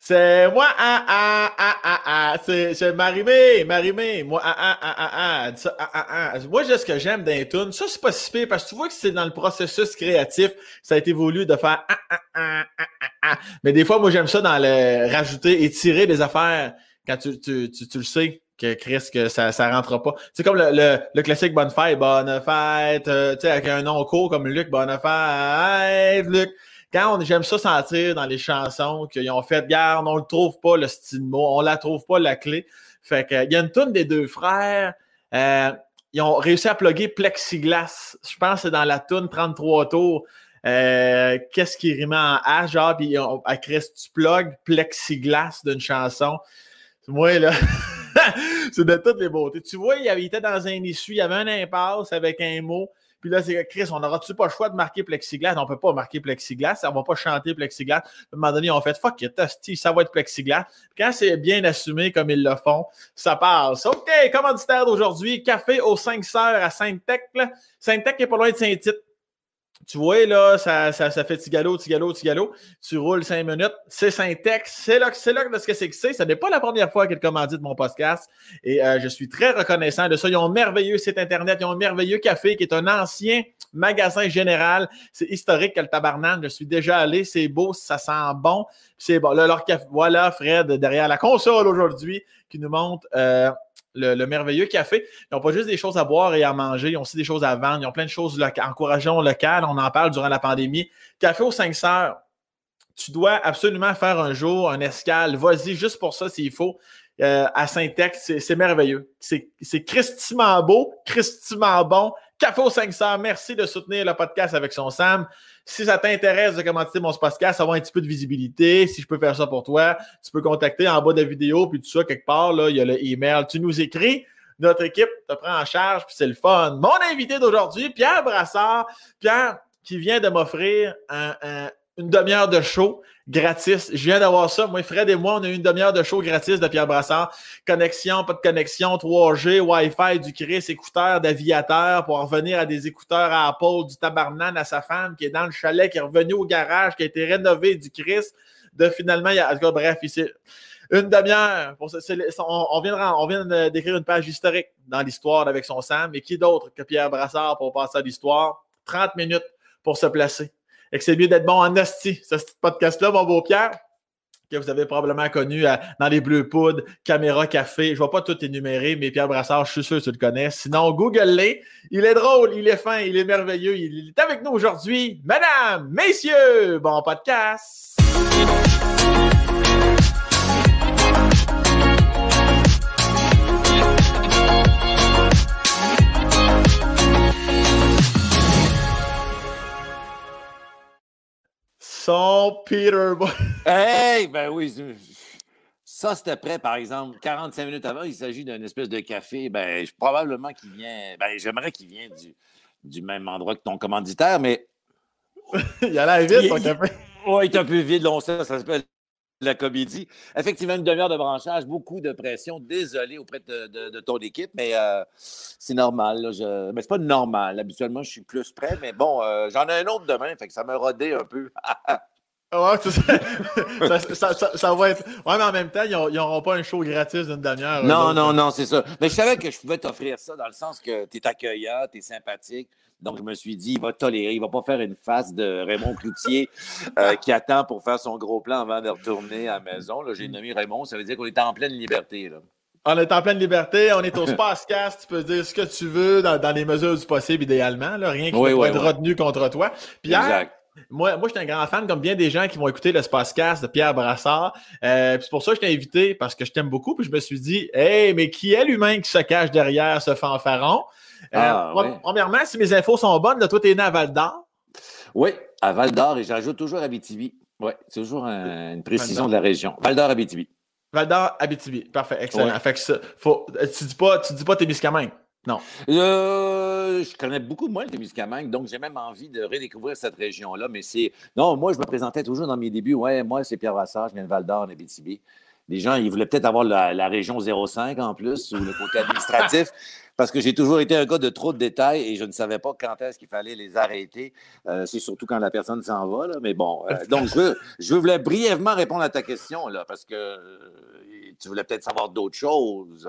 C'est moi, c'est Marimé, moi, Moi, ce que j'aime d'un tune, ça, c'est pas si pire, parce que tu vois que c'est dans le processus créatif, ça a été voulu de faire Mais des fois, moi, j'aime ça dans le rajouter, étirer des affaires quand tu le sais que Chris, que ça rentre pas. C'est comme le classique Bonne fête, tu sais, avec un nom court comme Luc, Bonne fête, Luc. J'aime ça sentir dans les chansons qu'ils ont fait, garde, on le trouve pas, le style mot, on la trouve pas, la clé. Fait que, il y a une toune des deux frères, ils ont réussi à plugger Plexiglas. Je pense que c'est dans la toune 33 tours. Qu'est-ce qui rime en H, genre, puis à Chris, tu plugs Plexiglas d'une chanson. Moi, là, c'est de toutes les beautés. Tu vois, il était dans un issue, il y avait un impasse avec un mot. Puis là, c'est Chris, on n'aura-tu pas le choix de marquer Plexiglas? On ne peut pas marquer Plexiglas, on ne va pas chanter Plexiglas. À un moment donné, on fait fuck it, ça va être Plexiglas. Puis quand c'est bien assumé comme ils le font, ça passe. OK, commanditaire d'aujourd'hui, café aux 5 sœurs à Sainte-Tech. Sainte-Tech est pas loin de Saint-Tite. Tu vois, là, ça fait tigalo. Tu roules 5 minutes. C'est Syntex. C'est là de ce que c'est que c'est. Ce n'est pas la première fois qu'ils commanditent mon podcast. Et je suis très reconnaissant de ça. Ils ont un merveilleux site Internet. Ils ont un merveilleux café qui est un ancien magasin général. C'est historique que le tabarnane. Je suis déjà allé. C'est beau. Ça sent bon. C'est bon. Là, leur café. Voilà, Fred, derrière la console aujourd'hui, qui nous montre le merveilleux café. Ils n'ont pas juste des choses à boire et à manger, ils ont aussi des choses à vendre. Ils ont plein de choses encourageant local. On en parle durant la pandémie. Café aux 5 sœurs. Tu dois absolument faire un jour un escale. Vas-y, juste pour ça, s'il faut. À Saint-Ex, c'est merveilleux. C'est christement beau, christement bon. Café aux 5 sœurs. Merci de soutenir le podcast avec son Sam. Si ça t'intéresse de commenter mon podcast, avoir un petit peu de visibilité, si je peux faire ça pour toi, tu peux contacter en bas de la vidéo, puis tout ça, quelque part, là, il y a le email. Tu nous écris, notre équipe te prend en charge, puis c'est le fun. Mon invité d'aujourd'hui, Pierre Brassard. Pierre, qui vient de m'offrir une demi-heure de show gratis. Je viens d'avoir ça. Moi, Fred et moi, on a eu une demi-heure de show gratis de Pierre Brassard. Connexion, pas de connexion, 3G, Wi-Fi, du Chris, écouteurs d'aviateur pour revenir à des écouteurs à Apple, du tabarnane à sa femme qui est dans le chalet, qui est revenu au garage, qui a été rénové, du Chris. Finalement, en tout cas, bref, ici, une demi-heure. On vient d'écrire une page historique dans l'histoire avec son Sam. Et qui d'autre que Pierre Brassard pour passer à l'histoire? 30 minutes pour se placer. Et que c'est mieux d'être bon en hostie, ce petit podcast-là, mon beau Pierre, que vous avez probablement connu dans les Bleus Poudres, Caméra Café. Je ne vais pas tout énumérer, mais Pierre Brassard, je suis sûr que tu le connais. Sinon, Google-les. Il est drôle, il est fin, il est merveilleux. Il est avec nous aujourd'hui. Mesdames, messieurs, bon podcast. Son Peter Boy. Hey, ben oui. Ça, c'était prêt, par exemple. 45 minutes avant, il s'agit d'une espèce de café. Ben, probablement qu'il vient. Ben, j'aimerais qu'il vienne du même endroit que ton commanditaire, mais. Il a l'air vite, ton café. Oui, il est un peu vide, on sait, ça s'appelle la comédie. Effectivement, une demi-heure de branchage, beaucoup de pression. Désolé auprès de ton équipe, mais c'est normal. Là, mais c'est pas normal. Habituellement, je suis plus prêt, mais bon, j'en ai un autre demain, fait que ça m'a rodé un peu. Ouais, ça va être. Ouais, mais en même temps, ils n'auront pas un show gratis d'une demi-heure. Non, c'est ça. Mais je savais que je pouvais t'offrir ça dans le sens que tu es accueillant, tu es sympathique. Donc, je me suis dit, il va tolérer. Il ne va pas faire une face de Raymond Cloutier qui attend pour faire son gros plan avant de retourner à la maison. Là, j'ai nommé Raymond, ça veut dire qu'on est en pleine liberté. Là. On est en pleine liberté, on est au Spacecast, tu peux dire ce que tu veux dans les mesures du possible, idéalement. Là, rien qui peut être retenu contre toi. Pierre, exact. Moi, je suis un grand fan, comme bien des gens qui vont écouter le Spacecast de Pierre Brassard. C'est pour ça que je t'ai invité, parce que je t'aime beaucoup. Puis je me suis dit, hey, mais qui est l'humain qui se cache derrière ce fanfaron? Premièrement, si mes infos sont bonnes, là, toi, t'es né à Val-d'Or? Oui, à Val-d'Or, et j'ajoute toujours Abitibi. Oui, c'est toujours une précision de la région. Val-d'Or, Abitibi. Val-d'Or, Abitibi. Parfait, excellent. Ouais. Fait que tu dis pas Témiscamingue. Non. Je connais beaucoup moins le Témiscamingue, donc j'ai même envie de redécouvrir cette région-là. Mais c'est. Non, moi, je me présentais toujours dans mes débuts. Ouais, moi, c'est Pierre Brassard, je viens de Val-d'Or, en Abitibi. les gens, ils voulaient peut-être avoir la région 05 en plus, ou le côté administratif, parce que j'ai toujours été un gars de trop de détails et je ne savais pas quand est-ce qu'il fallait les arrêter. C'est surtout quand la personne s'en va, là. Mais bon, donc je voulais brièvement répondre à ta question, là, parce que tu voulais peut-être savoir d'autres choses.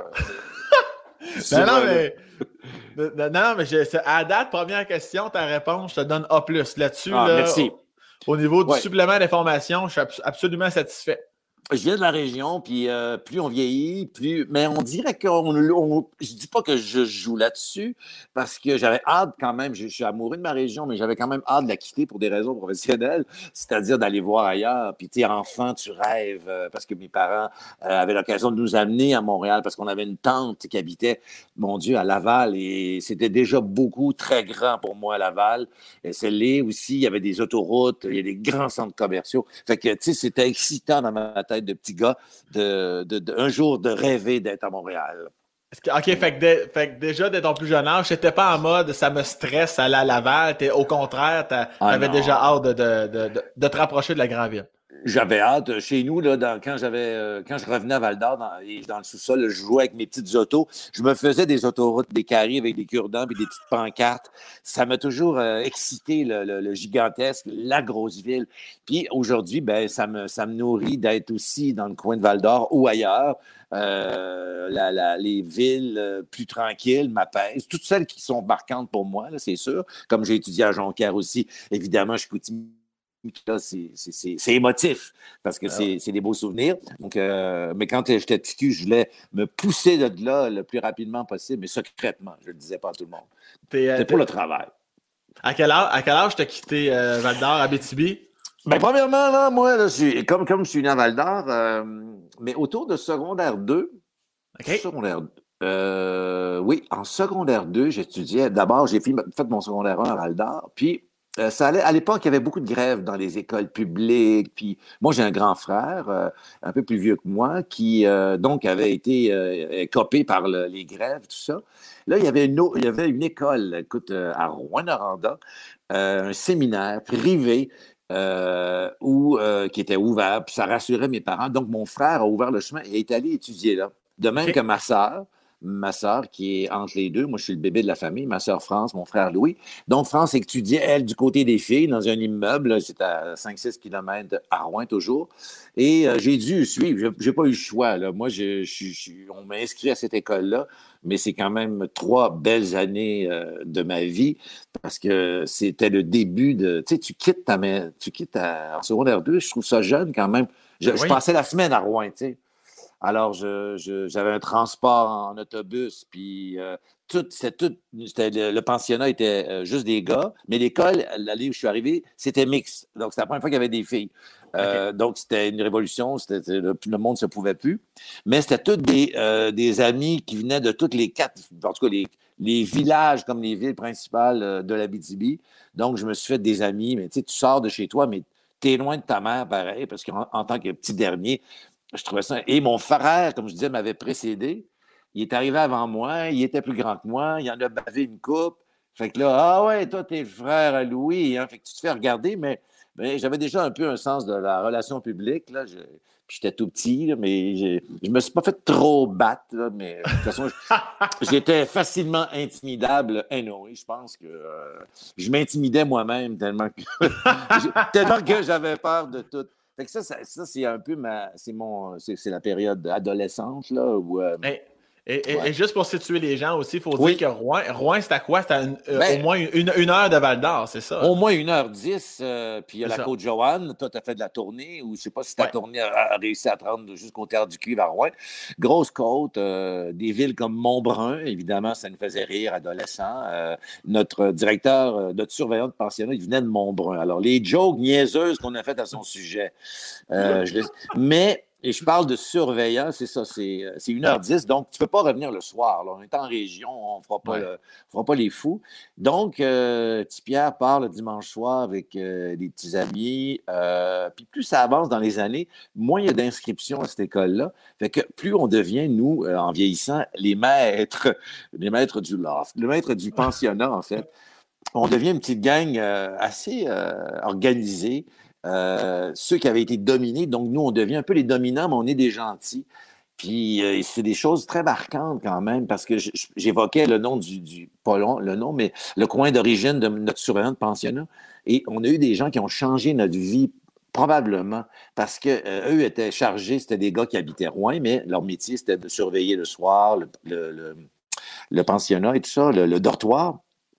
Non, mais à date, première question, ta réponse, je te donne A+. Là-dessus, merci. Au niveau du supplément d'information, je suis absolument satisfait. Je viens de la région, puis plus on vieillit, plus. Mais on dirait je dis pas que je joue là-dessus, parce que j'avais hâte quand même. Je suis amoureux de ma région, mais j'avais quand même hâte de la quitter pour des raisons professionnelles, c'est-à-dire d'aller voir ailleurs. Puis, tu sais, enfant, tu rêves, parce que mes parents avaient l'occasion de nous amener à Montréal, parce qu'on avait une tante qui habitait, mon Dieu, à Laval, et c'était déjà beaucoup, très grand pour moi à Laval. Et c'est là aussi, il y avait des autoroutes, il y a des grands centres commerciaux. Fait que, tu sais, c'était excitant dans ma tête de petit gars, un jour de rêver d'être à Montréal. OK, fait que déjà, dès ton plus jeune âge, t'étais pas en mode « ça me stresse aller à Laval », au contraire, t'avais déjà hâte de te rapprocher de la grande ville. J'avais hâte. Chez nous, là, quand je revenais à Val-d'Or, dans le sous-sol, je jouais avec mes petites autos. Je me faisais des autoroutes, des carrés avec des cure-dents et des petites pancartes. Ça m'a toujours excité, le gigantesque, la grosse ville. Puis aujourd'hui, ben, ça me nourrit d'être aussi dans le coin de Val-d'Or ou ailleurs. Les villes plus tranquilles m'apaisent. Toutes celles qui sont marquantes pour moi, là, c'est sûr. Comme j'ai étudié à Jonquière aussi, évidemment, je continue. Là, c'est émotif parce que c'est des beaux souvenirs. Donc, mais quand j'étais petit cul, je voulais me pousser de là le plus rapidement possible, mais secrètement. Je ne le disais pas à tout le monde. C'était pour le travail. À quel âge t'as quitté Val-d'Or, Abitibi? Bien, premièrement, là, moi, là, comme je suis né à Val-d'Or, mais autour de secondaire 2. Okay. Oui, en secondaire 2, j'étudiais. D'abord, j'ai fait mon secondaire 1 à Val-d'Or, puis ça allait, à l'époque, il y avait beaucoup de grèves dans les écoles publiques. Puis moi, j'ai un grand frère, un peu plus vieux que moi, qui donc avait été copé par les grèves, tout ça. Là, il y avait une école, écoute, à Rouyn-Noranda, un séminaire privé qui était ouvert, puis ça rassurait mes parents. Donc, mon frère a ouvert le chemin et est allé étudier là. De même que ma sœur qui est entre les deux. Moi, je suis le bébé de la famille. Ma sœur France, mon frère Louis. Donc, France étudiait, elle, du côté des filles, dans un immeuble. C'est à 5-6 km à Rouen, toujours. Et j'ai dû suivre. J'ai pas eu le choix. Là. Moi, on m'a inscrit à cette école-là, mais c'est quand même 3 belles années de ma vie parce que c'était le début de... Tu sais, tu quittes en secondaire 2. Je trouve ça jeune quand même. Je passais la semaine à Rouen, tu sais. Alors, j'avais un transport en autobus, puis le pensionnat était juste des gars, mais l'école, l'allée où je suis arrivé, c'était mixte. Donc, c'était la première fois qu'il y avait des filles. Donc, c'était une révolution, le monde ne se pouvait plus. Mais c'était tous des amis qui venaient de toutes les 4, en tout cas, les villages comme les villes principales de l'Abitibi. Donc, je me suis fait des amis, mais tu sais, tu sors de chez toi, mais tu es loin de ta mère, pareil, parce qu'en tant que petit dernier, je trouvais ça. Et mon frère, comme je disais, m'avait précédé. Il est arrivé avant moi. Il était plus grand que moi. Il en a bavé une coupe. Fait que là, ah ouais, toi, t'es le frère à Louis. Hein? Fait que tu te fais regarder, mais j'avais déjà un peu un sens de la relation publique. Là. Puis j'étais tout petit, là, mais je me suis pas fait trop battre. Là, mais de toute façon, j'étais facilement intimidable. Anyway, je pense que je m'intimidais moi-même tellement que j'avais peur de tout. Fait que ça c'est un peu c'est la période adolescente, là, où... Et juste pour situer les gens aussi, il faut dire que Rouen, c'était à quoi? C'était au moins une heure de Val-d'Or, c'est ça? Au moins 1h10, puis il y a la Côte-Joanne. Toi, tu as fait de la tournée, ou je ne sais pas si ta tournée a réussi à te rendre jusqu'au Théâtre du Cuivre à Rouen. Grosse côte, des villes comme Montbrun, évidemment, ça nous faisait rire, adolescents. Notre directeur, notre surveillant de pensionnat, il venait de Montbrun. Alors, les jokes niaiseuses qu'on a faites à son sujet. Mais... Et je parle de surveillant, c'est ça, c'est 1h10, donc tu ne peux pas revenir le soir. Là. On est en région, on ne fera pas les fous. Donc, petit Pierre part le dimanche soir avec des petits amis. Puis plus ça avance dans les années, moins il y a d'inscriptions à cette école-là. Fait que plus on devient, nous, en vieillissant, les maîtres du loft, le maître du pensionnat, en fait. On devient une petite gang assez organisée. ceux qui avaient été dominés. Donc, nous, on devient un peu les dominants, mais on est des gentils. Puis, c'est des choses très marquantes quand même, parce que j'évoquais le nom pas long, le nom, mais le coin d'origine de notre surveillant de pensionnat. Et on a eu des gens qui ont changé notre vie, probablement, parce que eux étaient chargés, c'était des gars qui habitaient Rouen, mais leur métier, c'était de surveiller le soir, le pensionnat et tout ça, le dortoir.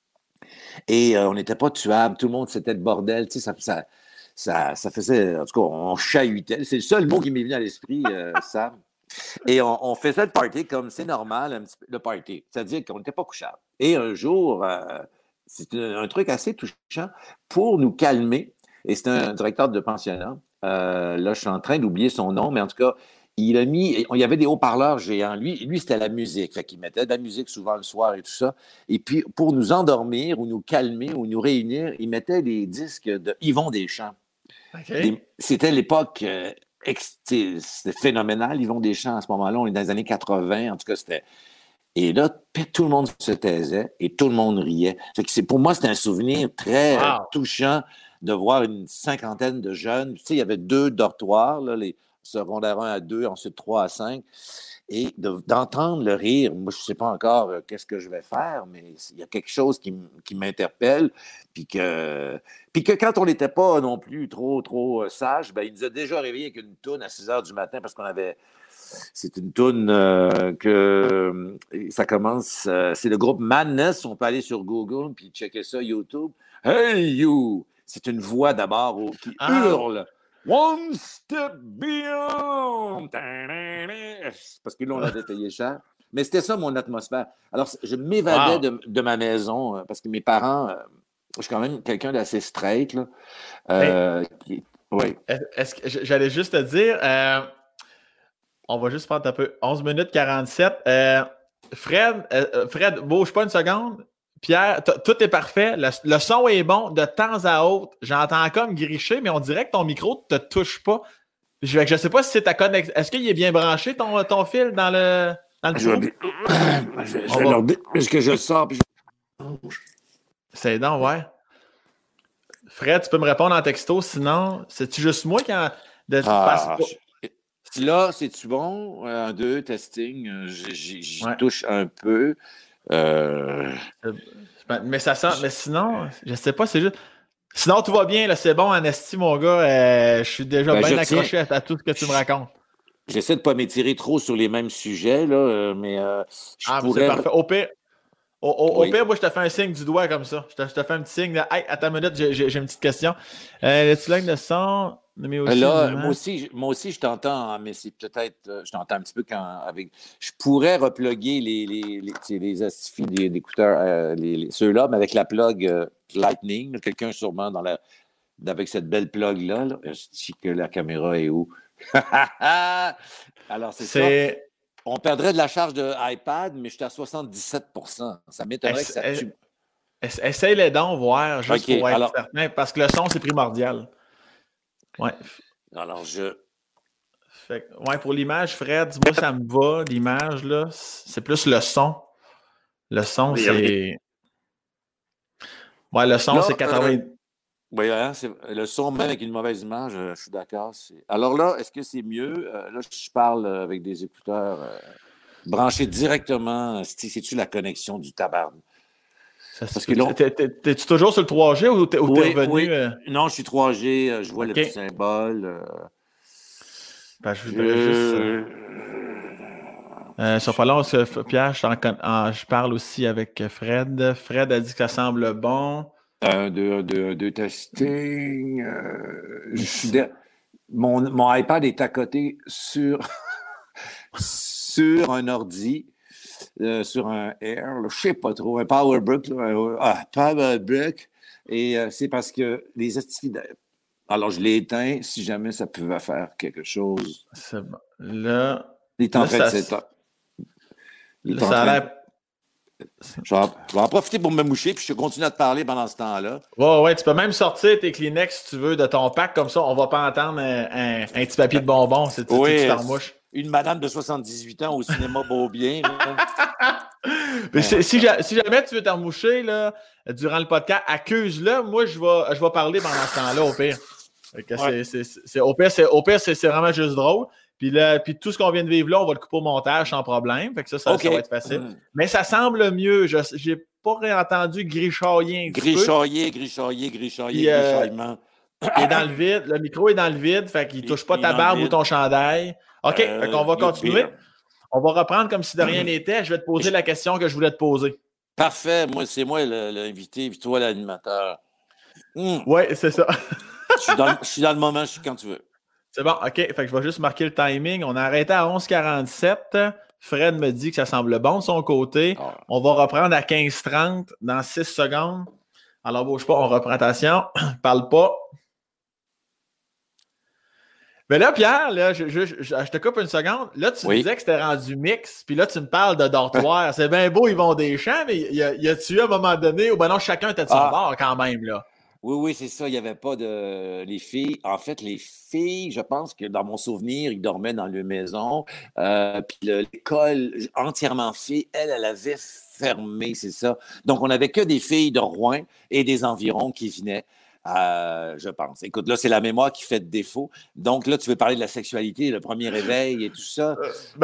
Et on n'était pas tuables, tout le monde, c'était le bordel, tu sais, ça faisait, en tout cas, on chahutait. C'est le seul mot qui m'est venu à l'esprit, Sam. Et on faisait le party comme c'est normal, un petit peu, le party. C'est-à-dire qu'on n'était pas couchable. Et un jour, c'était un truc assez touchant pour nous calmer. Et c'était un directeur de pensionnat. Là, je suis en train d'oublier son nom, mais en tout cas, il y avait des haut-parleurs géants. Lui, c'était la musique. Fait qu'il mettait de la musique souvent le soir et tout ça. Et puis, pour nous endormir ou nous calmer ou nous réunir, il mettait des disques de Yvon Deschamps. Okay. C'était l'époque... c'était phénoménal, Yvon Deschamps, à ce moment-là. On est dans les années 80. En tout cas, c'était... Et là, tout le monde se taisait et tout le monde riait. Fait que pour moi, c'était un souvenir très touchant de voir une cinquantaine de jeunes. Tu sais, il y avait 2 dortoirs, là, les secondaires 1 à 2, ensuite 3 à 5. Et d'entendre le rire, moi, je ne sais pas encore qu'est-ce que je vais faire, mais il y a quelque chose qui m'interpelle. Puis que quand on n'était pas non plus trop sage, ben, il nous a déjà réveillé avec une toune à 6 heures du matin parce qu'on avait... C'est une toune que ça commence... c'est le groupe Madness. On peut aller sur Google puis checker ça, YouTube. Hey you! C'est une voix d'abord qui hurle. One step beyond. Parce que là, on avait payé cher. Mais c'était ça, mon atmosphère. Alors, je m'évadais de ma maison parce que mes parents... je suis quand même quelqu'un d'assez straight. Là. Oui. Est-ce que j'allais juste te dire... on va juste prendre un peu. 11 minutes 47. Fred, bouge pas une seconde. Pierre, tout est parfait. Le son est bon. De temps à autre, j'entends comme gricher, mais on dirait que ton micro ne te touche pas. Je ne sais pas si c'est ta connexion. Est-ce qu'il est bien branché, ton fil, dans le je vais leur dire. Est-ce que je le sors? C'est donc, ouais. Fred, tu peux me répondre en texto. Sinon, c'est-tu juste moi qui en... Là, c'est-tu bon? 1, 2, testing. J'y touche un peu. Mais ça sent. Mais sinon, je sais pas, c'est juste. Sinon, tout va bien, là, c'est bon, Anesti, mon gars. Je suis déjà bien accroché à tout ce que tu me racontes. J'essaie de ne pas m'étirer trop sur les mêmes sujets, là, mais je pourrais... c'est parfait. Au pire, moi, je te fais un signe du doigt comme ça. Je te fais un petit signe de « Hey, attends une minute, j'ai une petite question. » Le petit ligne de son... Mais aussi, là, moi aussi, je t'entends, mais c'est peut-être... je t'entends un petit peu avec... Je pourrais repluguer les astifis d'écouteurs, ceux-là, mais avec la plug Lightning. Quelqu'un sûrement avec cette belle plug-là. Là. Je dis que la caméra est où? Alors, c'est ça. On perdrait de la charge de iPad, mais je suis à 77 %. Ça m'étonnerait que ça tue. Essaye-les donc, voir, juste pour être certain, parce que le son, c'est primordial. Ouais. Alors, pour l'image, Fred, moi, ça me va, l'image, là. C'est plus le son. Le son, c'est... Ouais, le son, c'est 80... Oui, hein, le son, même avec une mauvaise image, je suis d'accord. Alors là, est-ce que c'est mieux? Là, je parle avec des écouteurs branchés directement. C'est-tu la connexion du tabarne? Parce que là, t'es-tu toujours sur le 3G ou t'es revenu? Oui. Non, je suis 3G. Je vois le petit symbole. Je voudrais juste... sur pas long, Pierre, je parle aussi avec Fred. Fred a dit que ça semble bon. 1, 2, testing. Mon iPad est à côté sur un ordi, sur un Air, je ne sais pas trop, un PowerBook. PowerBook. Et c'est parce que les activités... Alors, je l'ai éteint si jamais ça pouvait faire quelque chose. C'est bon. Là... Il est en train de s'éteindre. Ça a l'air... Je vais en profiter pour me moucher, puis je continue à te parler pendant ce temps-là. Ouais, tu peux même sortir tes Kleenex si tu veux de ton pack, comme ça, on va pas entendre un petit papier de bonbons si tu t'en mouches. Une madame de 78 ans au cinéma Beaubien. Si jamais tu veux t'en moucher là, durant le podcast, accuse-le. Moi, je vais parler pendant ce temps-là, au pire. Fait que au pire, c'est vraiment juste drôle. Puis là, puis tout ce qu'on vient de vivre là, on va le couper au montage sans problème. Fait que ça va être facile. Mais ça semble mieux. J'ai pas réentendu grichoyer un petit peu. Grichoillement. Il est dans le vide. Le micro est dans le vide. Fait qu'il touche pas ta barbe ou ton chandail. OK. Fait qu'on va continuer. On va reprendre comme si de rien n'était. Je vais te poser la question que je voulais te poser. Parfait. C'est moi l'invité, puis toi l'animateur. Oui, c'est ça. je suis dans le moment, je suis quand tu veux. C'est bon, OK. Fait que je vais juste marquer le timing. On a arrêté à 11h47. Fred me dit que ça semble bon de son côté. On va reprendre à 15h30 dans 6 secondes. Alors, bouge pas, on reprend. Attention, parle pas. Mais là, Pierre, là, je te coupe une seconde. Là, tu disais que c'était rendu mix, puis là, tu me parles de dortoir. C'est bien beau, Yvon Deschamps, mais y a-tu eu à un moment donné où, ben non, chacun était de son bord quand même, là? Oui, c'est ça. Il n'y avait pas de... Les filles... En fait, les filles, je pense que dans mon souvenir, ils dormaient dans leur maison. Puis l'école entièrement fille, elle avait fermé, c'est ça. Donc, on n'avait que des filles de Rouen et des environs qui venaient. Je pense. Écoute, là, c'est la mémoire qui fait défaut. Donc, là, tu veux parler de la sexualité, le premier réveil et tout ça.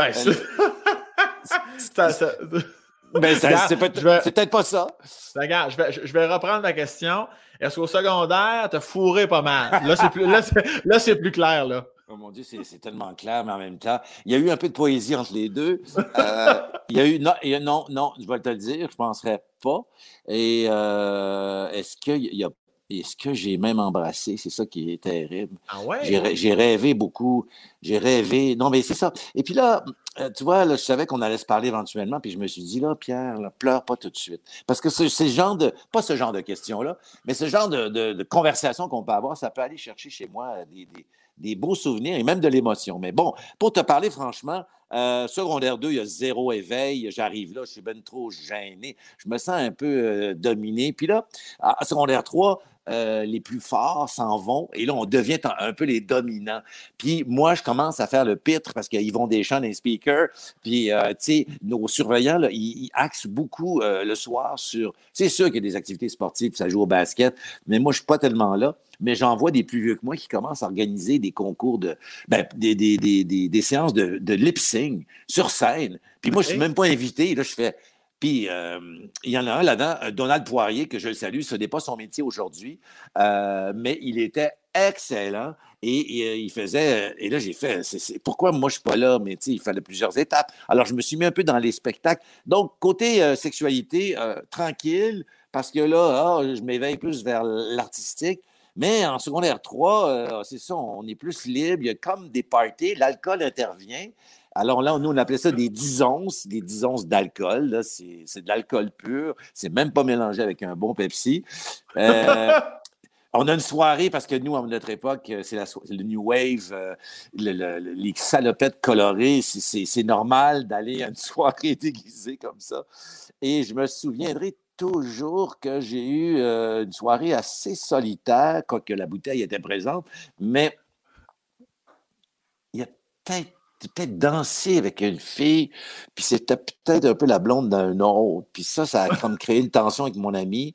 C'est peut-être pas ça. Regarde, je vais reprendre ma question. Est-ce qu'au secondaire, t'as fourré pas mal? Là, c'est plus clair, là. Oh mon Dieu, c'est tellement clair, mais en même temps, il y a eu un peu de poésie entre les deux. Il y a eu... Non, je vais te le dire, je ne penserais pas. Et est-ce que j'ai même embrassé? C'est ça qui est terrible. Ah ouais? J'ai rêvé beaucoup. J'ai rêvé... Non, mais c'est ça. Et puis là, tu vois, là, je savais qu'on allait se parler éventuellement, puis je me suis dit, là, Pierre, là, pleure pas tout de suite. Parce que c'est le genre de... Pas ce genre de questions-là, mais ce genre de conversation qu'on peut avoir, ça peut aller chercher chez moi des beaux souvenirs et même de l'émotion. Mais bon, pour te parler franchement, secondaire 2, il y a 0 éveil. J'arrive là, je suis ben trop gêné. Je me sens un peu dominé. Puis là, à secondaire 3, les plus forts s'en vont et là, on devient un peu les dominants. Puis moi, je commence à faire le pitre parce qu'ils vont des chants, des speakers. Puis, tu sais, nos surveillants, là, ils axent beaucoup le soir sur... C'est sûr qu'il y a des activités sportives, puis ça joue au basket, mais moi, je ne suis pas tellement là. Mais j'en vois des plus vieux que moi qui commencent à organiser des concours des séances de lip-sync sur scène. Puis moi, je ne suis même pas invité. Là, je fais... Puis, il y en a un là-dedans, Donald Poirier, que je le salue. Ce n'est pas son métier aujourd'hui, mais il était excellent et il faisait... Et là, j'ai fait... pourquoi moi, je ne suis pas là? Mais tu sais, il fallait plusieurs étapes. Alors, je me suis mis un peu dans les spectacles. Donc, côté sexualité, tranquille, parce que là, je m'éveille plus vers l'artistique. Mais en secondaire 3, c'est ça, on est plus libre. Il y a comme des parties, l'alcool intervient. Alors là, nous, on appelait ça des 10 onces d'alcool. Là, c'est de l'alcool pur. C'est même pas mélangé avec un bon Pepsi. On a une soirée, parce que nous, à notre époque, c'est le New Wave, les salopettes colorées. C'est normal d'aller à une soirée déguisée comme ça. Et je me souviendrai toujours que j'ai eu une soirée assez solitaire, quoique la bouteille était présente, mais il y a peut-être dansé avec une fille, puis c'était peut-être un peu la blonde d'un autre, puis ça a comme créé une tension avec mon ami.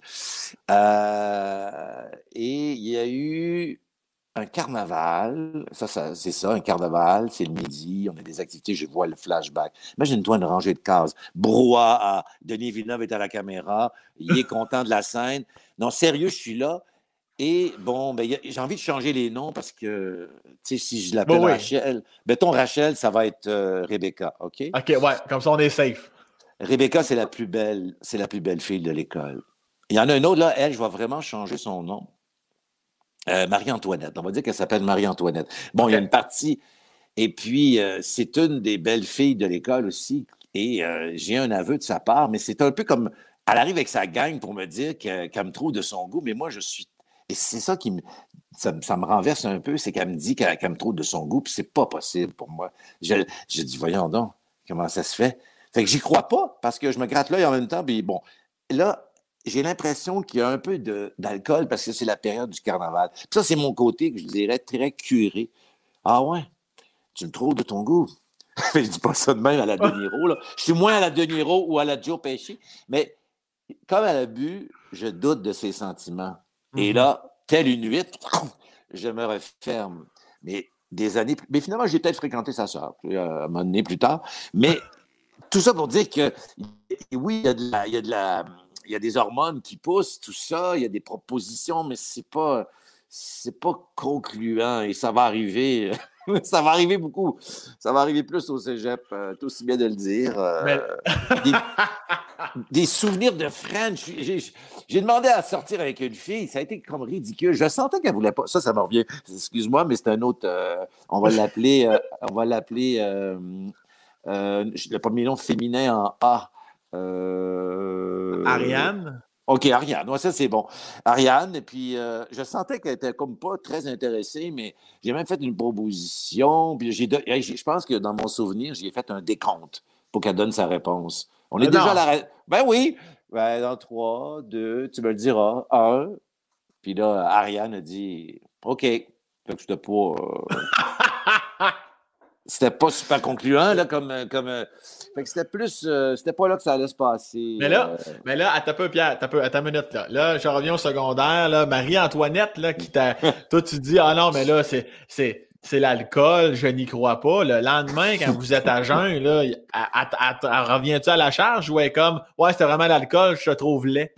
Et il y a eu un carnaval, c'est ça, un carnaval, c'est le midi, on a des activités, je vois le flashback. Imagine-toi une rangée de cases. Brouhaha, Denis Villeneuve est à la caméra, il est content de la scène. Non, sérieux, je suis là. Et bon, j'ai envie de changer les noms parce que, tu sais, si je l'appelle Rachel, mettons Rachel, ça va être Rebecca, OK? OK, ouais, comme ça, on est safe. Rebecca, c'est la plus belle fille de l'école. Il y en a une autre, là, elle, je vais vraiment changer son nom. Marie-Antoinette. On va dire qu'elle s'appelle Marie-Antoinette. Bon, il y a une partie. Et puis, c'est une des belles filles de l'école aussi. Et j'ai un aveu de sa part, mais c'est un peu comme... Elle arrive avec sa gang pour me dire qu'elle me trouve de son goût, mais moi, je suis... Et c'est ça qui me... Ça me renverse un peu, c'est qu'elle me dit qu'elle me trouve de son goût, puis c'est pas possible pour moi. Je dis, voyons donc, comment ça se fait? Fait que j'y crois pas, parce que je me gratte l'œil en même temps, puis bon, là... J'ai l'impression qu'il y a un peu d'alcool parce que c'est la période du carnaval. Puis ça, c'est mon côté que je dirais très curé. Ah ouais, tu me trouves de ton goût. Je dis pas ça de même à la De Niro, là. Je suis moins à la De Niro ou à la Joe Pesci, mais comme elle a bu, je doute de ses sentiments. Et là, telle une huître, je me referme. Mais des années... Mais finalement, j'ai peut-être fréquenté sa sœur, à un moment donné plus tard. Mais tout ça pour dire que, oui, il y a des hormones qui poussent, tout ça, il y a des propositions, mais c'est pas concluant et ça va arriver. Ça va arriver beaucoup. Ça va arriver plus au cégep, c'est aussi bien de le dire. Mais... des, des souvenirs de French. J'ai demandé à sortir avec une fille. Ça a été comme ridicule. Je sentais qu'elle voulait pas. Ça me revient. Excuse-moi, mais c'est un autre. On va l'appeler. Le premier nom féminin en A. Ariane? OK, Ariane. Ouais, ça, c'est bon. Ariane, et puis je sentais qu'elle était comme pas très intéressée, mais j'ai même fait une proposition. Puis je pense que dans mon souvenir, j'ai fait un décompte pour qu'elle donne sa réponse. On est déjà à la... Ben oui! Ben, dans 3, 2, tu me le diras. 1. Puis là, Ariane a dit OK. Fait que c'était pas... C'était pas super concluant, là, comme fait que c'était plus... c'était pas là que ça allait se passer. Mais là, attends un peu, Pierre, attends une minute, là. Là, je reviens au secondaire, là. Marie-Antoinette, là, qui t'a... Toi, tu dis, ah non, mais là, c'est l'alcool, je n'y crois pas. Le lendemain, quand vous êtes à jeun, là, reviens-tu à la charge ou est comme, ouais, c'était vraiment l'alcool, je te trouve laid?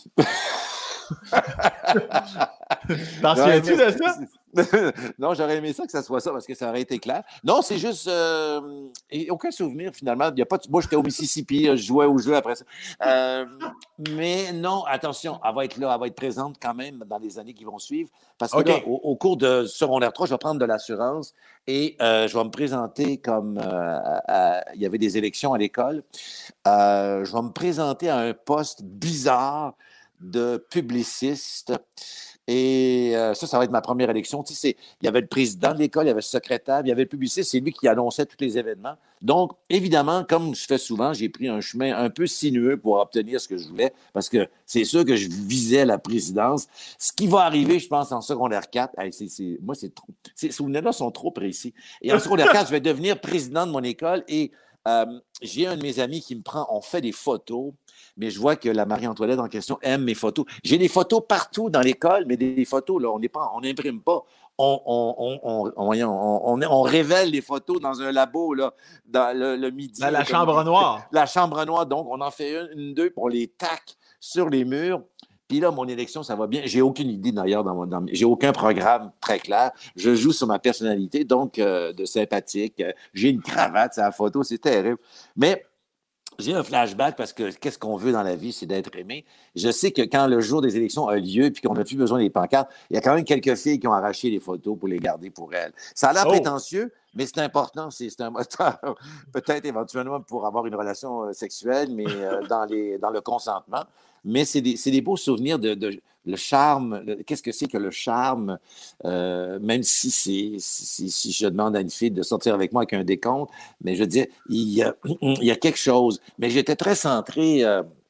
T'en souviens-tu de ça? Non, j'aurais aimé ça que ça soit ça parce que ça aurait été clair. Non, c'est juste aucun souvenir finalement. Il y a pas moi, j'étais au Mississippi, je jouais au jeu après ça. Mais non, attention, elle va être là, elle va être présente quand même dans les années qui vont suivre. Parce que là, au cours de secondaire 3, je vais prendre de l'assurance et je vais me présenter comme il y avait des élections à l'école. Je vais me présenter à un poste bizarre de publiciste. Et ça va être ma première élection. Tu sais, il y avait le président de l'école, il y avait le secrétaire, il y avait le publiciste, c'est lui qui annonçait tous les événements. Donc, évidemment, comme je fais souvent, j'ai pris un chemin un peu sinueux pour obtenir ce que je voulais, parce que c'est sûr que je visais la présidence. Ce qui va arriver, je pense, en secondaire 4, moi, c'est trop. Ces souvenirs-là sont trop précis. Et en secondaire 4, je vais devenir président de mon école et j'ai un de mes amis qui me prend, on fait des photos, mais je vois que la Marie-Antoinette en question aime mes photos. J'ai des photos partout dans l'école, mais des photos, là, on n'imprime pas. On révèle les photos dans un labo là, dans le midi. Dans la chambre noire. La chambre noire, donc on en fait une, deux, puis on les taque sur les murs. Puis là, mon élection, ça va bien. J'ai aucune idée d'ailleurs, j'ai aucun programme très clair. Je joue sur ma personnalité, donc de sympathique. J'ai une cravate, c'est la photo, c'est terrible. Mais j'ai un flashback parce que qu'est-ce qu'on veut dans la vie, c'est d'être aimé. Je sais que quand le jour des élections a lieu puis qu'on n'a plus besoin des pancartes, il y a quand même quelques filles qui ont arraché les photos pour les garder pour elles. Ça a l'air prétentieux, mais c'est important. C'est un moteur, peut-être éventuellement pour avoir une relation sexuelle, mais dans le consentement. Mais c'est des beaux souvenirs de le charme. Qu'est-ce que c'est que le charme? Même si je demande à une fille de sortir avec moi avec un décompte, mais je veux dire, il y a quelque chose. Mais j'étais très centré.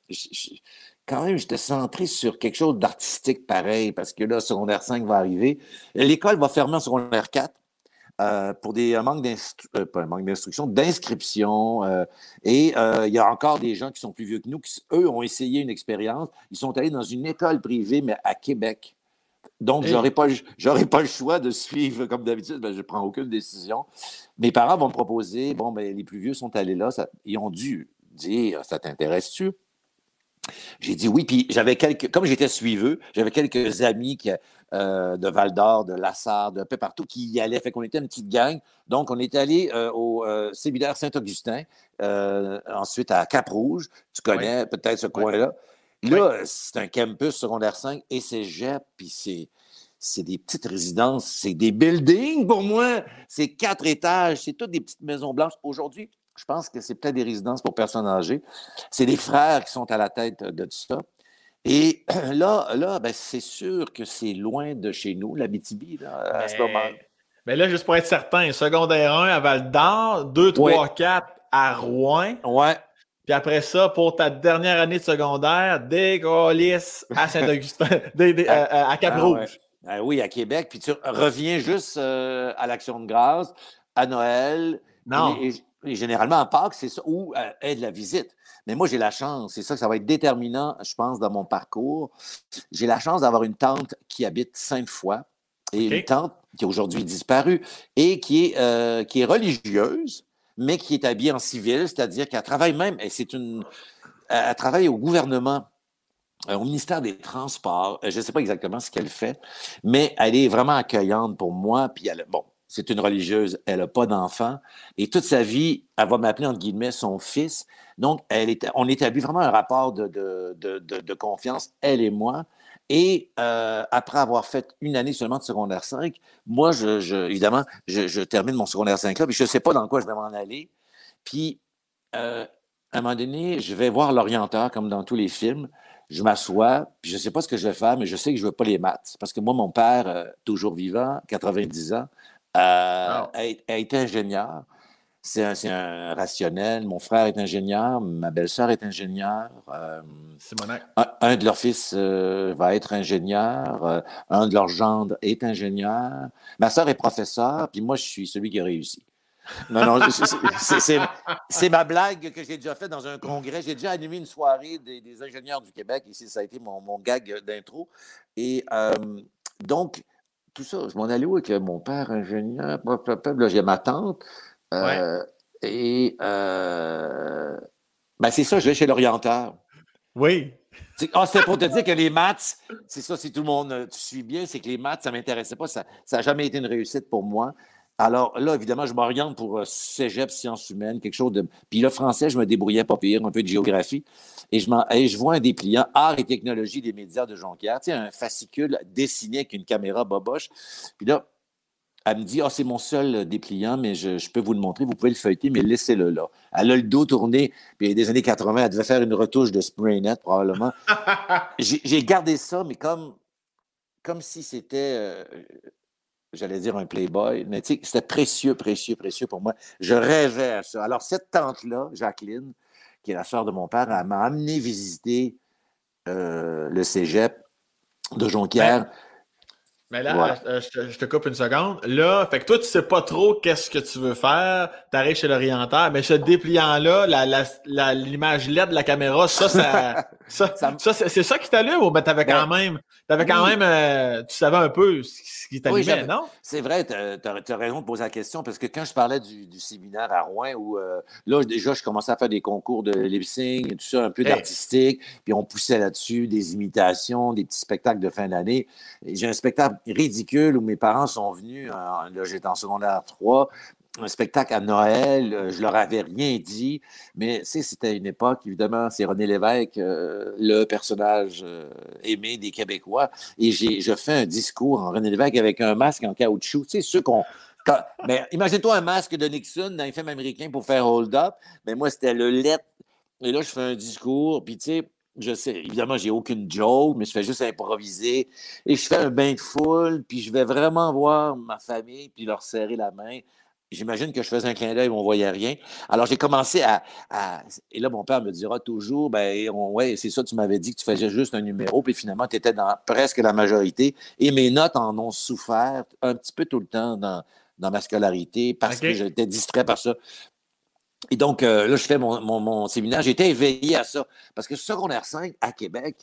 Quand même, j'étais centré sur quelque chose d'artistique pareil, parce que là, secondaire 5 va arriver. L'école va fermer en secondaire 4. Pour un manque d'instruction, d'inscription. Et il y a encore des gens qui sont plus vieux que nous, qui, eux, ont essayé une expérience. Ils sont allés dans une école privée, mais à Québec. Donc, j'aurais pas le choix de suivre comme d'habitude. Je ne prends aucune décision. Mes parents vont me proposer, les plus vieux sont allés là. Ils ont dû dire, ça t'intéresse-tu? J'ai dit oui, puis comme j'étais suiveux, j'avais quelques amis de Val-d'Or, de Lassar, de peu partout qui y allaient. Fait qu'on était une petite gang. Donc, on est allé au séminaire Saint-Augustin, ensuite à Cap-Rouge. Tu connais peut-être ce coin-là. Là, c'est un campus secondaire 5 et cégep, puis c'est des petites résidences, c'est des buildings pour moi. C'est 4 étages, c'est toutes des petites maisons blanches. Aujourd'hui, je pense que c'est peut-être des résidences pour personnes âgées. C'est des frères qui sont à la tête de tout ça. Et là, c'est sûr que c'est loin de chez nous, l'Abitibi, là, à ce moment. Mais là, juste pour être certain, secondaire 1 à Val-d'Or, 2, 3, 4 à Rouen. Ouais. Puis après ça, pour ta dernière année de secondaire, décollisse à Saint-Augustin, à Cap-Rouge. Oui, à Québec. Puis tu reviens juste à l'Action de grâce, à Noël. Non. Et généralement, à Pâques, c'est ça, ou de la visite. Mais moi, j'ai la chance, c'est ça que ça va être déterminant, je pense, dans mon parcours. J'ai la chance d'avoir une tante qui habite Sainte-Foy. et une OK. tante qui a aujourd'hui disparu et qui est religieuse, mais qui est habillée en civil, c'est-à-dire qu'elle travaille même, et elle travaille au gouvernement, au ministère des Transports. Je ne sais pas exactement ce qu'elle fait, mais elle est vraiment accueillante pour moi. Puis bon, c'est une religieuse, elle n'a pas d'enfant. Et toute sa vie, elle va m'appeler, entre guillemets, son fils. Donc, on établit vraiment un rapport de confiance, elle et moi. Et après avoir fait une année seulement de secondaire 5, moi, évidemment, je termine mon secondaire 5 là, puis je ne sais pas dans quoi je vais m'en aller. Puis, à un moment donné, je vais voir l'orienteur, comme dans tous les films. Je m'assois, puis je ne sais pas ce que je vais faire, mais je sais que je ne veux pas les maths. Parce que moi, mon père, toujours vivant, 90 ans, Wow. a été ingénieur. C'est un rationnel. Mon frère est ingénieur, ma belle-sœur est ingénieure. Simonac. Un de leurs fils va être ingénieur. Un de leurs gendres est ingénieur. Ma sœur est professeure, puis moi, je suis celui qui a réussi. Non, non, c'est ma blague que j'ai déjà faite dans un congrès. J'ai déjà animé une soirée des ingénieurs du Québec. Ici, ça a été mon gag d'intro. Et donc, tout ça, je m'en allais où avec mon père ingénieur? Là, j'ai ma tante. Ouais. euh, et ben, c'est ça, je vais chez l'orienteur. Oui. C'était pour te dire que les maths, c'est ça, si tout le monde tu suis bien, c'est que les maths, ça ne m'intéressait pas. Ça n'a jamais été une réussite pour moi. Alors là, évidemment, je m'oriente pour cégep sciences humaines, quelque chose de. Puis le français, je me débrouillais pas pire, un peu de géographie. Et je vois un dépliant Arts et technologies des médias de Jonquière, tu sais, un fascicule dessiné avec une caméra boboche. Puis là, elle me dit, c'est mon seul dépliant, mais je peux vous le montrer, vous pouvez le feuilleter, mais laissez-le là. Elle a le dos tourné, puis des années 80, elle devait faire une retouche de Spraynet, probablement. J'ai gardé ça, mais comme si c'était, j'allais dire un Playboy, mais tu sais, c'était précieux, précieux, précieux pour moi. Je rêvais à ça. Alors, cette tante-là, Jacqueline, qui est la sœur de mon père, elle m'a amené visiter le cégep de Mais Jonquière. Mais là, Voilà. je te coupe une seconde. Là, fait que toi, tu sais pas trop qu'est-ce que tu veux faire. T'arrives chez l'orienteur, mais ce dépliant-là, l'image LED de la caméra, Ça, c'est ça qui t'allume ou ben ben, t'avais quand oui, même, tu savais un peu ce qui oui, t'allumait, non? c'est vrai, tu as raison de poser la question, parce que quand je parlais du séminaire à Rouen, où là, déjà, je commençais à faire des concours de lip-sync et tout ça, un peu Hey, d'artistique, puis on poussait là-dessus, des imitations, des petits spectacles de fin d'année. J'ai un spectacle ridicule où mes parents sont venus, là, j'étais en secondaire 3, un spectacle à Noël, je leur avais rien dit, mais tu sais, c'était une époque, évidemment, c'est René Lévesque, le personnage aimé des Québécois, et je fais un discours en René Lévesque avec un masque en caoutchouc, tu sais, ceux qu'on... Mais imagine-toi un masque de Nixon dans les films américains pour faire hold up, mais moi, c'était le lettre, et là, je fais un discours, puis tu sais, je sais, évidemment, j'ai aucune joke, mais je fais juste improviser, et je fais un bain de foule, puis je vais vraiment voir ma famille, puis leur serrer la main. J'imagine que je faisais un clin d'œil, mais on ne voyait rien. Alors, j'ai commencé Et là, mon père me dira toujours, ben, ouais, c'est ça, tu m'avais dit que tu faisais juste un numéro, puis finalement, tu étais dans presque la majorité. Et mes notes en ont souffert un petit peu tout le temps dans ma scolarité parce que OK. j'étais distrait par ça. Et donc, là, je fais mon séminaire. J'étais éveillé à ça. Parce que secondaire 5, à Québec,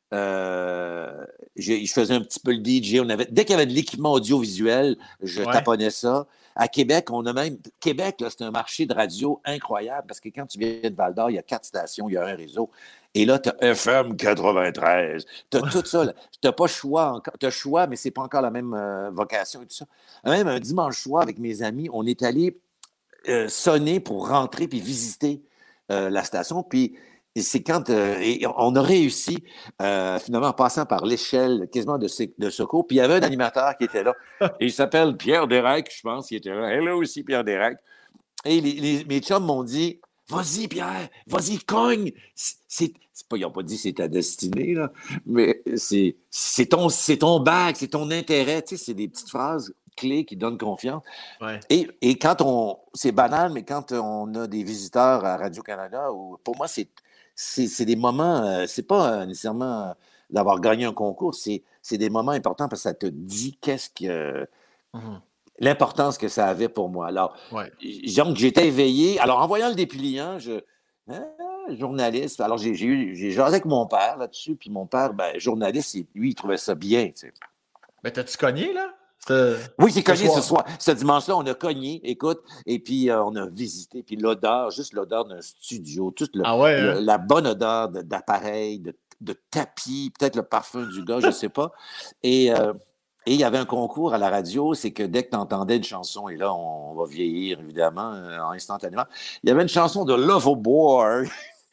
je faisais un petit peu le DJ. Dès qu'il y avait de l'équipement audiovisuel, je Ouais. taponnais ça. À Québec, on a même. Québec, là, c'est un marché de radio incroyable parce que quand tu viens de Val d'Or, il y a 4 stations, il y a un réseau. Et là, tu as FM 93. Tu as tout ça. Tu n'as pas choix encore. Tu as choix, mais c'est pas encore la même vocation et tout ça. Même un dimanche soir avec mes amis, on est allé sonner pour rentrer puis visiter la station. Puis c'est quand et on a réussi, finalement, en passant par l'échelle quasiment de secours. Puis il y avait un animateur qui était là. Et il s'appelle Pierre Dérec, je pense, qui était là. Et là aussi, Pierre Dérec. Et mes chums m'ont dit, vas-y, Pierre, vas-y, cogne. Ils n'ont pas dit c'est ta destinée, là, mais c'est ton bac, c'est ton intérêt. Tu sais, c'est des petites phrases clés qui donnent confiance. Ouais. Et quand c'est banal, mais quand on a des visiteurs à Radio-Canada, pour moi, c'est des moments, c'est pas nécessairement d'avoir gagné un concours, c'est des moments importants parce que ça te dit Mhm. l'importance que ça avait pour moi. Alors, Ouais. donc, j'étais éveillé. Alors, en voyant le dépliant, hein, journaliste, alors j'ai jasé avec mon père là-dessus, puis mon père, ben, journaliste, lui, il trouvait ça bien, tu sais. Ben, t'as-tu cogné, là? Oui, j'ai ce cogné ce soir. soir. Ce dimanche-là, on a cogné, écoute, et puis on a visité. Puis l'odeur, juste l'odeur d'un studio, toute Ah ouais, hein? la bonne odeur d'appareil, de tapis, peut-être le parfum du gars, je ne sais pas. Et il y avait un concours à la radio, c'est que dès que tu entendais une chanson, et là, on va vieillir, évidemment, instantanément, il y avait une chanson de Loverboy.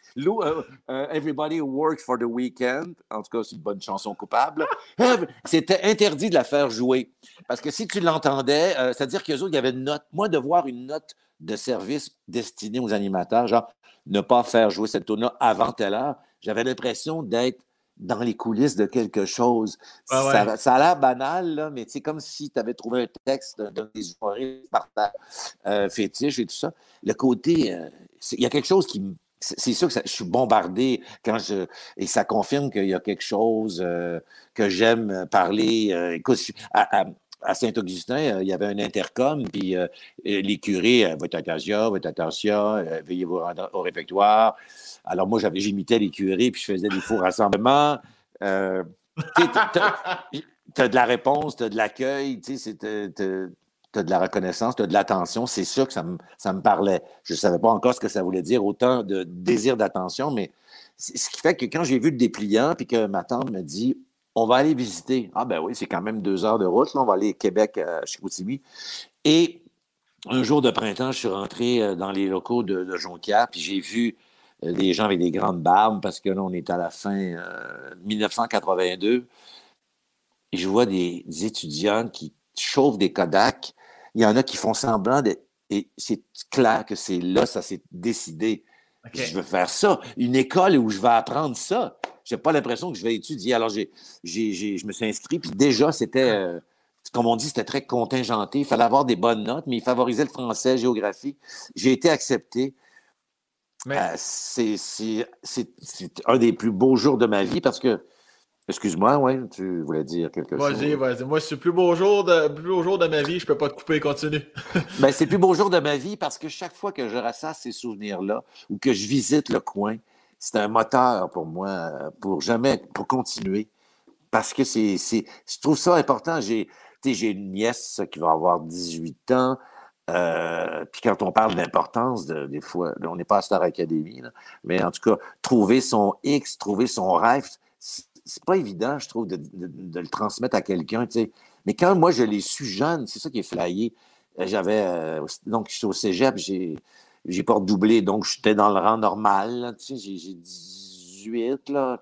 Everybody Works for the Weekend. En tout cas, c'est une bonne chanson coupable. C'était interdit de la faire jouer. Parce que si tu l'entendais, c'est-à-dire qu'eux autres, il y avait une note. Moi, de voir une note de service destinée aux animateurs, genre ne pas faire jouer cette tune-là avant telle heure, j'avais l'impression d'être dans les coulisses de quelque chose. Ah ouais. Ça a l'air banal, là, mais c'est comme si tu avais trouvé un texte d'un des soirées par ta fétiche et tout ça. Le côté, il y a quelque chose qui me c'est sûr que je suis bombardé et ça confirme qu'il y a quelque chose que j'aime parler. Écoute, à Saint-Augustin, il y avait un intercom, puis les curés, votre attention, veuillez vous rendre au réfectoire. Alors moi, j'imitais les curés, puis je faisais des faux rassemblements. Tu as de la réponse, tu as de l'accueil, tu sais, tu as de la reconnaissance, tu as de l'attention. C'est sûr que ça me parlait. Je ne savais pas encore ce que ça voulait dire, autant de désir d'attention, mais ce qui fait que quand j'ai vu le dépliant, puis que ma tante me dit, on va aller visiter. Ah ben oui, c'est quand même 2 heures de route. Là, on va aller à Québec, à Chicoutimi. Et un jour de printemps, je suis rentré dans les locaux de Jonquière, puis j'ai vu des gens avec des grandes barbes, parce que là, on est à la fin 1982. Et je vois des étudiants qui chauffent des Kodak. Il y en a qui font semblant de... Et c'est clair que c'est là, ça s'est décidé. OK. Je veux faire ça. Une école où je vais apprendre ça. J'ai pas l'impression que je vais étudier. Alors, je me suis inscrit, puis déjà, c'était, comme on dit, c'était très contingenté. Il fallait avoir des bonnes notes, mais il favorisait le français, géographie. J'ai été accepté. Mais C'est un des plus beaux jours de ma vie parce que, excuse-moi, ouais, tu voulais dire quelque vas-y, chose. vas-y. Moi, c'est le plus beau jour de ma vie. Je peux pas te couper. Continue. Ben, c'est le plus beau jour de ma vie parce que chaque fois que je ressasse ces souvenirs-là ou que je visite le coin, c'est un moteur pour moi, pour continuer. Parce que je trouve ça important. J'ai une nièce qui va avoir 18 ans. Puis quand on parle d'importance, des fois, on n'est pas à Star Academy, là, mais en tout cas, trouver son X, trouver son rêve, c'est pas évident, je trouve, de le transmettre à quelqu'un, tu sais. Mais quand moi, je l'ai su jeune, c'est ça qui est flyé. Donc, j'étais au cégep, j'ai pas redoublé, donc j'étais dans le rang normal, là, tu sais, j'ai 18, là,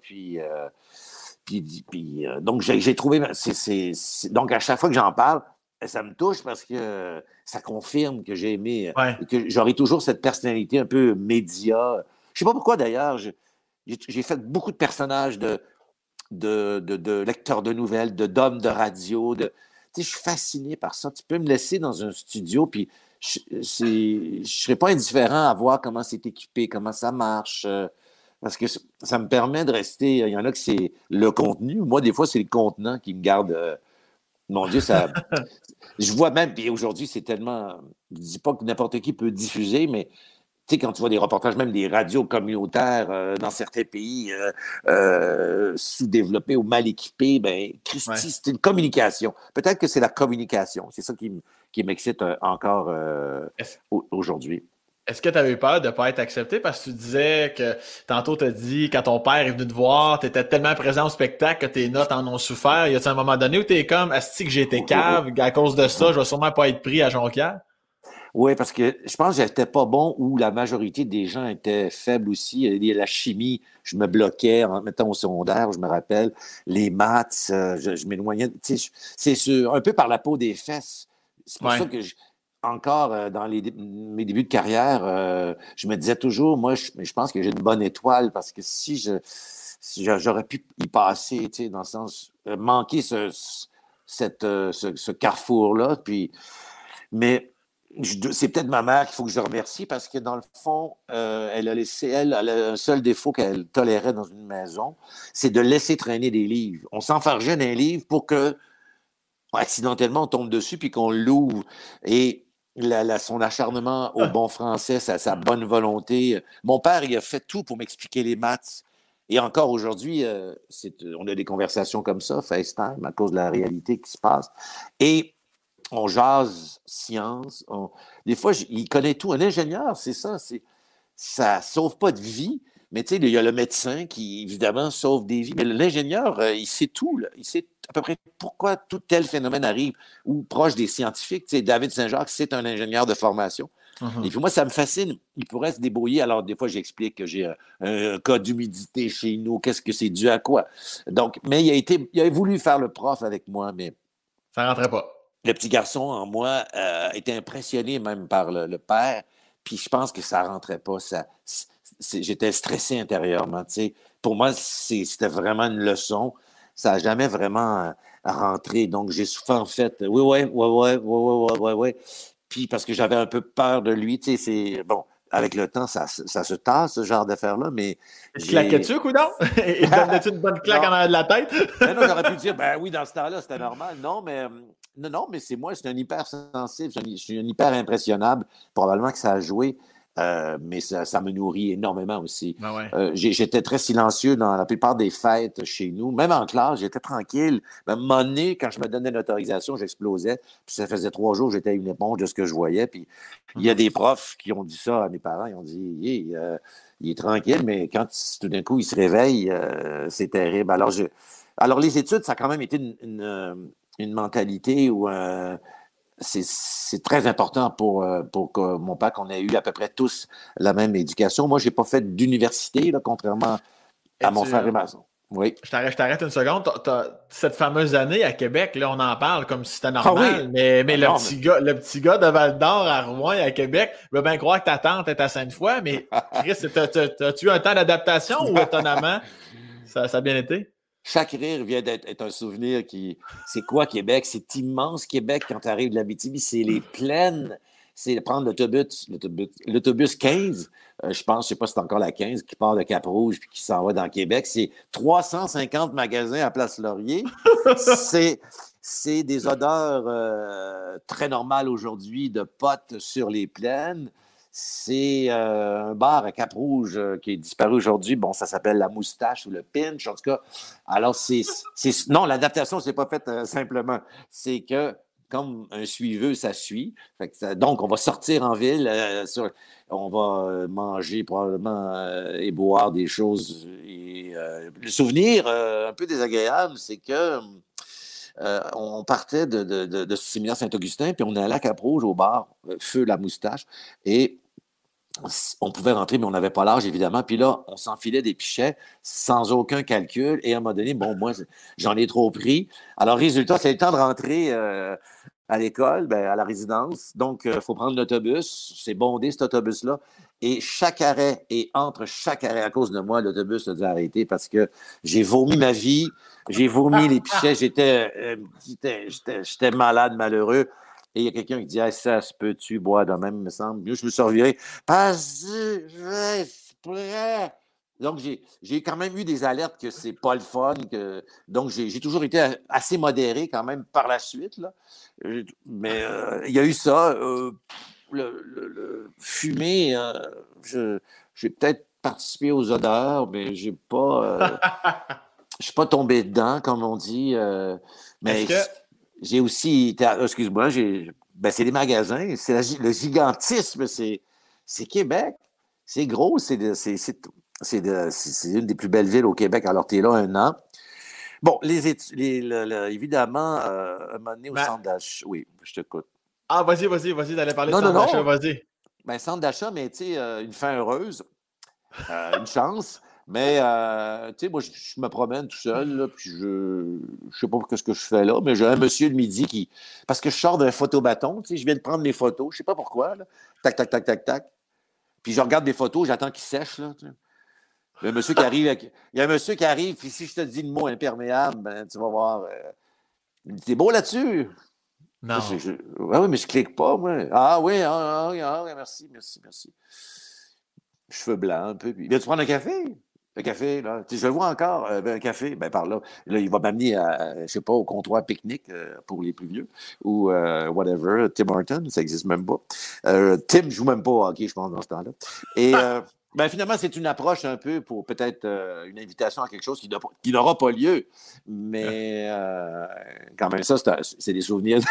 donc, j'ai trouvé. Donc, à chaque fois que j'en parle, ça me touche parce que ça confirme que j'ai aimé Ouais. et que j'aurai toujours cette personnalité un peu média. Je sais pas pourquoi d'ailleurs. J'ai fait beaucoup de personnages de lecteurs de nouvelles, d'hommes de radio. Je suis fasciné par ça. Tu peux me laisser dans un studio, puis je serais pas indifférent à voir comment c'est équipé, comment ça marche. Parce que ça me permet de rester. Il y en a que c'est le contenu. Moi, des fois, c'est le contenant qui me garde. Mon Dieu, ça. Je vois même, puis aujourd'hui, c'est tellement. Je ne dis pas que n'importe qui peut diffuser, mais tu sais, quand tu vois des reportages, même des radios communautaires dans certains pays sous-développés ou mal équipés, ben, Ouais. Christy, c'est une communication. Peut-être que c'est la communication. C'est ça qui m'excite encore Est-ce aujourd'hui. est-ce que tu avais eu peur de ne pas être accepté parce que tu disais que tantôt tu as dit quand ton père est venu te voir, tu étais tellement présent au spectacle que tes notes en ont souffert. Y a-t-il un moment donné où tu es comme asti que j'ai été cave, à cause de ça, je vais sûrement pas être pris à Jonquière? Oui, parce que je pense que j'étais pas bon ou la majorité des gens étaient faibles aussi. La chimie, je me bloquais en mettant au secondaire, je me rappelle. Les maths, je m'éloignais. C'est un peu par la peau des fesses. C'est pour Ouais. ça que encore dans mes débuts de carrière, je me disais toujours, moi, je pense que j'ai une bonne étoile parce que si j'aurais pu y passer, tu sais, dans le sens, manquer ce carrefour-là, puis, mais c'est peut-être ma mère qu'il faut que je remercie parce que dans le fond, elle a un seul défaut qu'elle tolérait dans une maison, c'est de laisser traîner des livres. On s'enfargeait d'un livre pour que accidentellement on tombe dessus puis qu'on l'ouvre. Et son acharnement au bon français, sa bonne volonté. Mon père, il a fait tout pour m'expliquer les maths. Et encore aujourd'hui, on a des conversations comme ça, FaceTime, à cause de la réalité qui se passe. Et on jase science. Des fois, il connaît tout. Un ingénieur, c'est ça. Ça ne sauve pas de vie. Mais tu sais, il y a le médecin qui, évidemment, sauve des vies. Mais l'ingénieur, il sait tout. Là. Il sait à peu près pourquoi tout tel phénomène arrive ou proche des scientifiques. Tu sais, David Saint-Jacques, c'est un ingénieur de formation. Et puis moi, ça me fascine. Il pourrait se débrouiller. Alors, des fois, j'explique que j'ai un cas d'humidité chez nous. Qu'est-ce que c'est dû à quoi? Donc, mais il a voulu faire le prof avec moi, mais ça rentrait pas. le petit garçon en moi était impressionné même par le père. Puis je pense que ça rentrait pas. J'étais stressé intérieurement. Tu sais. Pour moi, c'était vraiment une leçon. Ça n'a jamais vraiment rentré. Donc, j'ai souvent fait oui. Puis parce que j'avais un peu peur de lui. Tu sais, bon, avec le temps, ça se tasse, ce genre d'affaires-là, mais claquais-tu, coudonc? Il donnait-tu une bonne claque en arrière de la tête? Ben non, j'aurais pu dire, ben oui, dans ce temps-là, c'était normal. Non, mais c'est moi, c'est un hypersensible, je suis un hyper impressionnable. Probablement que ça a joué, mais ça me nourrit énormément aussi. Ben ouais. J'étais très silencieux dans la plupart des fêtes chez nous. Même en classe, j'étais tranquille. À un moment donné, quand je me donnais l'autorisation, j'explosais. Puis ça faisait 3 jours que j'étais une éponge de ce que je voyais. Puis il y a des profs qui ont dit ça à mes parents. Ils ont dit, il est tranquille, mais quand tout d'un coup, il se réveille, c'est terrible. Alors, les études, ça a quand même été une mentalité où c'est très important pour que mon père, qu'on ait eu à peu près tous la même éducation. Moi, je n'ai pas fait d'université, là, contrairement à mon frère et ma soeur. Oui. Je t'arrête une seconde. Cette fameuse année à Québec, là, on en parle comme si c'était Ah normal, oui. mais le petit gars de Val-d'Or à Rouen et à Québec, il va bien croire que ta tante est à Sainte-Foy, mais Chris, as-tu eu un temps d'adaptation ou étonnamment, ça a bien été? Chaque rire vient d'être un souvenir C'est quoi Québec? C'est immense Québec quand tu arrives de l'Abitibi. C'est les plaines. C'est prendre l'autobus 15, je pense, je ne sais pas si c'est encore la 15, qui part de Cap-Rouge puis qui s'en va dans Québec. C'est 350 magasins à Place Laurier. C'est des odeurs très normales aujourd'hui de potes sur les plaines. C'est un bar à Cap-Rouge qui est disparu aujourd'hui. Bon, ça s'appelle La Moustache ou Le Pinch, en tout cas. Alors, non, l'adaptation, c'est pas faite simplement. C'est que, comme un suiveux, ça suit. Donc, on va sortir en ville, on va manger probablement et boire des choses. Le souvenir un peu désagréable, c'est que on partait de ce séminaire Saint-Augustin, puis on est allé à Cap-Rouge au bar Feu La Moustache, et on pouvait rentrer, mais on n'avait pas l'âge, évidemment. Puis là, on s'enfilait des pichets sans aucun calcul. Et à un moment donné, bon, moi, j'en ai trop pris. Alors, résultat, c'est le temps de rentrer à l'école, à la résidence. Donc, il faut prendre l'autobus. C'est bondé, cet autobus-là. Et chaque arrêt, et entre chaque arrêt, à cause de moi, l'autobus a dû arrêter parce que j'ai vomi ma vie. J'ai vomi les pichets. J'étais malade, malheureux. Et il y a quelqu'un qui dit « ça se peut-tu boire de même, me semble? » Je me suis reviré. « Vas-y, prêt. » Donc, j'ai quand même eu des alertes que c'est pas le fun. Donc, j'ai toujours été assez modéré quand même par la suite. Là. Mais il y a eu ça. Le fumer, j'ai peut-être participé aux odeurs, mais j'ai pas... je suis pas tombé dedans, comme on dit. Mais... J'ai aussi été. Excuse-moi, c'est des magasins. C'est le gigantisme, c'est Québec. C'est gros, c'est une des plus belles villes au Québec. Alors, tu es là 1 an. Bon, évidemment, un moment donné au centre d'achat. Oui, je t'écoute. Ah, vas-y, d'aller parler de centre d'achat, vas-y. Centre d'achat, mais tu sais, une fin heureuse, une chance. Mais, tu sais, moi, je me promène tout seul, là, puis je sais pas ce que je fais là, mais j'ai un monsieur le midi qui... Parce que je sors d'un photobâton, tu sais, je viens de prendre mes photos, je sais pas pourquoi, là. Tac, tac, tac, tac, tac. Puis je regarde des photos, j'attends qu'ils sèchent, là. Tu sais. Il y a un monsieur qui arrive, puis si je te dis le mot imperméable, tu vas voir... T'es beau là-dessus? Non. Oui, mais je clique pas, moi. Ah oui, merci. Cheveux blancs, un peu. Puis, viens-tu prendre un café? Le café, là. Tu sais, je le vois encore, un café, par là. Là, il va m'amener je sais pas, au comptoir pique-nique pour les plus vieux. Ou whatever, Tim Horton, ça n'existe même pas. Tim ne joue même pas au hockey, je pense, dans ce temps-là. Et finalement, c'est une approche un peu pour peut-être une invitation à quelque chose qui n'aura pas lieu. Mais quand même, ça, c'est des souvenirs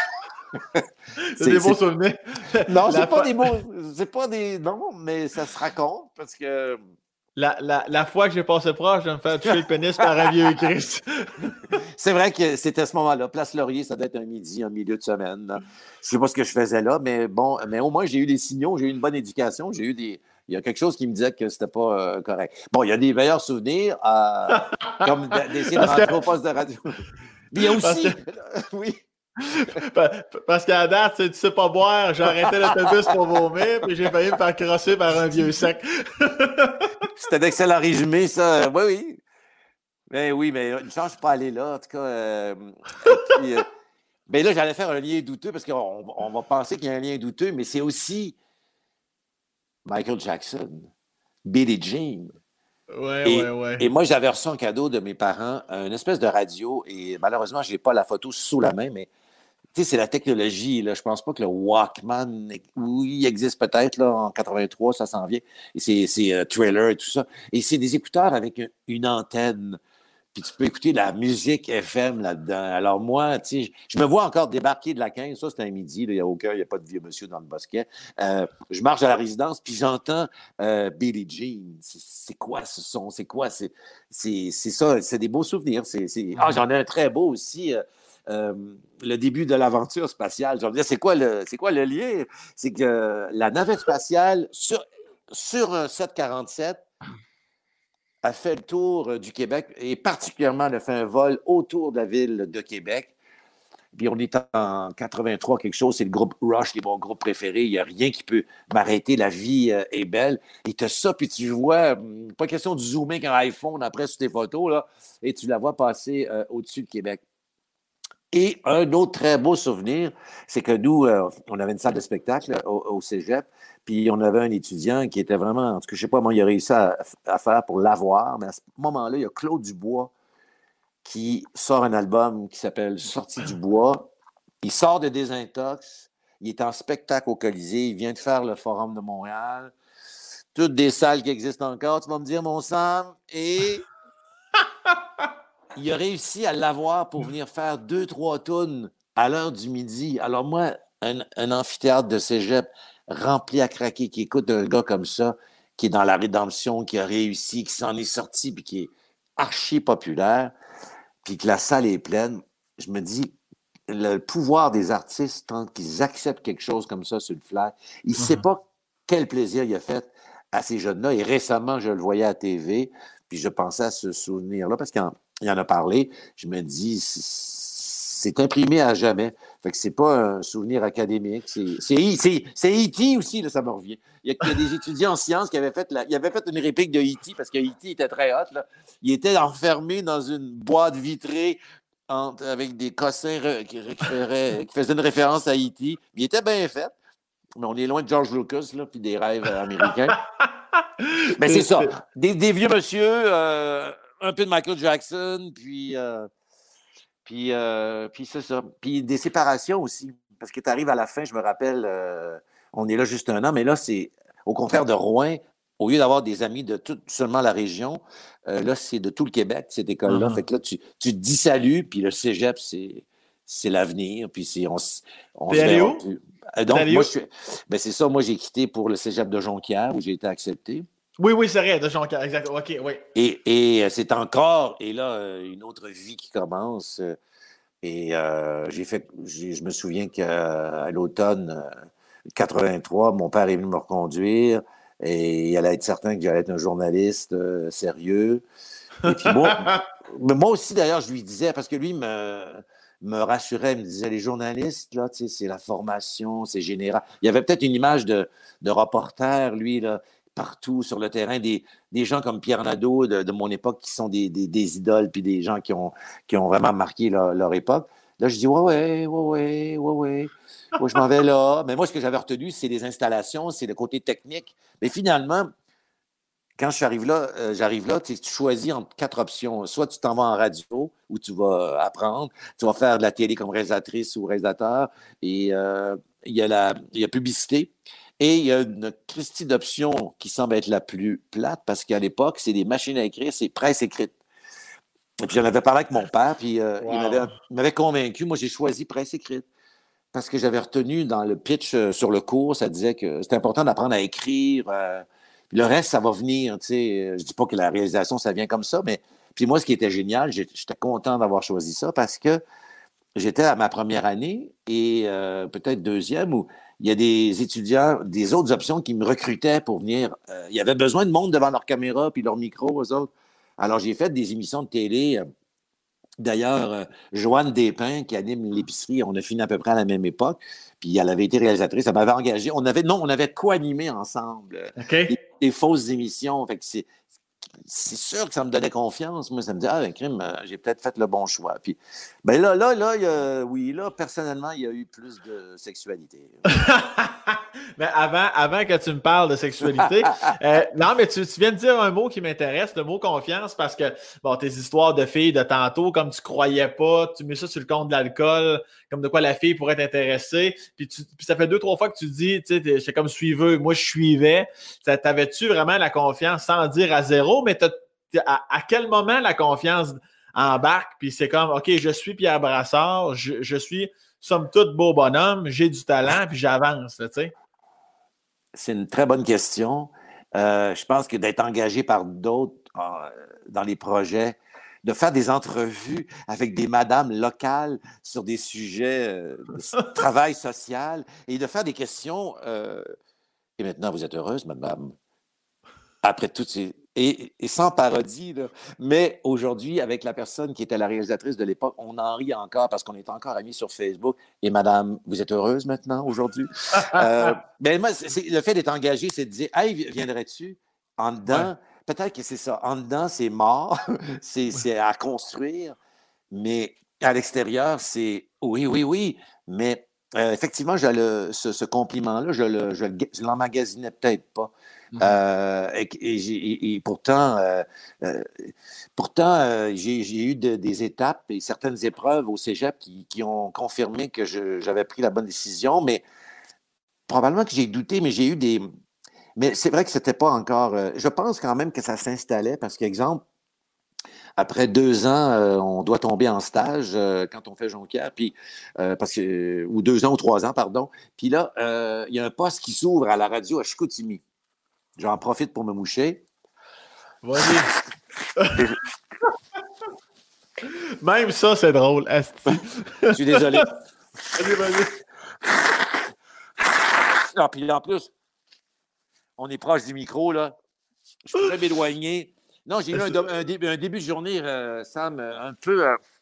C'est des bons souvenirs. Non, c'est pas des bons. C'est pas des. Non, mais ça se raconte parce que. La fois que j'ai passé proche de me faire toucher le pénis par un vieux Christ. C'est vrai que c'était à ce moment-là. Place Laurier, ça doit être un midi, un milieu de semaine. Là. Je sais pas ce que je faisais là, mais bon, mais au moins j'ai eu des signaux, j'ai eu une bonne éducation, j'ai eu des. Il y a quelque chose qui me disait que c'était pas correct. Bon, il y a des meilleurs souvenirs, comme d'essayer de rentrer au poste de radio. Mais il y a aussi. Oui. Parce qu'à date, tu sais pas boire, j'ai arrêté l'autobus pour vomir, puis j'ai failli me faire crosser par un vieux sac. C'était d'excellent résumé, ça. Oui, oui. Mais oui, mais une chance, je ne suis pas allé là. En tout cas, mais là, j'allais faire un lien douteux parce qu'on va penser qu'il y a un lien douteux, mais c'est aussi Michael Jackson, Billie Jean. Ouais. Et moi, j'avais reçu en cadeau de mes parents une espèce de radio et malheureusement, je n'ai pas la photo sous la main, mais tu sais, c'est la technologie. Là. Je pense pas que le Walkman, oui, il existe peut-être là, en 83, ça s'en vient. Et c'est Trailer et tout ça. Et c'est des écouteurs avec une antenne. Puis tu peux écouter la musique FM là-dedans. Alors moi, tu sais, je me vois encore débarquer de la 15. Ça, c'est un midi. Il n'y a pas de vieux monsieur dans le bosquet. Je marche à la résidence, puis j'entends Billie Jean. C'est quoi ce son? C'est quoi? C'est ça. C'est des beaux souvenirs. J'en ai un très beau aussi. Le début de l'aventure spatiale. Je veux dire, c'est quoi le lien? C'est que la navette spatiale sur un 747 a fait le tour du Québec et particulièrement elle a fait un vol autour de la ville de Québec. Puis on est en 83, quelque chose, c'est le groupe Rush, les bons groupes préférés. Il n'y a rien qui peut m'arrêter. La vie est belle. Et tu as ça, puis tu vois, pas question de zoomer avec un iPhone après sur tes photos, là, et tu la vois passer au-dessus de Québec. Et un autre très beau souvenir, c'est que nous, on avait une salle de spectacle au Cégep, puis on avait un étudiant qui était vraiment, en tout cas, je ne sais pas comment il a réussi à faire pour l'avoir, mais à ce moment-là, il y a Claude Dubois qui sort un album qui s'appelle Sortie du bois. Il sort de Désintox, il est en spectacle au Colisée, il vient de faire le Forum de Montréal, toutes des salles qui existent encore, tu vas me dire, mon Sam, et il a réussi à l'avoir pour venir faire 2-3 tunes à l'heure du midi. Alors moi, un amphithéâtre de cégep rempli à craquer, qui écoute un gars comme ça, qui est dans la rédemption, qui a réussi, qui s'en est sorti, puis qui est archi populaire, puis que la salle est pleine, je me dis, le pouvoir des artistes, tant qu'ils acceptent quelque chose comme ça sur le flair, il ne sait pas quel plaisir il a fait à ces jeunes-là. Et récemment, je le voyais à la TV, puis je pensais à ce souvenir-là, parce qu'il en a parlé. Je me dis, c'est imprimé à jamais. Fait que c'est pas un souvenir académique. C'est E.T. aussi, là, ça me revient. Il y a des étudiants en sciences qui avaient fait une réplique de E.T. parce que E.T. était très hot. Là. Il était enfermé dans une boîte vitrée avec des cossins qui faisaient une référence à E.T. Il était bien fait. Mais on est loin de George Lucas là, puis des rêves américains. Mais c'est ça. Des vieux monsieur, un peu de Michael Jackson, puis c'est ça. Puis des séparations aussi. Parce que tu arrives à la fin, je me rappelle, on est là juste un an, mais là, c'est au contraire de Rouen, au lieu d'avoir des amis de seulement la région, là, c'est de tout le Québec, cette école-là. Fait que là, tu te dis salut, puis le cégep, c'est l'avenir. Puis on se verra plus. Donc, moi, c'est ça. Moi, j'ai quitté pour le cégep de Jonquière, où j'ai été accepté. Oui, c'est vrai, de Jonquière, exact. OK, oui. Et c'est encore, et là, une autre vie qui commence. Et je me souviens qu'à l'automne 83, mon père est venu me reconduire et il allait être certain que j'allais être un journaliste sérieux. Et puis moi aussi, d'ailleurs, je lui disais, parce que lui me rassurait, il me disait, les journalistes, là, tu sais, c'est la formation, c'est général. Il y avait peut-être une image de reporter, lui, là, partout sur le terrain, des gens comme Pierre Nadeau de mon époque qui sont des idoles, puis des gens qui ont vraiment marqué leur époque. Là, je dis, ouais, je m'en vais là. Mais moi, ce que j'avais retenu, c'est les installations, c'est le côté technique. Mais finalement, quand j'arrive là, tu choisis entre 4 options. Soit tu t'en vas en radio, où tu vas apprendre, tu vas faire de la télé comme réalisatrice ou réalisateur, et il y a publicité. Et il y a une Christie d'option qui semble être la plus plate, parce qu'à l'époque, c'est des machines à écrire, c'est presse écrite. Et puis j'en avais parlé avec mon père, puis il m'avait convaincu. Moi, j'ai choisi presse écrite. parce que j'avais retenu dans le pitch sur le cours, ça disait que c'était important d'apprendre à écrire. Puis le reste, ça va venir. Tu sais, je dis pas que la réalisation, ça vient comme ça, mais puis moi, ce qui était génial, j'étais content d'avoir choisi ça parce que j'étais à ma première année et peut-être deuxième où il y a des étudiants, des autres options qui me recrutaient pour venir. Il y avait besoin de monde devant leur caméra puis leur micro, eux autres. Alors, j'ai fait des émissions de télé. D'ailleurs, Joanne Despins, qui anime l'épicerie, on a fini à peu près à la même époque, puis elle avait été réalisatrice, elle m'avait engagé. On avait co-animé ensemble OK. des fausses émissions. Fait que c'est sûr que ça me donnait confiance. Moi, ça me dit, ah, ben, crime, j'ai peut-être fait le bon choix. Puis, ben là, personnellement, il y a eu plus de sexualité. Mais avant que tu me parles de sexualité, non, mais tu viens de dire un mot qui m'intéresse, le mot confiance, parce que, bon, tes histoires de filles de tantôt, comme tu croyais pas, tu mets ça sur le compte de l'alcool, comme de quoi la fille pourrait t'intéresser, puis ça fait 2-3 fois que tu dis, tu sais, j'étais comme suiveux, moi je suivais. T'avais-tu vraiment la confiance sans dire à zéro, mais à quel moment la confiance embarque, puis c'est comme, OK, je suis Pierre Brassard, je suis somme toute beau bonhomme, j'ai du talent, puis j'avance, tu sais. C'est une très bonne question. Je pense que d'être engagé par d'autres dans les projets, de faire des entrevues avec des madames locales sur des sujets de travail social et de faire des questions. Et maintenant, vous êtes heureuse, madame? Après toutes ces... Et sans parodie, là. Mais aujourd'hui, avec la personne qui était la réalisatrice de l'époque, on en rit encore parce qu'on est encore amis sur Facebook. Et madame, vous êtes heureuse maintenant, aujourd'hui? Ben moi, le fait d'être engagé, c'est de dire, hey, viendrais-tu? En dedans, Ouais. peut-être que c'est ça. En dedans, c'est mort. C'est à construire. Mais à l'extérieur, c'est oui, oui, oui. Mais effectivement, ce compliment-là, je l'emmagasinais peut-être pas. Et pourtant, j'ai eu des étapes et certaines épreuves au cégep qui ont confirmé que j'avais pris la bonne décision, mais probablement que j'ai douté, mais j'ai eu des... Mais c'est vrai que c'était pas encore... je pense quand même que ça s'installait parce qu'exemple, après 2 ans, on doit tomber en stage quand on fait Jonquière, puis ou 2 ans ou 3 ans, pardon. Puis là, il y a un poste qui s'ouvre à la radio à Chicoutimi. J'en profite pour me moucher. Vas-y. Même ça, c'est drôle. Je suis désolé. Vas-y. Ah, puis en plus, on est proche du micro, là. Je pourrais m'éloigner. Non, j'ai eu un début de journée, Sam, un peu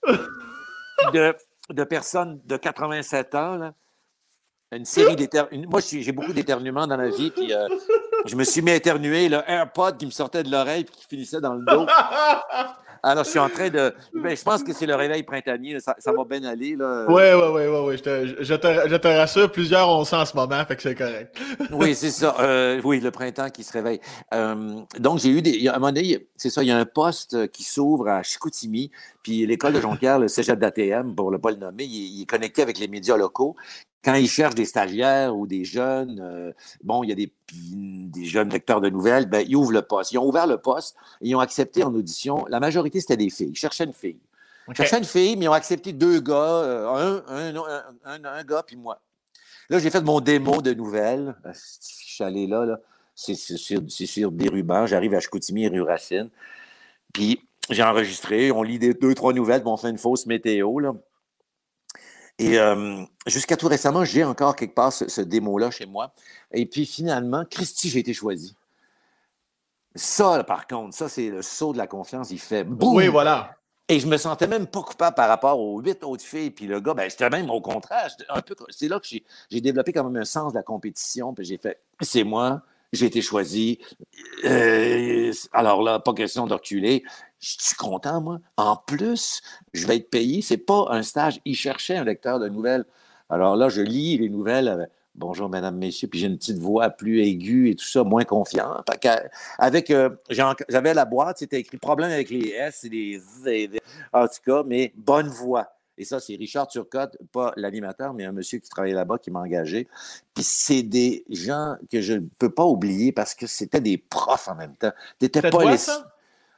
de personnes de 87 ans, là. Une série d'éternuements. Moi, j'ai beaucoup d'éternuements dans la vie, puis je me suis mis à éternuer, le AirPod qui me sortait de l'oreille et qui finissait dans le dos. Alors, je suis en train de... Ben, je pense que c'est le réveil printanier. Ça va bien aller. Oui. Je te rassure, plusieurs ont ça en ce moment, fait que c'est correct. Oui, c'est ça. Oui, le printemps qui se réveille. Donc, j'ai eu à un moment donné, c'est ça, il y a un poste qui s'ouvre à Chicoutimi, puis l'école de Jonquière, le cégep d'ATM, pour ne pas le nommer, il est connecté avec les médias locaux. Quand ils cherchent des stagiaires ou des jeunes, il y a des jeunes lecteurs de nouvelles, ben, ils ouvrent le poste. Ils ont ouvert le poste et ils ont accepté en audition. La majorité, c'était des filles. Ils cherchaient une fille. Ils cherchaient une fille, mais ils ont accepté 2 gars, un gars puis moi. Là, j'ai fait mon démo de nouvelles. Je suis allé là. C'est sur des rubans. J'arrive à Chicoutimi, rue Racine. Puis, j'ai enregistré. On lit 2-3 nouvelles, puis on fait une fausse météo, là. Et jusqu'à tout récemment, j'ai encore quelque part ce démo-là chez moi. Et puis finalement, Christy, j'ai été choisi. Ça, là, par contre, ça, c'est le saut de la confiance. Il fait boum! Oui, voilà. Et je me sentais même pas coupable par rapport aux 8 autres filles. Puis le gars, ben, j'étais même au contraire. C'est là que j'ai développé quand même un sens de la compétition. Puis j'ai fait, c'est moi, j'ai été choisi. Alors là, pas question de reculer. Je suis content, moi. En plus, je vais être payé. C'est pas un stage. Il cherchait un lecteur de nouvelles. Alors là, je lis les nouvelles. Bonjour, mesdames, messieurs. Puis j'ai une petite voix plus aiguë et tout ça, moins confiante. J'avais la boîte, c'était écrit problème avec les S et les Z. En tout cas, mais bonne voix. Et ça, c'est Richard Turcotte, pas l'animateur, mais un monsieur qui travaillait là-bas qui m'a engagé. Puis c'est des gens que je ne peux pas oublier parce que c'était des profs en même temps. T'étais C'était pas toi, les... ça?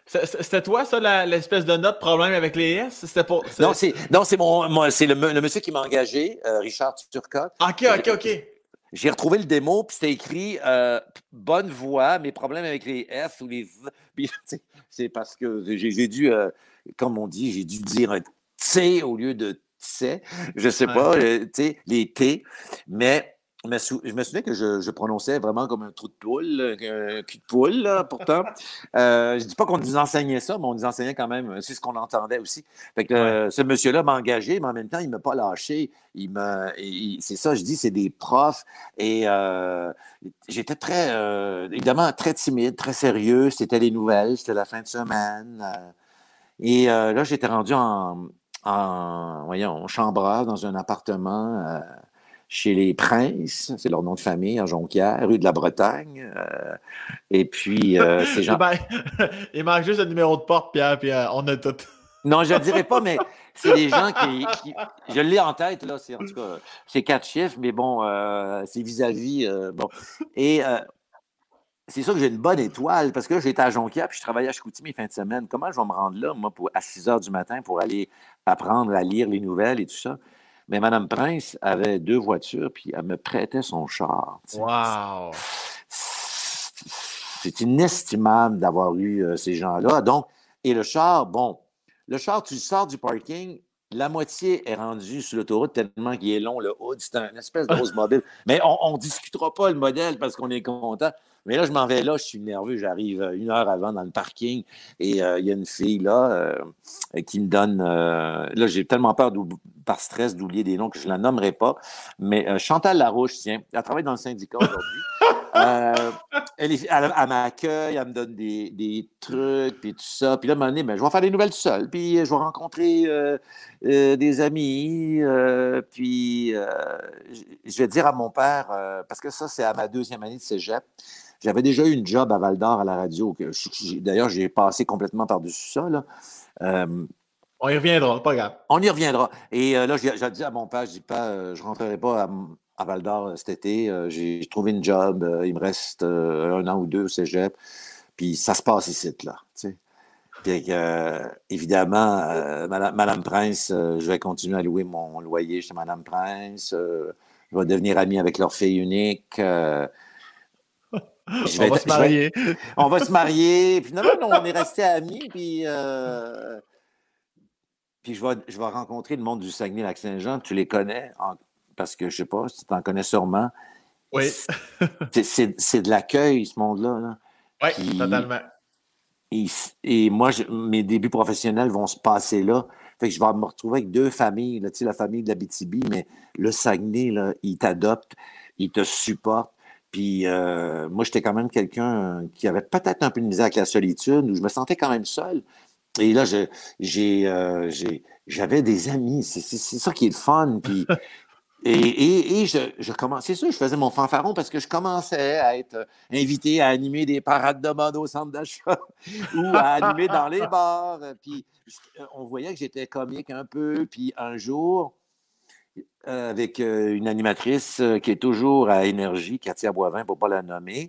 C'était toi, ça, l'espèce de note problème avec les S? C'était pour. Non, c'est c'est le monsieur qui m'a engagé, Richard Turcotte. OK, OK, OK. J'ai retrouvé le démo, puis c'était écrit bonne voix, mes problèmes avec les F ou les V. Puis, c'est parce que j'ai dû, comme on dit, j'ai dû dire un T au lieu de T. Je sais pas, les T. Mais je me souviens que je prononçais vraiment comme un trou de poule, un cul de poule, là, pourtant. Je dis pas qu'on nous enseignait ça, mais on nous enseignait quand même. C'est ce qu'on entendait aussi. Fait que ce monsieur-là m'a engagé, mais en même temps, il ne m'a pas lâché. C'est ça, je dis, c'est des profs. Et j'étais évidemment, très timide, très sérieux. C'était les nouvelles, c'était la fin de semaine. Et là, j'étais rendu en chambreur dans un appartement chez les Princes, c'est leur nom de famille, à Jonquière, rue de la Bretagne. Et puis, ces gens... Ben, il manque juste le numéro de porte, Pierre, puis on a tout. Non, je ne le dirais pas, mais c'est des gens qui... Je l'ai en tête, là. En tout cas, c'est 4 chiffres, mais bon, c'est vis-à-vis. Bon. Et c'est sûr que j'ai une bonne étoile, parce que là, j'étais à Jonquière, puis je travaillais à Chicoutimi fin de semaine. Comment je vais me rendre là, moi, à 6 heures du matin pour aller apprendre à lire les nouvelles et tout ça? Mais Mme Prince avait 2 voitures, puis elle me prêtait son char. Wow! C'est inestimable d'avoir eu ces gens-là. Donc, et le char, tu sors du parking, la moitié est rendue sur l'autoroute tellement qu'il est long, le hood, c'est une espèce de rose mobile. Mais on ne discutera pas le modèle parce qu'on est content. Mais là, je m'en vais là, je suis nerveux, j'arrive 1 heure avant dans le parking et il y a une fille là qui me donne... là, j'ai tellement peur par stress d'oublier des noms que je ne la nommerai pas. Mais Chantal Larouche, tiens, elle travaille dans le syndicat aujourd'hui. Elle m'accueille, elle me donne des trucs, puis tout ça. Puis là, à un moment donné, je vais faire des nouvelles tout seul. Puis je vais rencontrer des amis. Puis je vais dire à mon père, parce que ça, c'est à ma 2e année de cégep. J'avais déjà eu une job à Val-d'Or à la radio. D'ailleurs, j'ai passé complètement par-dessus ça. Là. On y reviendra, pas grave. On y reviendra. Et là, j'ai dit à mon père, je dis pas, je ne rentrerai pas à Val-d'Or cet été. J'ai trouvé une job. Il me reste 1 an ou 2 au cégep. Puis ça se passe ici, là. Puis, évidemment, Madame Prince, je vais continuer à louer mon loyer chez Madame Prince. Je vais devenir ami avec leur fille unique. On va se marier. On va se marier. Puis non, on est restés amis. Puis je vais rencontrer le monde du Saguenay-Lac-Saint-Jean. Tu les connais, parce que je ne sais pas, tu t'en connais sûrement. Oui. C'est de l'accueil, ce monde-là. Là. Oui, totalement. Et moi, mes débuts professionnels vont se passer là. Fait que je vais me retrouver avec 2 familles. Là, la famille de l'Abitibi, mais le Saguenay, là, ils t'adoptent, ils te supportent. Puis moi, j'étais quand même quelqu'un qui avait peut-être un peu de misère avec la solitude, où je me sentais quand même seul. Et là, j'avais des amis. C'est ça qui est le fun. Puis, je commençais, c'est sûr, je faisais mon fanfaron parce que je commençais à être invité à animer des parades de mode au centre d'achat ou à animer dans les bars. Puis, on voyait que j'étais comique un peu. Puis, un jour, avec une animatrice qui est toujours à Énergie, Katia Boivin, pour ne pas la nommer,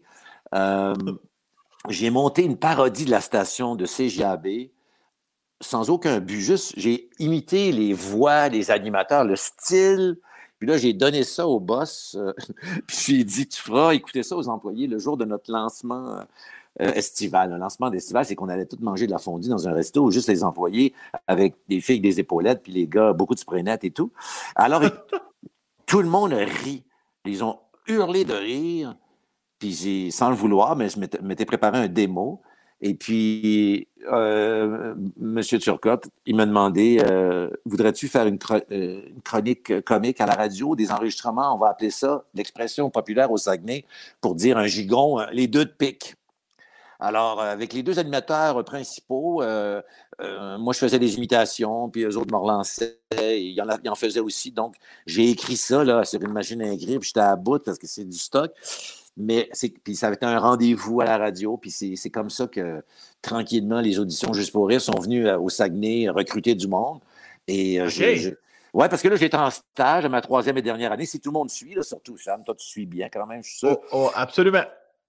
j'ai monté une parodie de la station de CJAB sans aucun but. Juste, j'ai imité les voix des animateurs, le style. Puis là, j'ai donné ça au boss. Puis j'ai dit, tu feras écouter ça aux employés le jour de notre lancement estival. Le lancement d'estival, c'est qu'on allait tous manger de la fondue dans un resto où juste les employés avec des filles avec des épaulettes, puis les gars, beaucoup de spray net et tout. Alors, tout le monde rit. Ils ont hurlé de rire. Puis sans le vouloir, mais je m'étais préparé un démo. Et puis, M. Turcotte, il m'a demandé, voudrais-tu faire une chronique comique à la radio, des enregistrements, on va appeler ça, l'expression populaire au Saguenay, pour dire un gigon, les 2 de pique. Alors, avec les 2 animateurs principaux, moi, je faisais des imitations, puis eux autres me relançaient, ils en faisaient aussi. Donc, j'ai écrit ça là, sur une machine à écrire, puis j'étais à bout parce que c'est du stock. Mais puis ça avait été un rendez-vous à la radio, puis c'est comme ça que, tranquillement, les auditions Juste pour rire sont venues au Saguenay recruter du monde. Et ouais, parce que là, j'étais en stage à ma 3e et dernière année. Si tout le monde suit, là, surtout Sam, toi, tu suis bien quand même, je suis sûr. Oh, absolument.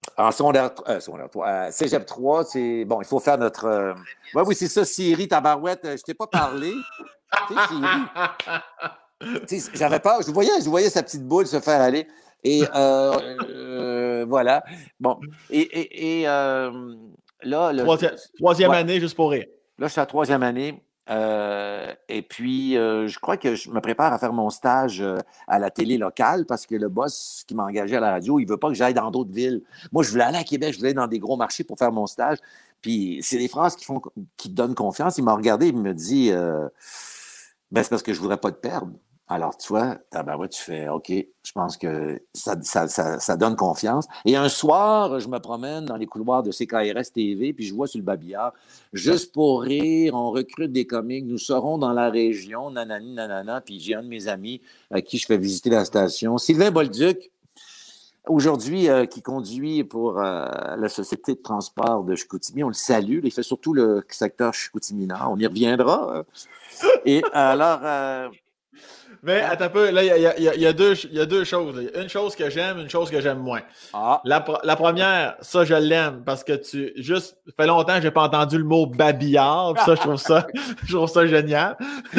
En secondaire 3, Cégep 3, c'est... Bon, il faut faire notre... oui, c'est ça, Siri, tabarouette. Je t'ai pas parlé. Tu sais, Siri. J'avais peur. Je voyais sa petite boule se faire aller. Et voilà. Bon. Et là... Troisième année, juste pour rire. Là, je suis à la troisième année. Et puis, je crois que je me prépare à faire mon stage à la télé locale parce que le boss qui m'a engagé à la radio, il ne veut pas que j'aille dans d'autres villes. Moi, je voulais aller à Québec, je voulais aller dans des gros marchés pour faire mon stage. Puis, c'est des phrases qui te donnent confiance. Il m'a regardé, il me dit ben, c'est parce que je ne voudrais pas te perdre. Alors, tu vois, tu fais OK, je pense que ça donne confiance. Et un soir, je me promène dans les couloirs de CKRS TV, puis je vois sur le babillard, juste pour rire, on recrute des comiques, nous serons dans la région, nanani, nanana, puis j'ai un de mes amis à qui je fais visiter la station, Sylvain Bolduc, aujourd'hui, qui conduit pour la Société de transport de Chicoutimi. On le salue, il fait surtout le secteur Chicoutimi-Nord, on y reviendra. Et alors... Mais attends un peu, là, il y a deux choses. Il y a une chose que j'aime, une chose que j'aime moins. Ah. La première, ça, je l'aime parce que ça fait longtemps que je n'ai pas entendu le mot babillard. Ça, je trouve ça génial.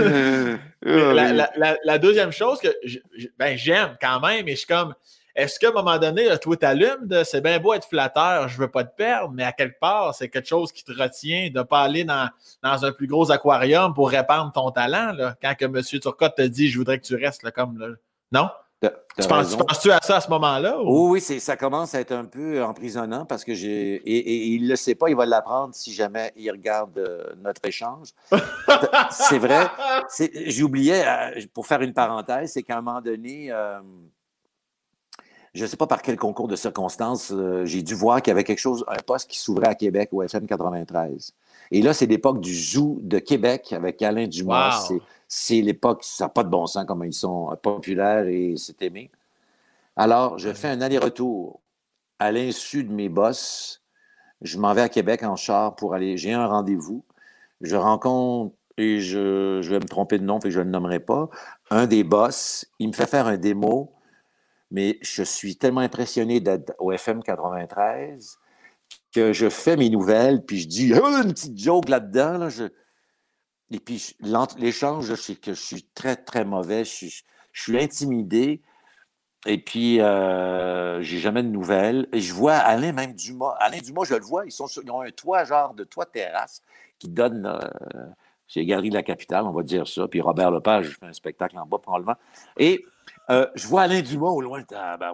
La deuxième chose que j'aime quand même, et je suis comme, est-ce qu'à un moment donné, toi, t'allumes de c'est bien beau être flatteur, je veux pas te perdre, mais à quelque part, c'est quelque chose qui te retient de pas aller dans un plus gros aquarium pour répandre ton talent, là, quand que M. Turcotte te dit je voudrais que tu restes là, comme là. Non? Tu penses-tu à ça à ce moment-là? Ou? Oui, ça commence à être un peu emprisonnant parce que et il ne le sait pas, il va l'apprendre si jamais il regarde notre échange. C'est vrai. J'oubliais, pour faire une parenthèse, c'est qu'à un moment donné, je ne sais pas par quel concours de circonstances, j'ai dû voir qu'il y avait un poste qui s'ouvrait à Québec au FM 93. Et là, c'est l'époque du Zoo de Québec avec Alain Dumas. Wow. C'est l'époque, ça n'a pas de bon sens comment ils sont populaires et c'est aimé. Alors, je fais un aller-retour à l'insu de mes boss. Je m'en vais à Québec en char pour aller. J'ai un rendez-vous. Je rencontre, et je vais me tromper de nom, fait que je ne le nommerai pas, un des boss. Il me fait faire un démo. Mais je suis tellement impressionné d'être au FM 93 que je fais mes nouvelles, puis je dis une petite joke là-dedans. Là, et puis l'échange, c'est que je suis très, très mauvais. Je suis intimidé. Et puis, j'ai jamais de nouvelles. Et je vois Alain Dumas. Alain Dumas, je le vois, ils ont un toit, genre de toit terrasse, qui donne chez les Galeries de la Capitale, on va dire ça. Puis Robert Lepage, je fais un spectacle en bas, probablement. Et je vois Alain Dumas au loin.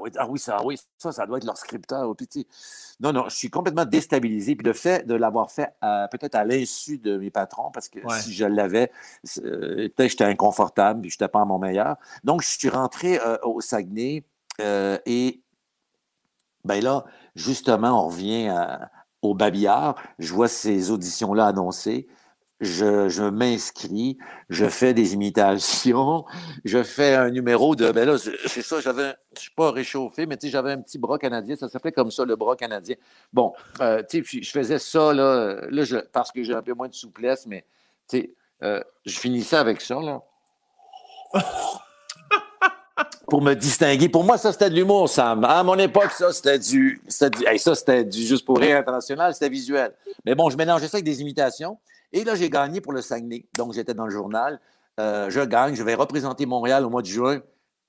Ça doit être leur scripteur. Puis, non, je suis complètement déstabilisé. Puis le fait de l'avoir fait peut-être à l'insu de mes patrons, parce que si je l'avais, peut-être j'étais inconfortable, puis je n'étais pas à mon meilleur. Donc, je suis rentré au Saguenay et ben là, justement, on revient au babillard. Je vois ces auditions-là annoncées. Je m'inscris, je fais des imitations, je fais un numéro de... Ben là, c'est ça, je ne suis pas réchauffé, mais tu sais, j'avais un petit bras canadien, ça s'appelait comme ça, le bras canadien. Bon, tu sais, je faisais ça, là parce que j'ai un peu moins de souplesse, mais tu sais, je finissais avec ça, là. Pour me distinguer. Pour moi, ça, c'était de l'humour, Sam. À mon époque, ça, c'était du juste pour rire international, c'était visuel. Mais bon, je mélangeais ça avec des imitations. Et là, j'ai gagné pour le Saguenay. Donc, j'étais dans le journal. Je gagne. Je vais représenter Montréal au mois de juin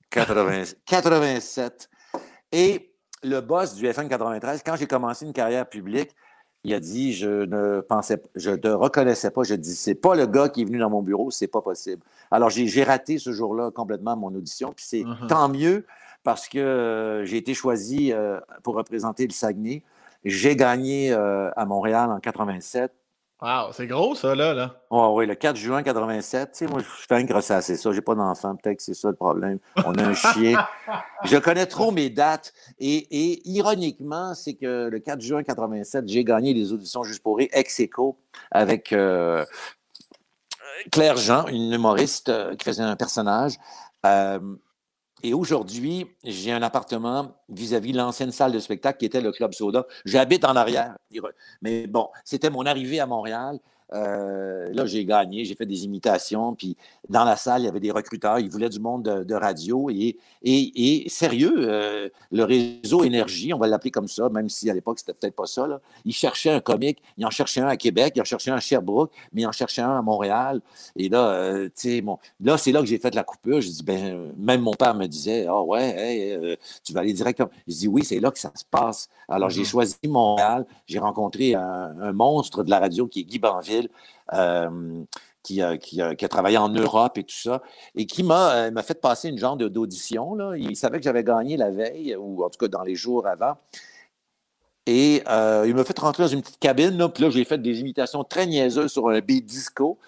87. Et le boss du FM 93, quand j'ai commencé une carrière publique, il a dit, je ne te reconnaissais pas. Je dis, c'est pas le gars qui est venu dans mon bureau, c'est pas possible. Alors, j'ai raté ce jour-là complètement mon audition. Puis c'est tant mieux parce que j'ai été choisi pour représenter le Saguenay. J'ai gagné à Montréal en 87. Wow, c'est gros, ça, là. Oh, oui, le 4 juin 87. Tu sais, moi, je fais un grossasser ça. J'ai pas d'enfant. Peut-être que c'est ça le problème. On a un chien. Je connais trop mes dates. Et ironiquement, c'est que le 4 juin 87, j'ai gagné les auditions Juste pour rire, ex aequo, avec Claire Jean, une humoriste qui faisait un personnage. Et aujourd'hui, j'ai un appartement vis-à-vis l'ancienne salle de spectacle qui était le Club Soda. J'habite en arrière. Mais bon, c'était mon arrivée à Montréal. Là, j'ai gagné, j'ai fait des imitations, puis dans la salle, il y avait des recruteurs, ils voulaient du monde de radio, et sérieux, le réseau Énergie, on va l'appeler comme ça, même si à l'époque, c'était peut-être pas ça, là, ils cherchaient un comique, ils en cherchaient un à Québec, ils en cherchaient un à Sherbrooke, mais ils en cherchaient un à Montréal, et là, tu sais, bon, là, c'est là que j'ai fait la coupure, je dis, ben, même mon père me disait, ah ouais, hey, tu vas aller directement, je dis, oui, c'est là que ça se passe. Alors, j'ai choisi Montréal, j'ai rencontré un monstre de la radio qui est Guy Banville, qui a travaillé en Europe et tout ça, et qui m'a fait passer une genre d'audition. Là. Il savait que j'avais gagné la veille, ou en tout cas dans les jours avant. Et il m'a fait rentrer dans une petite cabine, là, puis là, j'ai fait des imitations très niaiseuses sur un beat disco.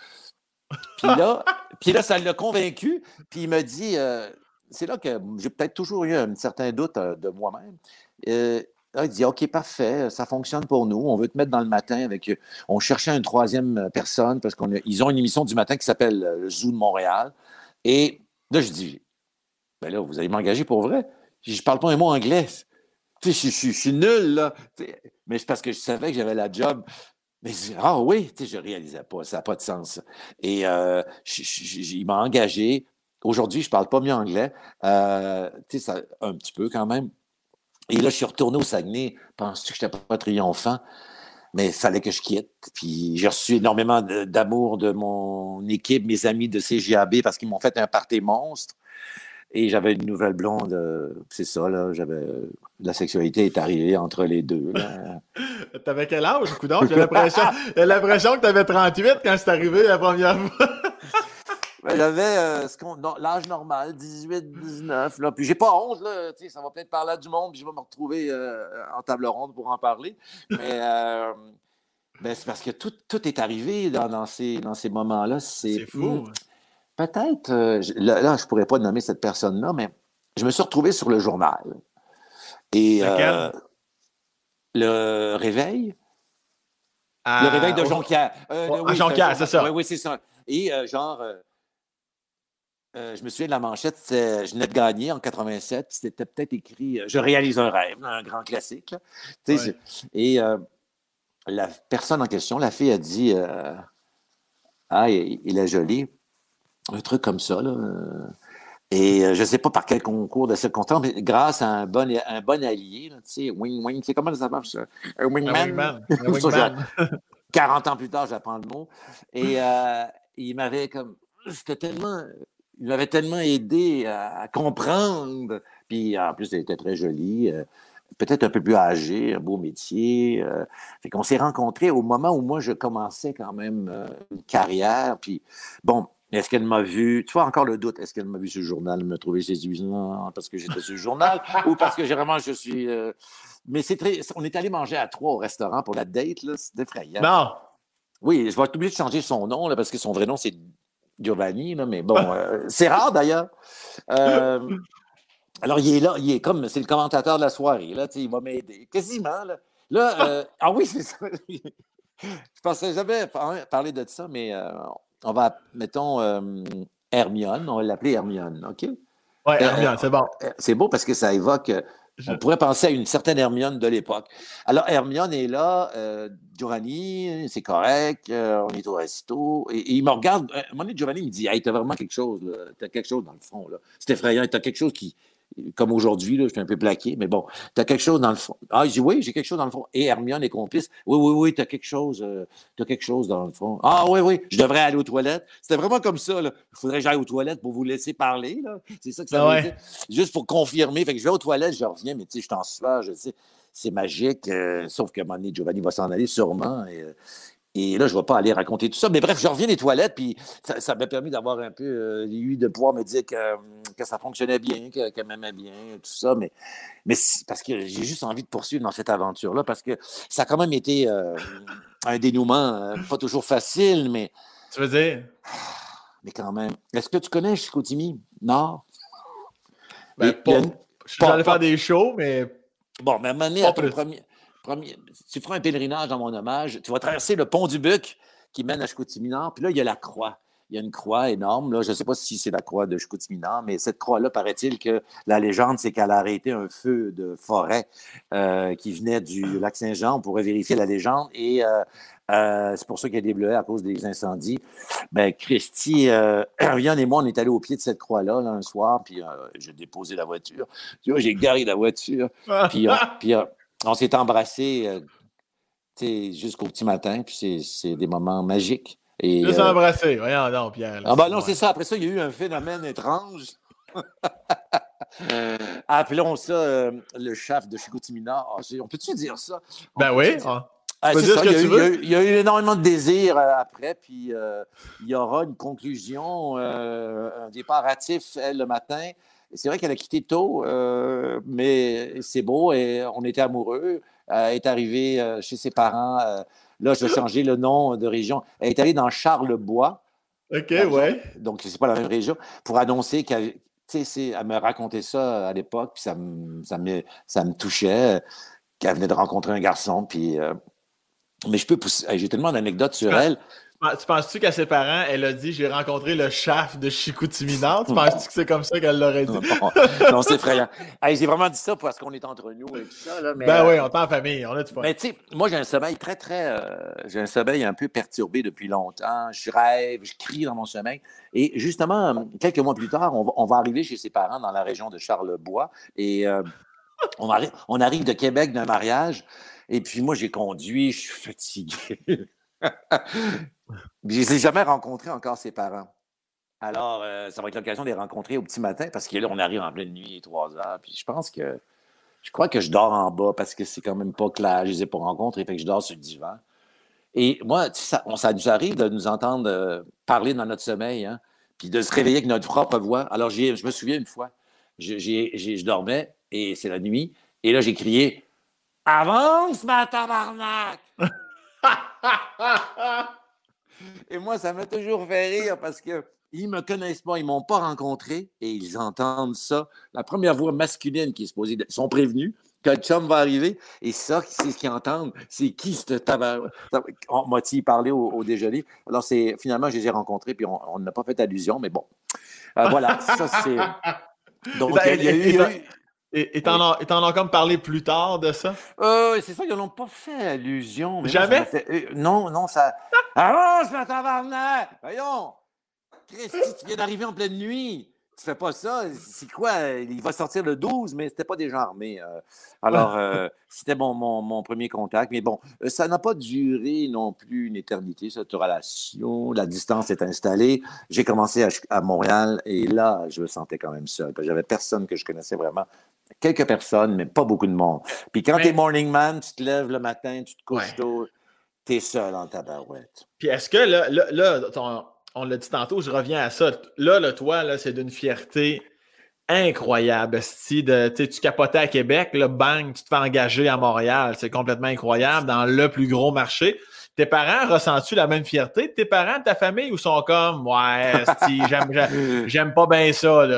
Puis là, ça l'a convaincu, puis il m'a dit, c'est là que j'ai peut-être toujours eu un certain doute de moi-même. Là, il dit, OK, parfait, ça fonctionne pour nous. On veut te mettre dans le matin avec. On cherchait une troisième personne parce qu'ils ont une émission du matin qui s'appelle le Zoo de Montréal. Et là, je dis, ben là, vous allez m'engager pour vrai. Je parle pas un mot anglais. Tu sais, je suis nul, là. Mais c'est parce que je savais que j'avais la job. Mais oui, tu sais, je réalisais pas. Ça n'a pas de sens. Et il m'a engagé. Aujourd'hui, je parle pas mieux anglais. Tu sais, un petit peu quand même. Et là, je suis retourné au Saguenay. Penses-tu que je n'étais pas triomphant? Mais il fallait que je quitte. Puis j'ai reçu énormément d'amour de mon équipe, mes amis de CGAB, parce qu'ils m'ont fait un party monstre. Et j'avais une nouvelle blonde. C'est ça, là. La sexualité est arrivée entre les deux. T'avais quel âge, coudonc? J'ai l'impression que t'avais 38 quand c'est arrivé la première fois. J'avais l'âge normal, 18, 19. Là. Puis j'ai pas honte, là, ça va peut-être parler à du monde, puis je vais me retrouver en table ronde pour en parler. Mais c'est parce que tout est arrivé dans ces moments-là. C'est fou. Peut-être, là, je pourrais pas nommer cette personne-là, mais je me suis retrouvé sur le journal. Et le Réveil. Le Réveil de Jonquière. Jonquière, c'est ça. Oui, c'est ça. Et je me souviens de la manchette, je venais de gagner en 87, c'était peut-être écrit Je réalise un rêve, un grand classique. Ouais. Et la personne en question, la fille, a dit il est joli. Un truc comme ça. Là. Et je ne sais pas par quel concours de circonstances, mais grâce à un bon allié, tu sais, wing, c'est comment ça marche, ça? Un wingman. 40 ans plus tard, j'apprends le mot. Et il m'avait comme. Il m'avait tellement aidé à comprendre. Puis en plus, elle était très jolie, peut-être un peu plus âgée, un beau métier. Fait qu'on s'est rencontrés au moment où moi, je commençais quand même une carrière. Puis bon, est-ce qu'elle m'a vu? Tu vois encore le doute. Est-ce qu'elle m'a vu sur le journal, me trouver séduisant parce que j'étais sur le journal ou parce que je suis. Mais on est allé manger à 3 au restaurant pour la date, là. C'était effrayant. Non. Oui, je vais être obligé de changer son nom, là, parce que son vrai nom, c'est Giovanni, là, mais bon, c'est rare d'ailleurs. Alors, il est là, c'est le commentateur de la soirée, là, il va m'aider. Quasiment, là. Ah oui, c'est ça. Je pensais jamais parler de ça, mais on va, mettons, Hermione, on va l'appeler Hermione, OK? Oui, Hermione, c'est bon. C'est beau parce que ça évoque. On pourrait penser à une certaine Hermione de l'époque. Alors, Hermione est là, Giovanni, c'est correct, on est au resto. Et il me regarde. À un moment donné, Giovanni me dit hey, t'as vraiment quelque chose, t'as quelque chose dans le fond. Là. C'est effrayant, t'as quelque chose qui. Comme aujourd'hui, là, je suis un peu plaqué, mais bon, t'as quelque chose dans le fond. Ah, je dis oui, j'ai quelque chose dans le fond. Et Hermione est complice. Oui, t'as quelque chose dans le fond. Ah, oui, je devrais aller aux toilettes. C'était vraiment comme ça, là. Il faudrait que j'aille aux toilettes pour vous laisser parler, là. C'est ça que ça veut dire. Juste pour confirmer. Fait que je vais aux toilettes, je reviens, mais tu sais, je suis en sueur, je sais. C'est magique, sauf qu'à un moment donné, Giovanni va s'en aller sûrement. Et là, je ne vais pas aller raconter tout ça. Mais bref, je reviens des toilettes, puis ça m'a permis d'avoir un peu de pouvoir me dire que ça fonctionnait bien, qu'elle m'aimait bien, tout ça. Mais parce que j'ai juste envie de poursuivre dans cette aventure-là, parce que ça a quand même été un dénouement pas toujours facile, mais... Tu veux dire? Mais quand même. Est-ce que tu connais Chicoutimi? Non? Ben, je suis allé faire des shows, mais... Bon, mais à un moment donné, à ton premier, tu feras un pèlerinage dans mon hommage. Tu vas traverser le pont du Buc qui mène à Chicoutimi-Nord. Puis là, il y a la croix. il y a une croix énorme. Là. Je ne sais pas si c'est la croix de Chicoutimi-Nord, mais cette croix-là, paraît-il que la légende, c'est qu'elle a arrêté un feu de forêt qui venait du lac Saint-Jean. On pourrait vérifier la légende. Et c'est pour ça qu'il y a des bleuets à cause des incendies. Ben, Christy, Yann et moi, on est allés au pied de cette croix-là là, un soir, puis j'ai déposé la voiture. Tu vois, j'ai garé la voiture. Puis on s'est embrassés jusqu'au petit matin, puis c'est des moments magiques. Et, juste embrasser, voyons donc, Pierre. Là, non, c'est ça. Après ça, il y a eu un phénomène étrange. Appelons ça le chef de Chicoutimi-Nord. On peut-tu dire ça? Ben oui. C'est ça. Il y a eu énormément de désirs après, puis il y aura une conclusion, un départ hâtif, elle, le matin. C'est vrai qu'elle a quitté tôt, mais c'est beau et on était amoureux. Elle est arrivée chez ses parents. Là, je vais changer le nom de région. Elle est allée dans Charlebois. OK, ouais. Donc, c'est pas la même région. Pour annoncer qu'elle me racontait ça à l'époque, puis ça me touchait, qu'elle venait de rencontrer un garçon, puis... mais je peux pousser... J'ai tellement d'anecdotes sur elle. Tu penses-tu qu'à ses parents, elle a dit « J'ai rencontré le chef de Chicoutimi-Nord » Tu penses-tu que c'est comme ça qu'elle l'aurait dit? Non, c'est effrayant. J'ai vraiment dit ça parce qu'on est entre nous et tout ça. Là, mais, ben oui, on est en famille, on a du fun. Mais tu sais, moi, j'ai un sommeil j'ai un sommeil un peu perturbé depuis longtemps. Je rêve, je crie dans mon sommeil. Et justement, quelques mois plus tard, on va arriver chez ses parents dans la région de Charlebois. Et on arrive de Québec d'un mariage. Et puis moi, j'ai conduit, je suis fatigué. Je ne les ai jamais rencontrés encore, ses parents. Alors, ça va être l'occasion de les rencontrer au petit matin parce que là, on arrive en pleine nuit, 3 heures. Puis je crois que je dors en bas parce que c'est quand même pas clair. Je les ai pas rencontrés, fait que je dors sur le divan. Et moi, ça nous arrive de nous entendre parler dans notre sommeil, hein, puis de se réveiller avec notre propre voix. Alors, je me souviens une fois, je dormais et c'est la nuit. Et là, j'ai crié « Avance, ma tabarnak! » Et moi, ça m'a toujours fait rire parce qu'ils ne me connaissent pas, ils ne m'ont pas rencontré et ils entendent ça. La première voix masculine qui est supposée, ils sont prévenus que le chum va arriver et ça, c'est ce qu'ils entendent. C'est qui ce tabac? On m'a parlé au déjeuner. Alors, finalement, je les ai rencontrés puis on n'a pas fait allusion, mais bon. Voilà, ça, c'est... Donc, il y a eu... Et t'en as comme parlé plus tard de ça? C'est ça, ils n'en ont pas fait allusion. Mais jamais? Non, ça... Avance, ma tabarnak! Voyons! Christy, tu viens d'arriver en pleine nuit. Tu fais pas ça. C'est quoi? Il va sortir le 12, mais c'était pas déjà armé. Alors, c'était mon premier contact. Mais bon, ça n'a pas duré non plus une éternité, cette relation. La distance est installée. J'ai commencé à Montréal et là, je me sentais quand même seul. J'avais personne que je connaissais vraiment. Quelques personnes, mais pas beaucoup de monde. Puis quand t'es morning man, tu te lèves le matin, tu te couches tôt, t'es seul en tabarouette. Puis est-ce que là on l'a dit tantôt, je reviens à ça. Là, toi, là, c'est d'une fierté incroyable. Tu capotais à Québec, là, bang, tu te fais engager à Montréal. C'est complètement incroyable dans le plus gros marché. Tes parents ressentent-tu la même fierté de tes parents, de ta famille, ou sont comme « Ouais, j'aime pas bien ça, là ».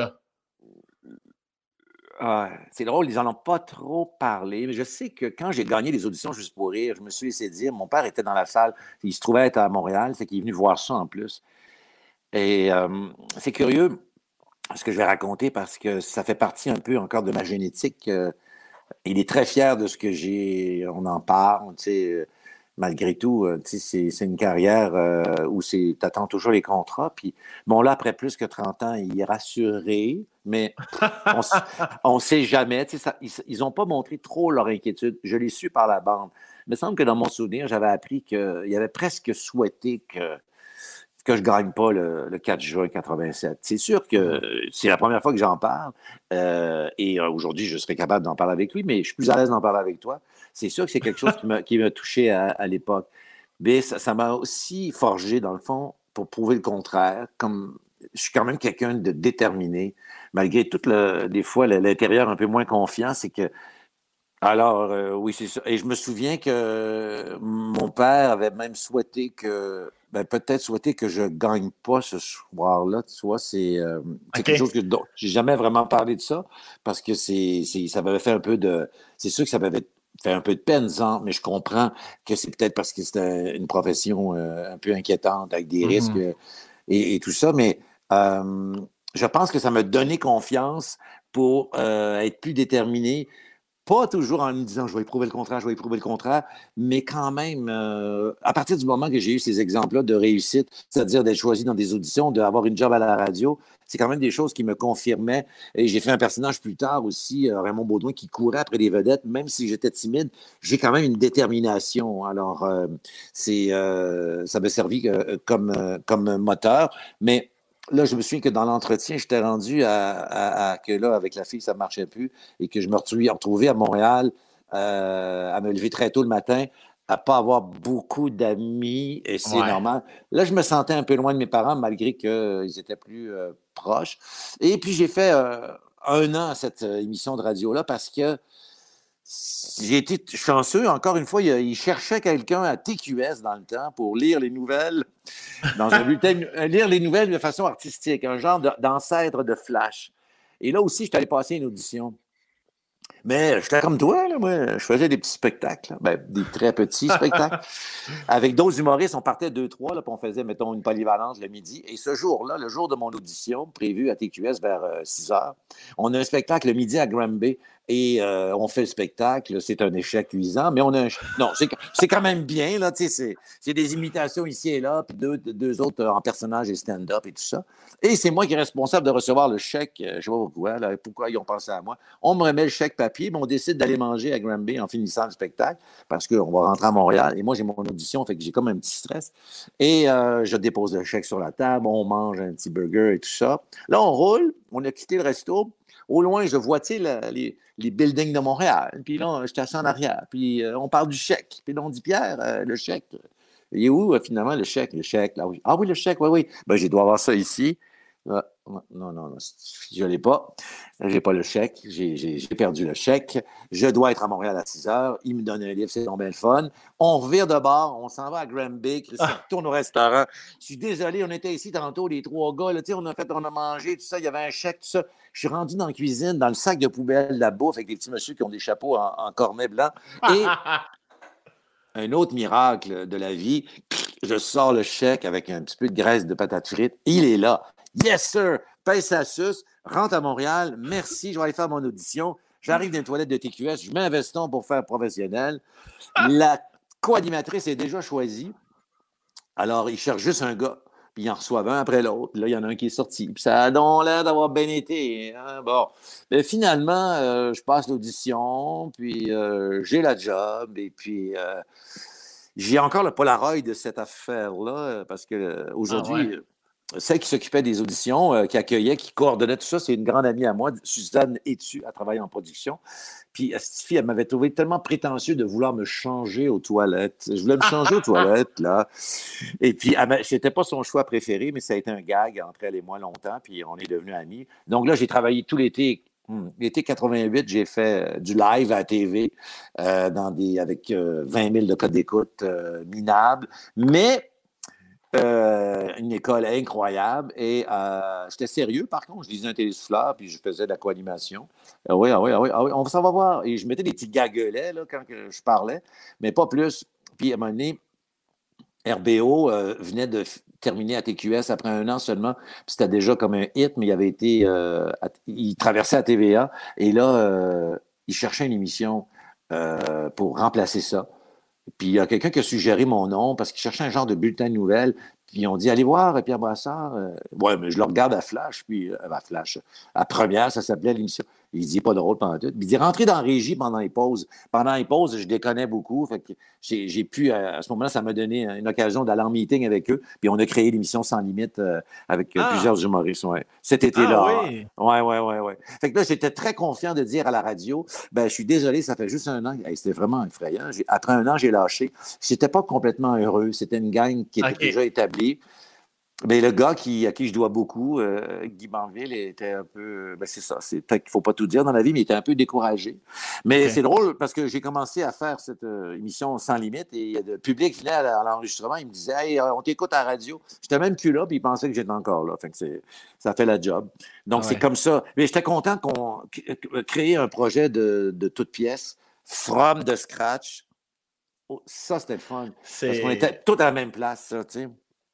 C'est drôle, ils n'en ont pas trop parlé, mais je sais que quand j'ai gagné les auditions Juste pour rire, je me suis laissé dire, mon père était dans la salle, il se trouvait être à Montréal, c'est qu'il est venu voir ça en plus. Et c'est curieux ce que je vais raconter parce que ça fait partie un peu encore de ma génétique. Il est très fier de ce que j'ai, on en parle, tu sais. Malgré tout, c'est une carrière où tu attends toujours les contrats. Puis, bon, là, après plus que 30 ans, il est rassuré, mais on ne sait jamais. Ils n'ont pas montré trop leur inquiétude. Je l'ai su par la bande. Il me semble que dans mon souvenir, j'avais appris qu'il avait presque souhaité que je ne gagne pas le 4 juin 87. C'est sûr que c'est la première fois que j'en parle. Et aujourd'hui, je serais capable d'en parler avec lui, mais je suis plus à l'aise d'en parler avec toi. C'est sûr que c'est quelque chose qui m'a touché à l'époque. Mais ça m'a aussi forgé, dans le fond, pour prouver le contraire. Comme je suis quand même quelqu'un de déterminé, malgré tout, des fois, l'intérieur un peu moins confiant, c'est que alors, oui, c'est ça. Et je me souviens que mon père avait même souhaité peut-être souhaité que je gagne pas ce soir-là. Tu vois, c'est quelque chose dont j'ai jamais vraiment parlé de ça parce que ça m'avait fait un peu de... C'est sûr que ça m'avait fait un peu de peine, mais je comprends que c'est peut-être parce que c'était une profession un peu inquiétante avec des risques. et tout ça, mais je pense que ça m'a donné confiance pour être plus déterminé. Pas toujours en me disant je vais éprouver le contraire, je vais éprouver le contraire, mais quand même, à partir du moment que j'ai eu ces exemples-là de réussite, c'est-à-dire d'être choisi dans des auditions, d'avoir une job à la radio, c'est quand même des choses qui me confirmaient. Et j'ai fait un personnage plus tard aussi, Raymond Baudouin, qui courait après les vedettes, même si j'étais timide, j'ai quand même une détermination. Alors, ça m'a servi comme moteur, mais là, je me souviens que dans l'entretien, j'étais rendu que là, avec la fille, ça ne marchait plus et que je me suis retrouvé à Montréal à me lever très tôt le matin, à ne pas avoir beaucoup d'amis, et c'est Ouais. normal. Là, je me sentais un peu loin de mes parents, malgré qu'ils étaient plus proches. Et puis, j'ai fait 1 an à cette émission de radio-là parce que j'ai été chanceux. Encore une fois, il cherchait quelqu'un à TQS dans le temps pour lire les nouvelles dans un bulletin, lire les nouvelles de façon artistique, un genre d'ancêtre de Flash. Et là aussi, je suis allé passer une audition. Mais j'étais comme toi, là, moi. Je faisais des petits spectacles, des très petits spectacles. Avec d'autres humoristes, on partait 2, 3, là, puis on faisait, mettons, une polyvalence le midi. Et ce jour-là, le jour de mon audition, prévu à TQS vers 6 heures, on a un spectacle le midi à Granby. Et on fait le spectacle. C'est un échec cuisant, mais on a non, c'est quand même bien. Là, c'est des imitations ici et là, puis deux autres en personnage et stand-up et tout ça. Et c'est moi qui est responsable de recevoir le chèque. Je ne sais pas pourquoi, pourquoi ils ont pensé à moi. On me remet le chèque papier, mais on décide d'aller manger à Granby en finissant le spectacle parce qu'on va rentrer à Montréal. Et moi, j'ai mon audition, fait que j'ai comme un petit stress. Et je dépose le chèque sur la table, on mange un petit burger et tout ça. Là, on roule, on a quitté le resto. Au loin, je vois, les buildings de Montréal. Puis là, je suis assis en arrière. Puis on parle du chèque. Puis là, on dit, Pierre, le chèque, il est où finalement le chèque? Le chèque, là, oui. Ah oui, le chèque, oui, oui. Ben, je dois avoir ça ici. Non, je ne l'ai pas. Je n'ai pas le chèque. J'ai perdu le chèque. Je dois être à Montréal à 6 heures. Il me donne un livre, c'est donc bien le fun. On revire de bord, on s'en va à Granby. Christian retourne au restaurant. Je suis désolé, on était ici tantôt, les 3 gars. Là, on a mangé, tout ça. Il y avait un chèque, tout ça. Je suis rendu dans la cuisine, dans le sac de poubelle, la bouffe, avec des petits messieurs qui ont des chapeaux en cornet blanc. Et un autre miracle de la vie, je sors le chèque avec un petit peu de graisse de patates frites. Il est là. Yes, sir! Paye sa suce, rentre à Montréal. Merci, je vais aller faire mon audition. J'arrive dans les toilettes de TQS, je mets un veston pour faire professionnel. La co-animatrice est déjà choisie. Alors, il cherche juste un gars. Puis ils en reçoivent un après l'autre. Là, il y en a un qui est sorti. Puis ça a donc l'air d'avoir bien été. Hein? Bon. Mais finalement, je passe l'audition, puis j'ai la job, et puis j'ai encore le Polaroid de cette affaire-là, parce que aujourd'hui, celle qui s'occupait des auditions, qui accueillait, qui coordonnait tout ça, c'est une grande amie à moi, Suzanne Etu, elle travaille en production. Puis cette fille, elle m'avait trouvé tellement prétentieux de vouloir me changer aux toilettes. Je voulais me changer aux toilettes, là. Et puis, c'était pas son choix préféré, mais ça a été un gag entre elle et moi longtemps, puis on est devenus amis. Donc là, j'ai travaillé tout l'été. L'été 88, j'ai fait du live à la TV avec 20 000 de codes d'écoute minables. Mais une école incroyable. Et j'étais sérieux, par contre. Je lisais un télésouffleur, puis je faisais de la co-animation. Oui, on s'en va voir. Et je mettais des petits gaguelets là, quand je parlais, mais pas plus. Puis à un moment donné, RBO venait de terminer à TQS après 1 an seulement. Puis c'était déjà comme un hit, mais il avait été... il traversait à TVA. Et là, il cherchait une émission pour remplacer ça. Puis il y a quelqu'un qui a suggéré mon nom parce qu'il cherchait un genre de bulletin de nouvelles. Puis on dit, allez voir Pierre Brassard. Ouais, mais je le regarde à Flash, puis à Flash. À Première, ça s'appelait l'émission. Il dit, pas drôle pendant tout. Puis il dit, rentrez dans la régie pendant les pauses. Pendant les pauses, je déconnais beaucoup. Fait que j'ai pu, à ce moment-là, ça m'a donné une occasion d'aller en meeting avec eux. Puis on a créé l'émission Sans Limite avec plusieurs humoristes. Ouais. Cet été-là. Oui. Ouais. Fait que là, j'étais très confiant de dire à la radio, je suis désolé, ça fait juste 1 an. Hey, c'était vraiment effrayant. Après 1 an, j'ai lâché. J'étais pas complètement heureux. C'était une gang qui était déjà établie. Mais le gars à qui je dois beaucoup, Guy Banville, était un peu... c'est ça, c'est peut-être qu'il ne faut pas tout dire dans la vie, mais il était un peu découragé. Mais c'est drôle parce que j'ai commencé à faire cette émission Sans Limite et le public venait à l'enregistrement, il me disait « Hey, on t'écoute à la radio. » J'étais même plus là, puis il pensait que j'étais encore là. Fait que ça fait la job. Donc, c'est comme ça. Mais j'étais content qu'on crée un projet de toute pièce, from the scratch. Oh, ça, c'était le fun. Parce qu'on était tous à la même place, ça, tu sais.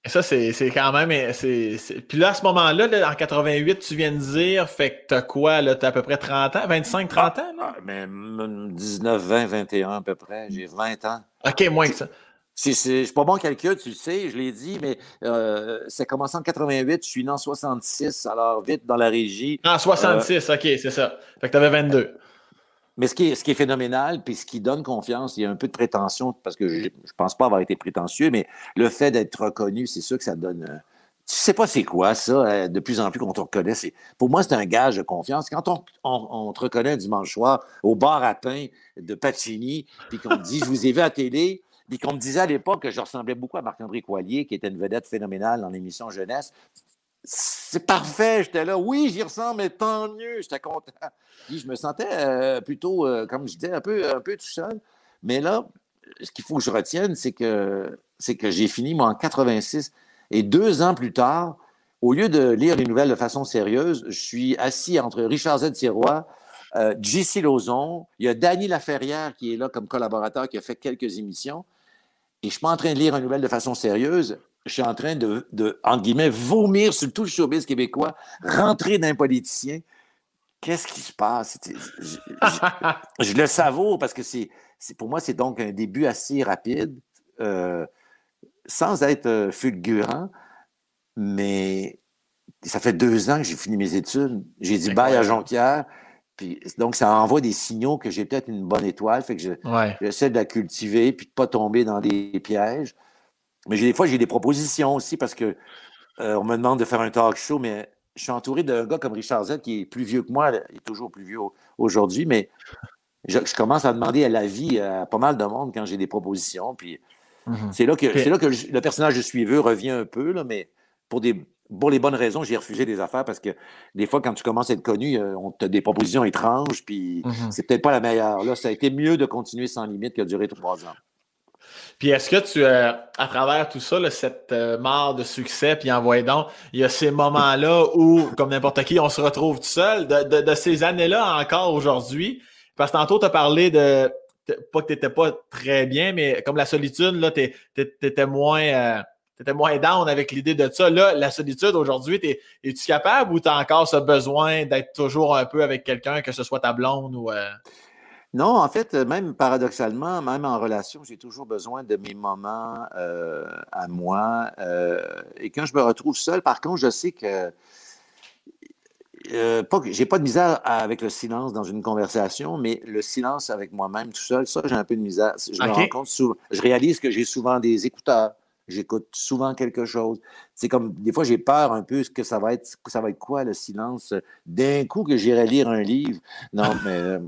Ça, c'est quand même. Puis là, à ce moment-là, là, en 88, tu viens de dire, fait que t'as quoi, là? T'as à peu près 30 ans, 25, 30 ans, là? Mais 19, 20, 21 à peu près. J'ai 20 ans. OK, moins que ça. Je suis pas bon en calcul, tu le sais, je l'ai dit, mais c'est commencé en 88, je suis né en 66, alors vite dans la régie. Ah, 66, OK, c'est ça. Fait que t'avais 22. Mais ce qui est phénoménal, puis ce qui donne confiance, il y a un peu de prétention, parce que je pense pas avoir été prétentieux, mais le fait d'être reconnu, c'est sûr que ça donne. Tu sais pas c'est quoi ça, de plus en plus qu'on te reconnaît. Pour moi, c'est un gage de confiance. Quand on te reconnaît un dimanche soir au bar à pain de Pacini, puis qu'on te dit, je vous ai vu à la télé, puis qu'on me disait à l'époque que je ressemblais beaucoup à Marc-André Coilier, qui était une vedette phénoménale dans l'émission Jeunesse. C'est parfait, j'étais là. Oui, j'y ressemble, mais tant mieux, j'étais content. Puis je me sentais plutôt, comme je disais, un peu tout seul. Mais là, ce qu'il faut que je retienne, c'est que j'ai fini, moi, en 86. Et 2 ans plus tard, au lieu de lire les nouvelles de façon sérieuse, je suis assis entre Richard Z. Sirois, J.C. Lauzon, il y a Danny Laferrière qui est là comme collaborateur, qui a fait quelques émissions. Et je ne suis pas en train de lire une nouvelle de façon sérieuse. Je suis en train de, entre guillemets, vomir sur tout le showbiz québécois, rentrer d'un politicien. Qu'est-ce qui se passe? Je le savoure parce que pour moi, c'est donc un début assez rapide, sans être fulgurant, mais ça fait 2 ans que j'ai fini mes études. J'ai dit bye à Jonquière. Puis, donc, ça envoie des signaux que j'ai peut-être une bonne étoile. Fait que j'essaie de la cultiver puis de ne pas tomber dans des pièges. Mais des fois, j'ai des propositions aussi parce que on me demande de faire un talk show, mais je suis entouré d'un gars comme Richard Z qui est plus vieux que moi. Il est toujours plus vieux aujourd'hui, mais je commence à demander à l'avis à pas mal de monde quand j'ai des propositions. Puis c'est là que le personnage de Suiveux revient un peu, là, mais pour les bonnes raisons, j'ai refusé des affaires parce que des fois, quand tu commences à être connu, on te des propositions étranges, puis c'est peut-être pas la meilleure. Là, ça a été mieux de continuer sans limite que de durer 3 ans. Puis est-ce que tu, à travers tout ça, là, cette mare de succès, puis envoyez donc, il y a ces moments-là où, comme n'importe qui, on se retrouve tout seul, de ces années-là encore aujourd'hui, parce que tantôt, tu as parlé pas que tu n'étais pas très bien, mais comme la solitude, là, t'étais moins down avec l'idée de ça. Là, la solitude, aujourd'hui, es-tu capable ou tu as encore ce besoin d'être toujours un peu avec quelqu'un, que ce soit ta blonde ou... Non, en fait, même paradoxalement, même en relation, j'ai toujours besoin de mes moments à moi. Et quand je me retrouve seul, par contre, je sais que j'ai pas de misère avec le silence dans une conversation, mais le silence avec moi-même tout seul, ça, j'ai un peu de misère. Je me rends compte souvent, je réalise que j'ai souvent des écouteurs. J'écoute souvent quelque chose. C'est comme, des fois, j'ai peur un peu que ça va être quoi, le silence? D'un coup que j'irai lire un livre. Non, mais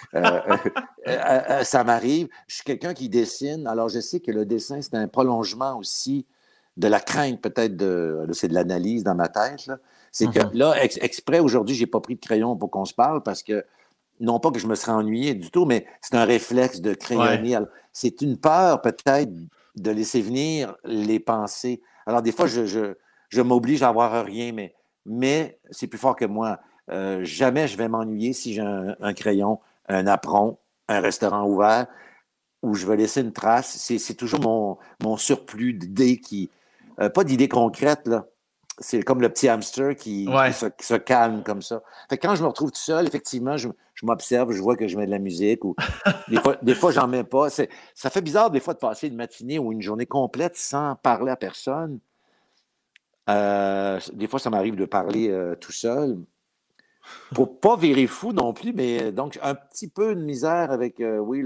ça m'arrive. Je suis quelqu'un qui dessine. Alors, je sais que le dessin, c'est un prolongement aussi de la crainte, peut-être, c'est de l'analyse dans ma tête, là. C'est que là, exprès, aujourd'hui, j'ai pas pris de crayon pour qu'on se parle parce que, non pas que je me serais ennuyé du tout, mais c'est un réflexe de crayonner. Ouais. C'est une peur, peut-être, de laisser venir les pensées. Alors, des fois, je m'oblige à avoir rien, mais c'est plus fort que moi. Jamais je vais m'ennuyer si j'ai un crayon, un apron, un restaurant ouvert où je vais laisser une trace. C'est toujours mon surplus d'idées qui... pas d'idées concrètes, là. C'est comme le petit hamster qui se calme comme ça. Fait que quand je me retrouve tout seul, effectivement, je m'observe, je vois que je mets de la musique ou des fois j'en mets pas. Ça fait bizarre des fois de passer une matinée ou une journée complète sans parler à personne. Des fois, ça m'arrive de parler tout seul. Pour pas virer fou non plus, mais donc un petit peu de misère avec, oui,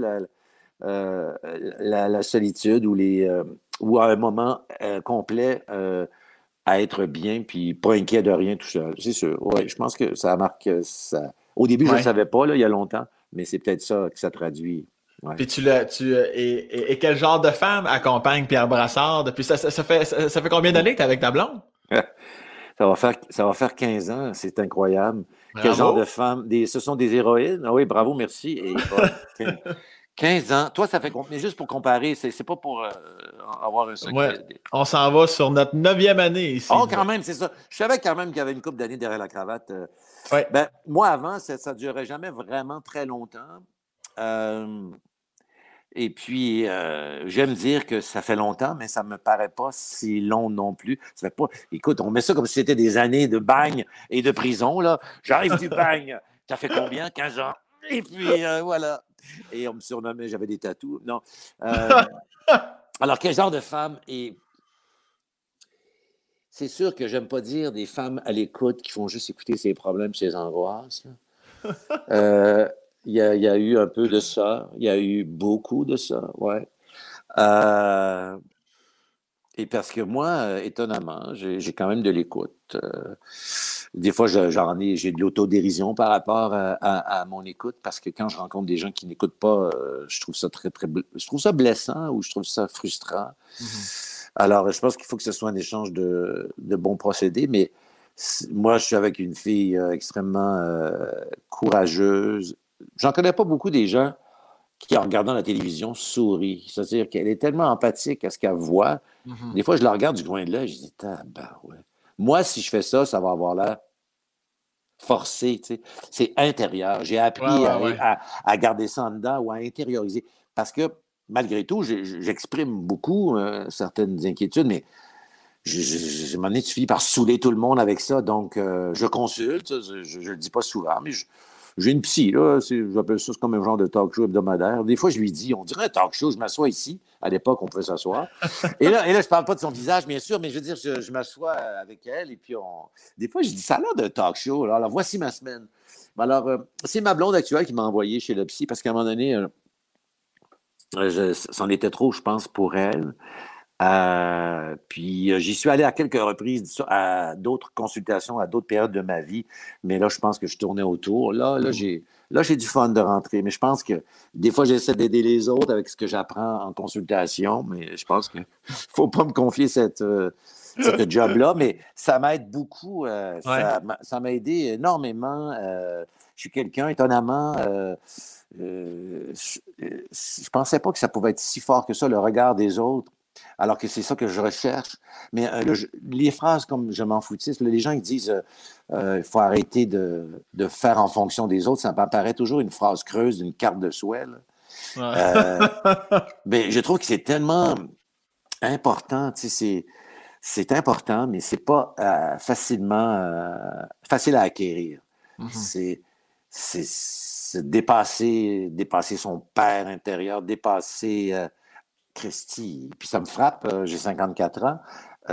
la solitude ou à un moment complet à être bien puis pas inquiet de rien tout seul. C'est sûr. Ouais, je pense que ça marque ça. Au début, je ne le savais pas, là, il y a longtemps, mais c'est peut-être ça que ça traduit. Ouais. Puis et quel genre de femme accompagne Pierre Brassard depuis ça fait combien d'années que tu es avec ta blonde? Ça va faire 15 ans, c'est incroyable. Bravo. Quel genre de femme? Ce sont des héroïnes? Ah oui, bravo, merci. Et 15 ans. Toi, ça fait combien? Juste pour comparer, c'est pas pour avoir un secret. Ouais, on s'en va sur notre 9e année ici. Oh, quand même, c'est ça. Je savais quand même qu'il y avait une couple d'années derrière la cravate. Ouais. Ben, moi, avant, ça ne durait jamais vraiment très longtemps. Et puis, j'aime dire que ça fait longtemps, mais ça ne me paraît pas si long non plus. Ça fait pas... Écoute, on met ça comme si c'était des années de bagne et de prison, là. J'arrive du bagne. Ça fait combien? 15 ans. Et puis, voilà. Et on me surnommait, j'avais des tatous. Non. Alors, quel genre de femme? Et c'est sûr que j'aime pas dire des femmes à l'écoute qui font juste écouter ses problèmes, ses angoisses. Il y a eu un peu de ça. Il y a eu beaucoup de ça, ouais. Et parce que moi, étonnamment, j'ai quand même de l'écoute. Des fois, j'ai de l'autodérision par rapport à mon écoute, parce que quand je rencontre des gens qui n'écoutent pas, je trouve ça je trouve ça blessant ou je trouve ça frustrant. Alors, je pense qu'il faut que ce soit un échange de bons procédés, mais moi, je suis avec une fille extrêmement courageuse. J'en connais pas beaucoup des gens qui, en regardant la télévision, sourient. C'est-à-dire qu'elle est tellement empathique à ce qu'elle voit. Des fois, je la regarde du coin de l'œil, je dis, ouais. Moi, si je fais ça, ça va avoir l'air forcé, tu sais. C'est intérieur. J'ai appris à garder ça en dedans ou à intérioriser. Parce que, malgré tout, j'exprime beaucoup certaines inquiétudes, mais je m'en ai fini par saouler tout le monde avec ça. Donc, je consulte. Je ne le dis pas souvent, mais j'ai une psy, là. J'appelle ça comme un genre de talk show hebdomadaire. Des fois, je lui dis, on dirait un talk show, je m'assois ici. À l'époque, on pouvait s'asseoir. Et là, je ne parle pas de son visage, bien sûr, mais je veux dire, je m'assois avec elle et puis des fois, je dis, ça a l'air d'un talk show. Alors, voici ma semaine. Alors, c'est ma blonde actuelle qui m'a envoyé chez le psy parce qu'à un moment donné, c'en était trop, je pense, pour elle. Puis j'y suis allé à quelques reprises à d'autres consultations, à d'autres périodes de ma vie, mais là, je pense que je tournais autour. Là, j'ai du fun de rentrer, mais je pense que des fois, j'essaie d'aider les autres avec ce que j'apprends en consultation, mais je pense qu'il ne faut pas me confier cette job-là, mais ça m'aide beaucoup. Ça m'a aidé énormément. Je suis quelqu'un, étonnamment, je pensais pas que ça pouvait être si fort que ça, le regard des autres. Alors que c'est ça que je recherche. Mais les phrases comme je m'en foutisse, les gens qui disent il faut arrêter de faire en fonction des autres, ça me paraît toujours une phrase creuse d'une carte de souhait. Mais je trouve que c'est tellement important. C'est important, mais c'est pas facilement facile à acquérir. C'est dépasser son père intérieur, dépasser Christy. Puis ça me frappe, j'ai 54 ans.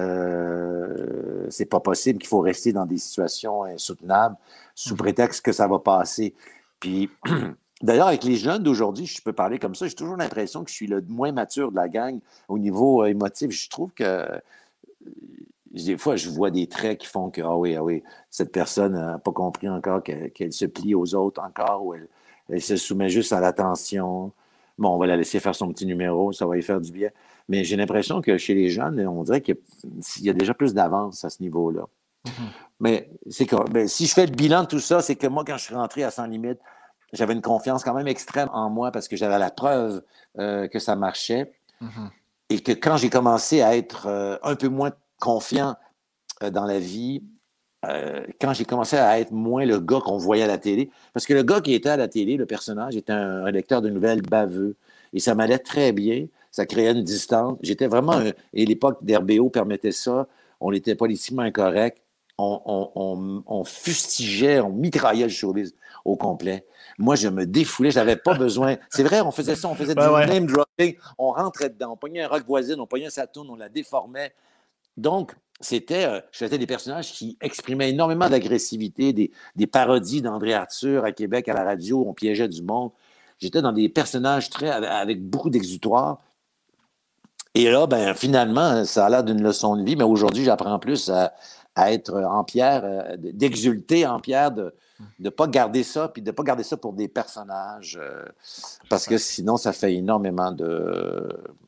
C'est pas possible qu'il faut rester dans des situations insoutenables sous prétexte que ça va passer. Puis d'ailleurs, avec les jeunes d'aujourd'hui, je peux parler comme ça, j'ai toujours l'impression que je suis le moins mature de la gang au niveau émotif. Je trouve que des fois, je vois des traits qui font que, ah oui, cette personne n'a pas compris encore qu'elle se plie aux autres encore, ou elle se soumet juste à l'attention. Bon, on va la laisser faire son petit numéro, ça va lui faire du bien. Mais j'ai l'impression que chez les jeunes, on dirait qu'il y a déjà plus d'avance à ce niveau-là. Mais c'est que si je fais le bilan de tout ça, c'est que moi, quand je suis rentré à Sans Limite, j'avais une confiance quand même extrême en moi parce que j'avais la preuve que ça marchait. Et que quand j'ai commencé à être un peu moins confiant dans la vie, quand j'ai commencé à être moins le gars qu'on voyait à la télé, parce que le gars qui était à la télé, le personnage, était un rédacteur de nouvelles baveux. Et ça m'allait très bien. Ça créait une distance. J'étais vraiment... et l'époque d'RBO permettait ça. On était politiquement incorrect. On fustigeait, on mitraillait le showbiz au complet. Moi, je me défoulais. J'avais pas besoin... C'est vrai, on faisait ça. On faisait du name dropping. On rentrait dedans. On pognait un rock voisine. On pognait sa toune. On la déformait. Donc... je faisais des personnages qui exprimaient énormément d'agressivité, des parodies d'André Arthur à Québec à la radio, on piégeait du monde. J'étais dans des personnages avec beaucoup d'exutoire. Et là, finalement, ça a l'air d'une leçon de vie, mais aujourd'hui, j'apprends plus à être en pierre, d'exulter en pierre, de ne pas garder ça, puis de ne pas garder ça pour des personnages, parce que sinon, ça fait énormément de...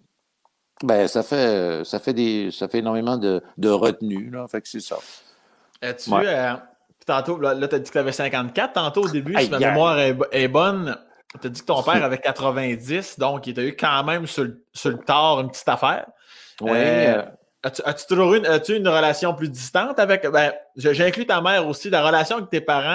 ça fait énormément de retenue, là. Fait que c'est ça. Tantôt, là tu as dit que tu avais 54. Tantôt, au début, si ma mémoire est bonne, tu as dit que ton père avait 90, donc il t'a eu quand même sur le tard une petite affaire. Oui. As-tu toujours eu une relation plus distante avec... j'inclus ta mère aussi, la relation avec tes parents,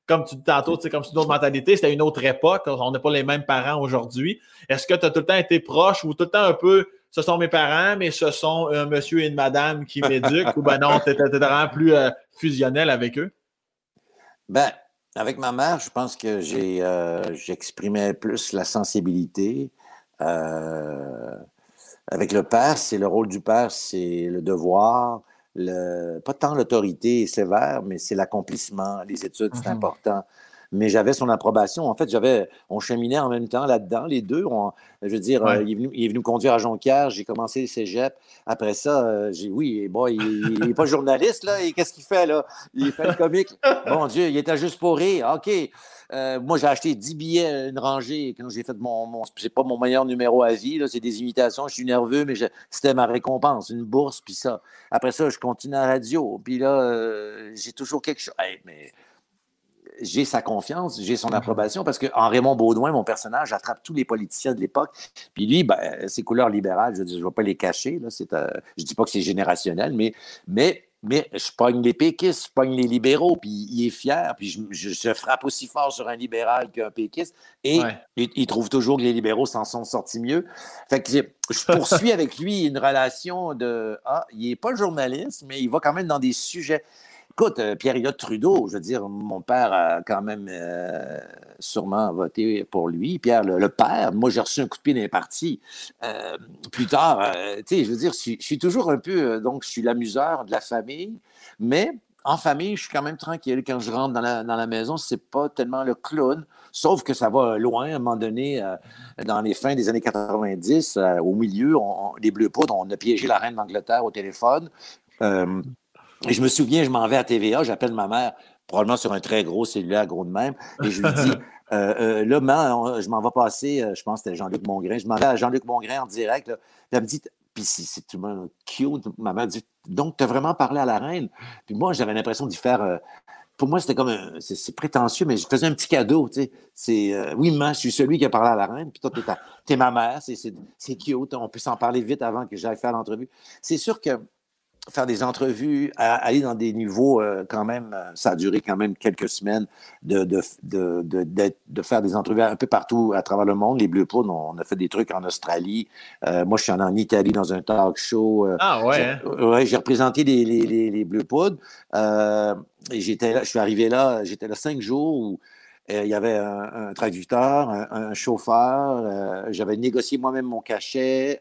comme tu dis tantôt, comme c'est une autre mentalité, c'était une autre époque, on n'a pas les mêmes parents aujourd'hui. Est-ce que tu as tout le temps été proche ou tout le temps un peu, ce sont mes parents, mais ce sont un monsieur et une madame qui m'éduquent, ou ben non, tu étais vraiment plus fusionnel avec eux? Ben, avec ma mère, je pense que j'exprimais plus la sensibilité. Euh, Avec le père, c'est le rôle du père, c'est le devoir, pas tant l'autorité sévère, mais c'est l'accomplissement, les études, c'est important. Mais j'avais son approbation. En fait, on cheminait en même temps là-dedans, les deux. Je veux dire, Ouais. il est venu me conduire à Jonquière, j'ai commencé le cégep. Après ça, oui, bon, il n'est pas journaliste, là, et qu'est-ce qu'il fait, là? Il fait le comique. Mon Dieu, il était juste pour rire. OK. Moi, j'ai acheté 10 billets, une rangée, quand j'ai fait c'est pas mon meilleur numéro à vie, là, c'est des imitations, je suis nerveux, mais c'était ma récompense, une bourse, puis ça. Après ça, je continue à la radio, puis là, j'ai toujours quelque chose. Hey, mais j'ai sa confiance, j'ai son approbation, parce qu'en Raymond Beaudoin, mon personnage attrape tous les politiciens de l'époque. Puis lui, ben, ses couleurs libérales, je ne vais pas les cacher. Là, je dis pas que c'est générationnel, mais je pogne les péquistes, je pogne les libéraux, puis il est fier, puis je frappe aussi fort sur un libéral qu'un péquiste, et il trouve toujours que les libéraux s'en sont sortis mieux. Fait que je poursuis avec lui une relation il n'est pas journaliste, mais il va quand même dans des sujets. Écoute, Pierre-Éliott Trudeau, je veux dire, mon père a quand même sûrement voté pour lui. Pierre, le père, moi, j'ai reçu un coup de pied dans les partis. Plus tard, tu sais, je veux dire, je suis toujours un peu, donc, je suis l'amuseur de la famille, mais en famille, je suis quand même tranquille. Quand je rentre dans la maison, c'est pas tellement le clown, sauf que ça va loin. À un moment donné, dans les fins des années 90, au milieu, les Bleus Poudres, on a piégé la reine d'Angleterre au téléphone. Et je me souviens, je m'en vais à TVA, j'appelle ma mère, probablement sur un très gros cellulaire, gros de même, et je lui dis, là, je m'en vais passer, je pense que c'était Jean-Luc Mongrain, je m'en vais à Jean-Luc Mongrain en direct, là. Puis elle me dit, puis c'est tout le monde cute, ma mère dit, donc, tu as vraiment parlé à la reine? Puis moi, j'avais l'impression d'y faire, pour moi, c'était comme, c'est prétentieux, mais je faisais un petit cadeau, tu sais. Oui, maman, je suis celui qui a parlé à la reine, puis toi, t'es ma mère, c'est cute, on peut s'en parler vite avant que j'aille faire l'entrevue. C'est sûr que faire des entrevues, aller dans des niveaux quand même, ça a duré quand même quelques semaines de faire des entrevues un peu partout à travers le monde. Les Bleus Poudres, on a fait des trucs en Australie. Moi, je suis allé en Italie dans un talk show. Ah ouais, hein? J'ai représenté les Bleus Poudres. Et j'étais là, je suis arrivé là, j'étais là 5 jours où il y avait un traducteur, un chauffeur. J'avais négocié moi-même mon cachet.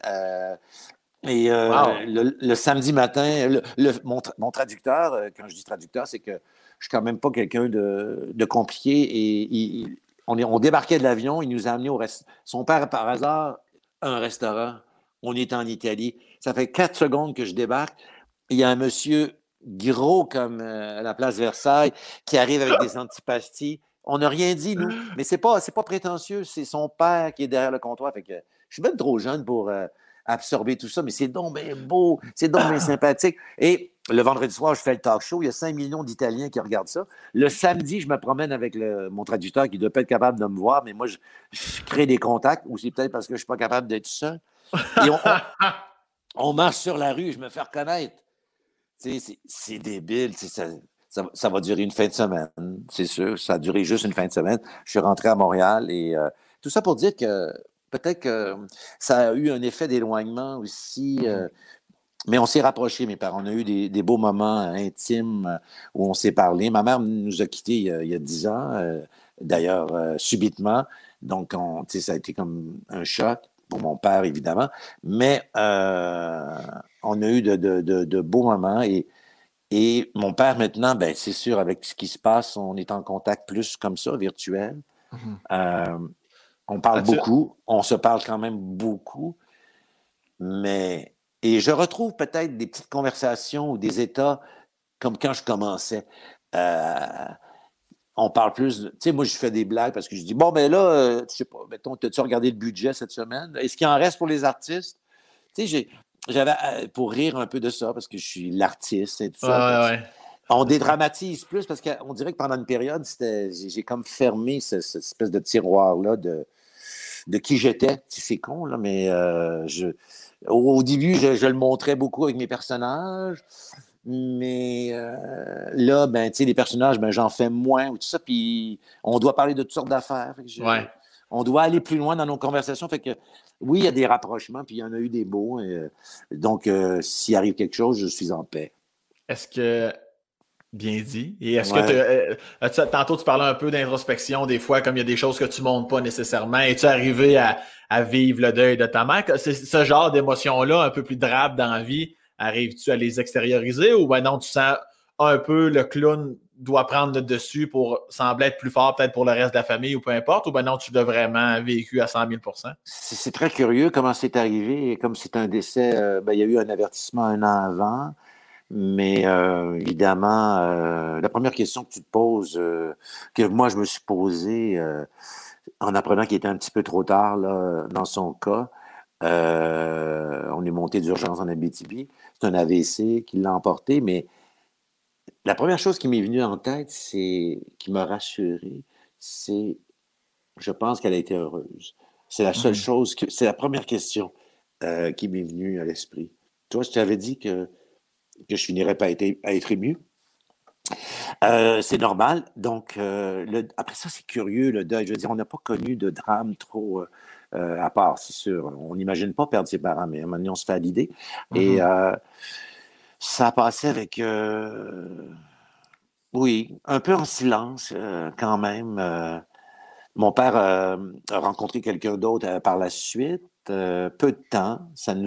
Et Wow. le samedi matin, mon traducteur, quand je dis traducteur, c'est que je suis quand même pas quelqu'un de compliqué. Et on débarquait de l'avion, il nous a amenés au restaurant. Son père, par hasard, a un restaurant. On est en Italie. Ça fait 4 secondes que je débarque. Il y a un monsieur gros comme à la place Versailles qui arrive avec des antipasties. On n'a rien dit, nous. Mais c'est pas prétentieux. C'est son père qui est derrière le comptoir. Fait que je suis même trop jeune pour absorber tout ça, mais c'est donc bien beau, c'est donc bien sympathique. Et le vendredi soir, je fais le talk show, il y a 5 millions d'Italiens qui regardent ça. Le samedi, je me promène avec mon traducteur qui doit pas être capable de me voir, mais moi, je crée des contacts, ou c'est peut-être parce que je suis pas capable d'être seul. Et on marche sur la rue, je me fais reconnaître. C'est débile, ça va durer une fin de semaine, c'est sûr. Ça a duré juste une fin de semaine. Je suis rentré à Montréal et tout ça pour dire que peut-être que ça a eu un effet d'éloignement aussi. Mais on s'est rapprochés, mes parents. On a eu des beaux moments intimes où on s'est parlé. Ma mère nous a quittés il y a 10 ans, d'ailleurs, subitement. Donc, ça a été comme un choc pour mon père, évidemment. Mais on a eu de beaux moments. Et mon père, maintenant, ben, c'est sûr, avec ce qui se passe, on est en contact plus comme ça, virtuel. On parle beaucoup, on se parle quand même beaucoup, et je retrouve peut-être des petites conversations ou des états comme quand je commençais. On parle plus, tu sais, moi je fais des blagues parce que je dis, bon, ben là, je sais pas, mettons, as-tu regardé le budget cette semaine? Est-ce qu'il en reste pour les artistes? Tu sais, j'avais, pour rire un peu de ça, parce que je suis l'artiste et tout ça. Ouais. On dédramatise plus parce qu'on dirait que pendant une période, j'ai comme fermé cette espèce de tiroir-là de qui j'étais. C'est con, là, mais au début, je le montrais beaucoup avec mes personnages. Mais là, ben, tu sais, les personnages, ben, j'en fais moins, ou tout ça, puis on doit parler de toutes sortes d'affaires. Ouais. On doit aller plus loin dans nos conversations. Fait que oui, il y a des rapprochements, puis il y en a eu des beaux. Donc, s'il arrive quelque chose, je suis en paix. Est-ce que Bien dit. Et est-ce que Ouais. tantôt tu parlais un peu d'introspection, des fois, comme il y a des choses que tu montres pas nécessairement. Es-tu arrivé à vivre le deuil de ta mère? C'est ce genre d'émotions-là, un peu plus drabe dans la vie, arrives-tu à les extérioriser ou ben non, tu sens un peu le clown doit prendre le dessus pour sembler être plus fort, peut-être pour le reste de la famille ou peu importe, ou ben non, tu l'as vraiment vécu à 100 000 %? C'est très curieux comment c'est arrivé. Comme c'est un décès, ben, il y a eu un avertissement un an avant. Mais évidemment, la première question que tu te poses, que moi je me suis posée en apprenant qu'il était un petit peu trop tard là, dans son cas, on est monté d'urgence en Abitibi. C'est un AVC qui l'a emporté, mais la première chose qui m'est venue en tête, qui m'a rassuré, c'est je pense qu'elle a été heureuse. C'est la seule chose c'est la première question qui m'est venue à l'esprit. Toi, je t'avais dit que je finirais par être ému. C'est normal. Donc, après ça, c'est curieux, le deuil. Je veux dire, on n'a pas connu de drame trop à part, c'est sûr. On n'imagine pas perdre ses parents, mais à un moment donné, on se fait à l'idée. Et ça a passé avec, oui, un peu en silence quand même. Mon père a rencontré quelqu'un d'autre par la suite, peu de temps.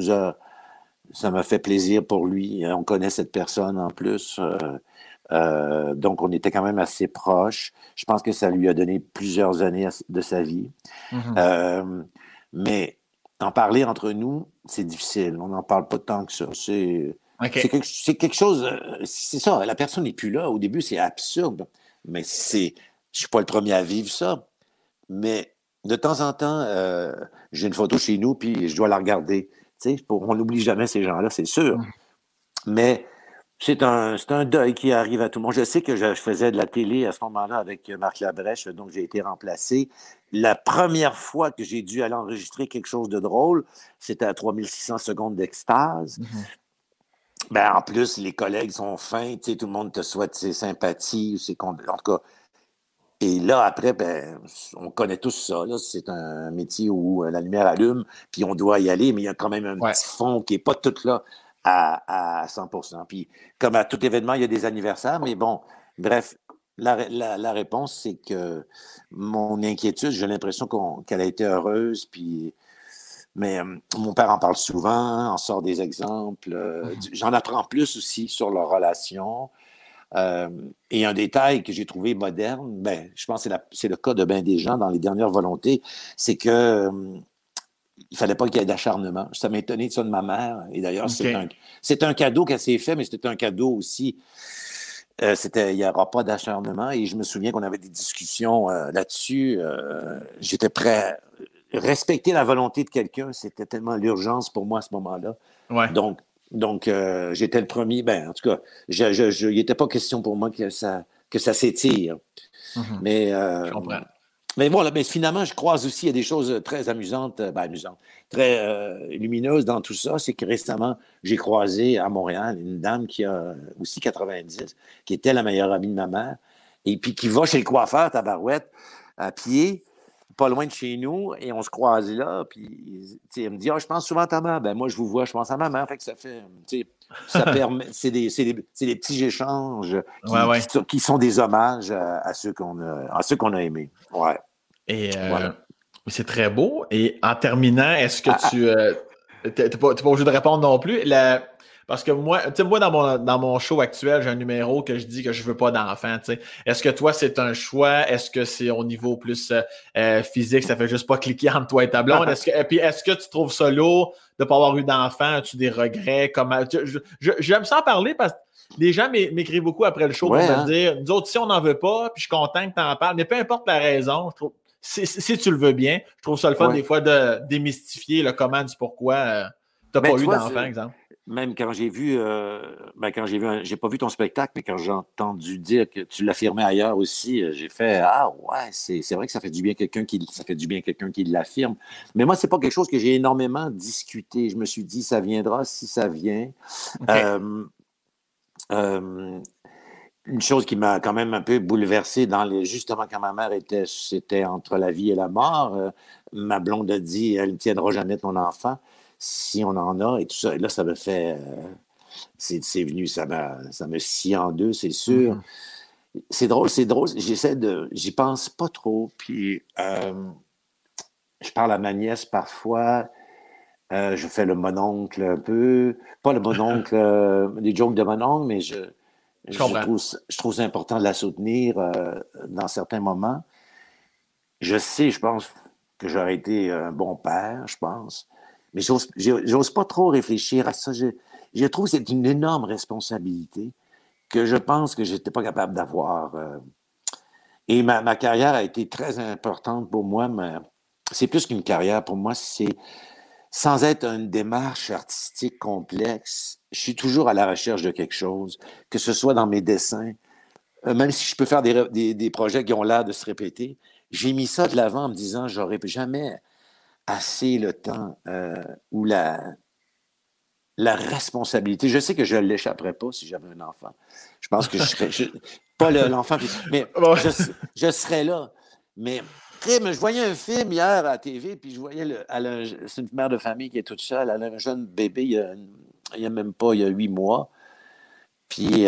Ça m'a fait plaisir pour lui. On connaît cette personne en plus. Donc, on était quand même assez proches. Je pense que ça lui a donné plusieurs années de sa vie. Euh, mais en parler entre nous, c'est difficile. On n'en parle pas tant que ça. OK. C'est quelque chose. C'est ça. La personne n'est plus là. Au début, c'est absurde. Mais je ne suis pas le premier à vivre ça. Mais de temps en temps, j'ai une photo chez nous, puis je dois la regarder. On n'oublie jamais ces gens-là, c'est sûr. Mais c'est un deuil qui arrive à tout le monde. Je sais que je faisais de la télé à ce moment-là avec Marc Labrèche, donc j'ai été remplacé. La première fois que j'ai dû aller enregistrer quelque chose de drôle, c'était à 3600 secondes d'extase. Ben, en plus, les collègues sont fins, tout le monde te souhaite ses sympathies, en tout cas. Et là, après, ben, on connaît tous ça. Là. C'est un métier où la lumière allume, puis on doit y aller, mais il y a quand même un petit fond qui n'est pas tout là à 100%. Puis, comme à tout événement, il y a des anniversaires, mais bon, bref, la réponse, c'est que mon inquiétude, j'ai l'impression qu'elle a été heureuse, puis... Mais mon père en parle souvent, en sort des exemples. J'en apprends plus aussi sur leur relation. Et un détail que j'ai trouvé moderne, ben, je pense que c'est le cas de bien des gens dans les dernières volontés, c'est que il fallait pas qu'il y ait d'acharnement. Ça m'a étonné de ça de ma mère. Et d'ailleurs, c'est un cadeau qu'elle s'est fait, mais c'était un cadeau aussi. Il n'y aura pas d'acharnement. Et je me souviens qu'on avait des discussions là-dessus. J'étais prêt à respecter la volonté de quelqu'un. C'était tellement l'urgence pour moi à ce moment-là. Ouais. Donc, j'étais le premier. Ben, en tout cas, il n'était pas question pour moi que ça s'étire. Mais, je comprends. Mais voilà, mais finalement, je croise aussi, il y a des choses très amusantes, très lumineuses dans tout ça. C'est que récemment, j'ai croisé à Montréal une dame qui a aussi 90, qui était la meilleure amie de ma mère, et puis qui va chez le coiffeur, tabarouette, à pied, pas loin de chez nous, et on se croise là, puis elle me dit « Ah, je pense souvent à ta mère. » Ben moi, je vous vois, je pense à ma mère. Fait que ça fait, ça permet, c'est des petits échanges qui sont des hommages à ceux qu'on a aimés. Ouais. Et voilà. C'est très beau. Et en terminant, est-ce que t'es pas obligé de répondre non plus? Parce que moi, dans mon show actuel, j'ai un numéro que je dis que je veux pas d'enfant. Est-ce que toi, c'est un choix? Est-ce que c'est au niveau plus physique, ça fait juste pas cliquer entre toi et ta blonde? Est-ce que tu trouves ça lourd de pas avoir eu d'enfant? As-tu des regrets? J'aime ça en parler parce que les gens m'écrivent beaucoup après le show pour me dire, nous autres, si on n'en veut pas, puis je suis content que tu en parles, mais peu importe la raison, je trouve, si tu le veux bien, je trouve ça le fun des fois de démystifier le comment du pourquoi tu n'as pas eu d'enfant, exemple. Même quand j'ai vu, j'ai pas vu ton spectacle, mais quand j'ai entendu dire que tu l'affirmais ailleurs aussi, j'ai fait ah ouais, c'est vrai que ça fait du bien quelqu'un qui l'affirme. Mais moi, c'est pas quelque chose que j'ai énormément discuté. Je me suis dit ça viendra si ça vient. Okay. Une chose qui m'a quand même un peu bouleversé justement quand ma mère c'était entre la vie et la mort. Ma blonde a dit, elle ne tiendra jamais ton enfant si on en a et tout ça. Et là, ça me fait, c'est venu, ça me scie en deux, c'est sûr. Mhm. C'est drôle, c'est drôle. J'y pense pas trop. Puis, je parle à ma nièce parfois. Je fais le mononcle un peu. Pas le mononcle, des jokes de mononcle, mais Je comprends. je trouve ça important de la soutenir dans certains moments. Je pense que j'aurais été un bon père, je pense. Mais j'ose pas trop réfléchir à ça. Je trouve que c'est une énorme responsabilité que je pense que j'étais pas capable d'avoir. Et ma carrière a été très importante pour moi, mais c'est plus qu'une carrière. Pour moi, c'est sans être une démarche artistique complexe, je suis toujours à la recherche de quelque chose, que ce soit dans mes dessins, même si je peux faire des projets qui ont l'air de se répéter, j'ai mis ça de l'avant en me disant, j'aurais jamais assez le temps ou la responsabilité. Je sais que je ne l'échapperais pas si j'avais un enfant. Je pense que pas l'enfant, mais Bon. je serais là. Mais je voyais un film hier à la TV, puis je voyais, c'est une mère de famille qui est toute seule, elle a un jeune bébé, il y a même pas, il y a 8 mois. Puis,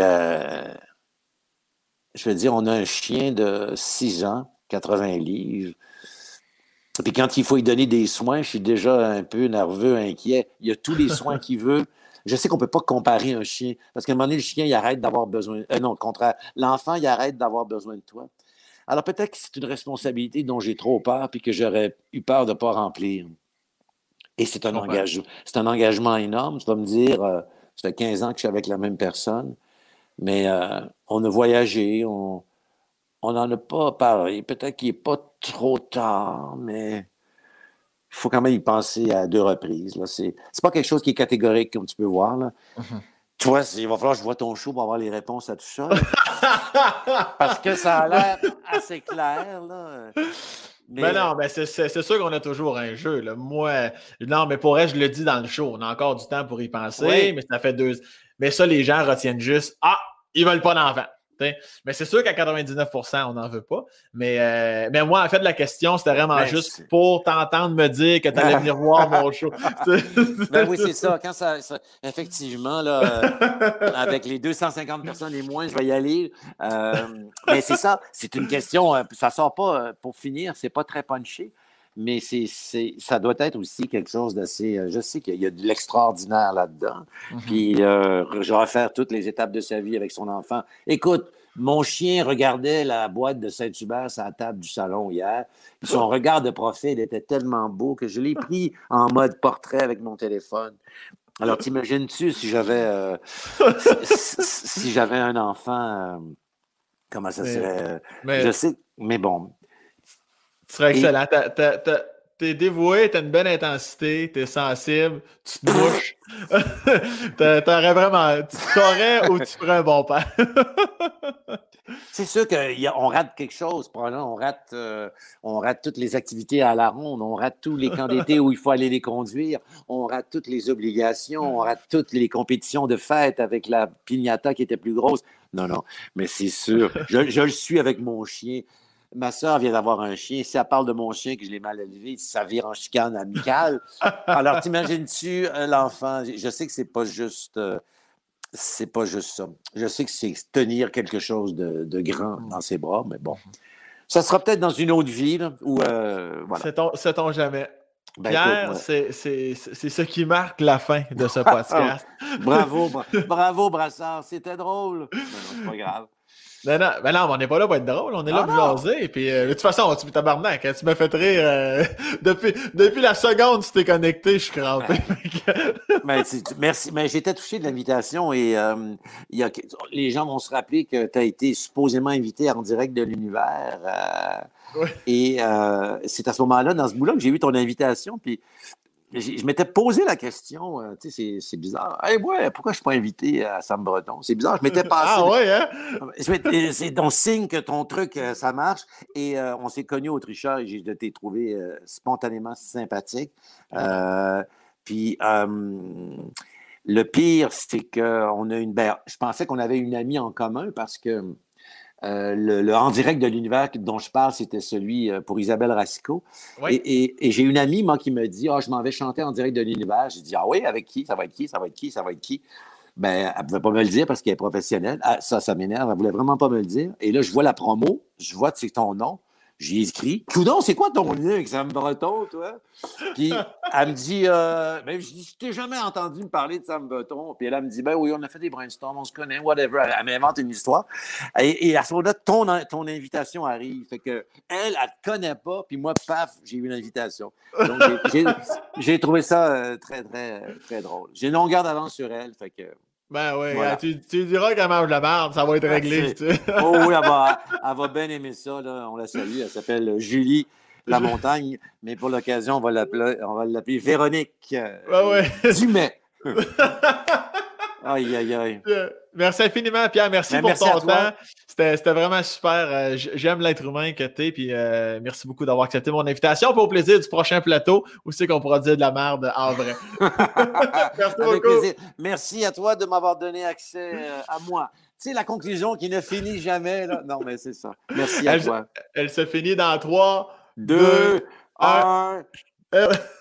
je veux dire, on a un chien de 6 ans, 80 livres. Puis quand il faut lui donner des soins, je suis déjà un peu nerveux, inquiet. Il y a tous les soins qu'il veut. Je sais qu'on ne peut pas comparer un chien, parce qu'à un moment donné, le chien, il arrête d'avoir besoin. Non, au contraire, l'enfant, il arrête d'avoir besoin de toi. Alors peut-être que c'est une responsabilité dont j'ai trop peur, puis que j'aurais eu peur de ne pas remplir. Et Je comprends. c'est un engagement énorme. Tu vas me dire, ça fait 15 ans que je suis avec la même personne, mais on a voyagé, on n'en a pas parlé. Peut-être qu'il n'est pas trop tard, mais il faut quand même y penser à 2 reprises. Là. C'est pas quelque chose qui est catégorique, comme tu peux voir. Là. Mhm. Toi, il va falloir que je vois ton show pour avoir les réponses à tout ça. Là. Parce que ça a l'air assez clair. Là. Mais Mais non, mais c'est sûr qu'on a toujours un jeu. Là. Moi, non, mais pour elle, je le dis dans le show. On a encore du temps pour y penser, oui, mais ça fait 2. Mais ça, les gens retiennent juste Ah, ils veulent pas d'enfant. T'sais. Mais c'est sûr qu'à 99%, on n'en veut pas. Mais moi, en fait, la question, c'était vraiment ben, juste pour t'entendre me dire que tu allais venir voir mon show. ben oui, c'est ça. Quand effectivement, là, avec les 250 personnes et moins, je vais y aller. Mais c'est ça, c'est une question, ça sort pas, pour finir, c'est pas très punché, mais ça doit être aussi quelque chose d'assez, je sais qu'il y a de l'extraordinaire là-dedans, Mhm. puis je vais refaire toutes les étapes de sa vie avec son enfant. Écoute, mon chien regardait la boîte de Saint-Hubert sur la table du salon hier. Puis son regard de profil était tellement beau que je l'ai pris en mode portrait avec mon téléphone. Alors, t'imagines-tu si j'avais un enfant, comment ça mais, serait? Je mais sais, mais bon. tu serais Et excellent. T'es dévoué, t'as une bonne intensité, t'es sensible, tu te mouches. T'aurais vraiment. Tu t'aurais ou tu ferais un bon père. c'est sûr qu'on rate quelque chose. Probablement, on rate toutes les activités à la ronde, on rate tous les camps d'été où il faut aller les conduire, on rate toutes les obligations, on rate toutes les compétitions de fête avec la piñata qui était plus grosse. Non, non, mais c'est sûr. Je le suis avec mon chien. Ma soeur vient d'avoir un chien. Si elle parle de mon chien que je l'ai mal élevé, ça vire en chicane amicale. Alors, t'imagines-tu l'enfant? Je sais que c'est pas juste ça. Je sais que c'est tenir quelque chose de grand dans ses bras, mais bon. Ça sera peut-être dans une autre vie, là, où, voilà. Sait-on jamais. Ben écoute, Pierre, moi. c'est ce qui marque la fin de ce podcast. Bravo, Brassard. C'était drôle. Mais non, c'est pas grave. Non, non, ben non, on n'est pas là pour être drôle, on est là Non, pour non. jaser. Puis, de toute façon, tu tabarnak, hein, tu m'as fait rire. Depuis la seconde où tu t'es connecté, je suis crampé. Ben, merci. Mais j'étais touché de l'invitation et les gens vont se rappeler que tu as été supposément invité en direct de l'univers. Oui. Et c'est à ce moment-là, dans ce bout-là, que j'ai eu ton invitation. Puis je m'étais posé la question, tu sais, c'est bizarre. Hey, ouais, pourquoi je ne suis pas invité à Sam Breton? C'est bizarre, je m'étais passé. Ah ouais, hein? C'est ton signe que ton truc, ça marche. Et on s'est connus au tricheur et je t'ai trouvé spontanément sympathique. Puis, Le pire, c'est qu'on a une. Ben, je pensais qu'on avait une amie en commun parce que le En direct de l'univers dont je parle, c'était celui pour Isabelle Racicot. Oui. Et j'ai une amie, moi, qui me dit je m'en vais chanter En direct de l'univers. J'ai dit ah oui, avec qui? Ça va être qui? Ça va être qui? Ça va être qui? Ben, elle ne pouvait pas me le dire parce qu'elle est professionnelle. Ah, ça m'énerve. Elle ne voulait vraiment pas me le dire. Et là, je vois la promo, je vois que c'est ton nom. J'ai écrit Coudon, c'est quoi ton lien avec Sam Breton, toi? Puis elle me dit ben, je dis, je t'ai jamais entendu me parler de Sam Breton. Puis elle me dit ben oui, on a fait des brainstorms, on se connaît, whatever. Elle m'invente une histoire. Et à ce moment-là, ton invitation arrive. Fait que elle ne te connaît pas, puis moi, paf, j'ai eu une invitation. Donc, j'ai trouvé ça très, très, très drôle. J'ai une longueur d'avance sur elle. Fait que. Ben oui, Voilà. tu diras qu'elle mange la merde, ça va être réglé. Oh oui, elle va bien aimer ça. Là. On la salue. Elle s'appelle Julie Lamontagne. Mais pour l'occasion, on va l'appeler Véronique Dumais. Aïe, aïe, aïe. Merci infiniment, Pierre. Merci pour ton temps. C'était vraiment super. J'aime l'être humain que tu es. Puis merci beaucoup d'avoir accepté mon invitation. Puis au plaisir du prochain plateau où c'est qu'on pourra dire de la merde en vrai. Merci Avec beaucoup. plaisir. Merci à toi de m'avoir donné accès à moi. Tu sais, la conclusion qui ne finit jamais. Là. Non, mais c'est ça. Merci à toi. Elle se finit dans 3, 2, 1.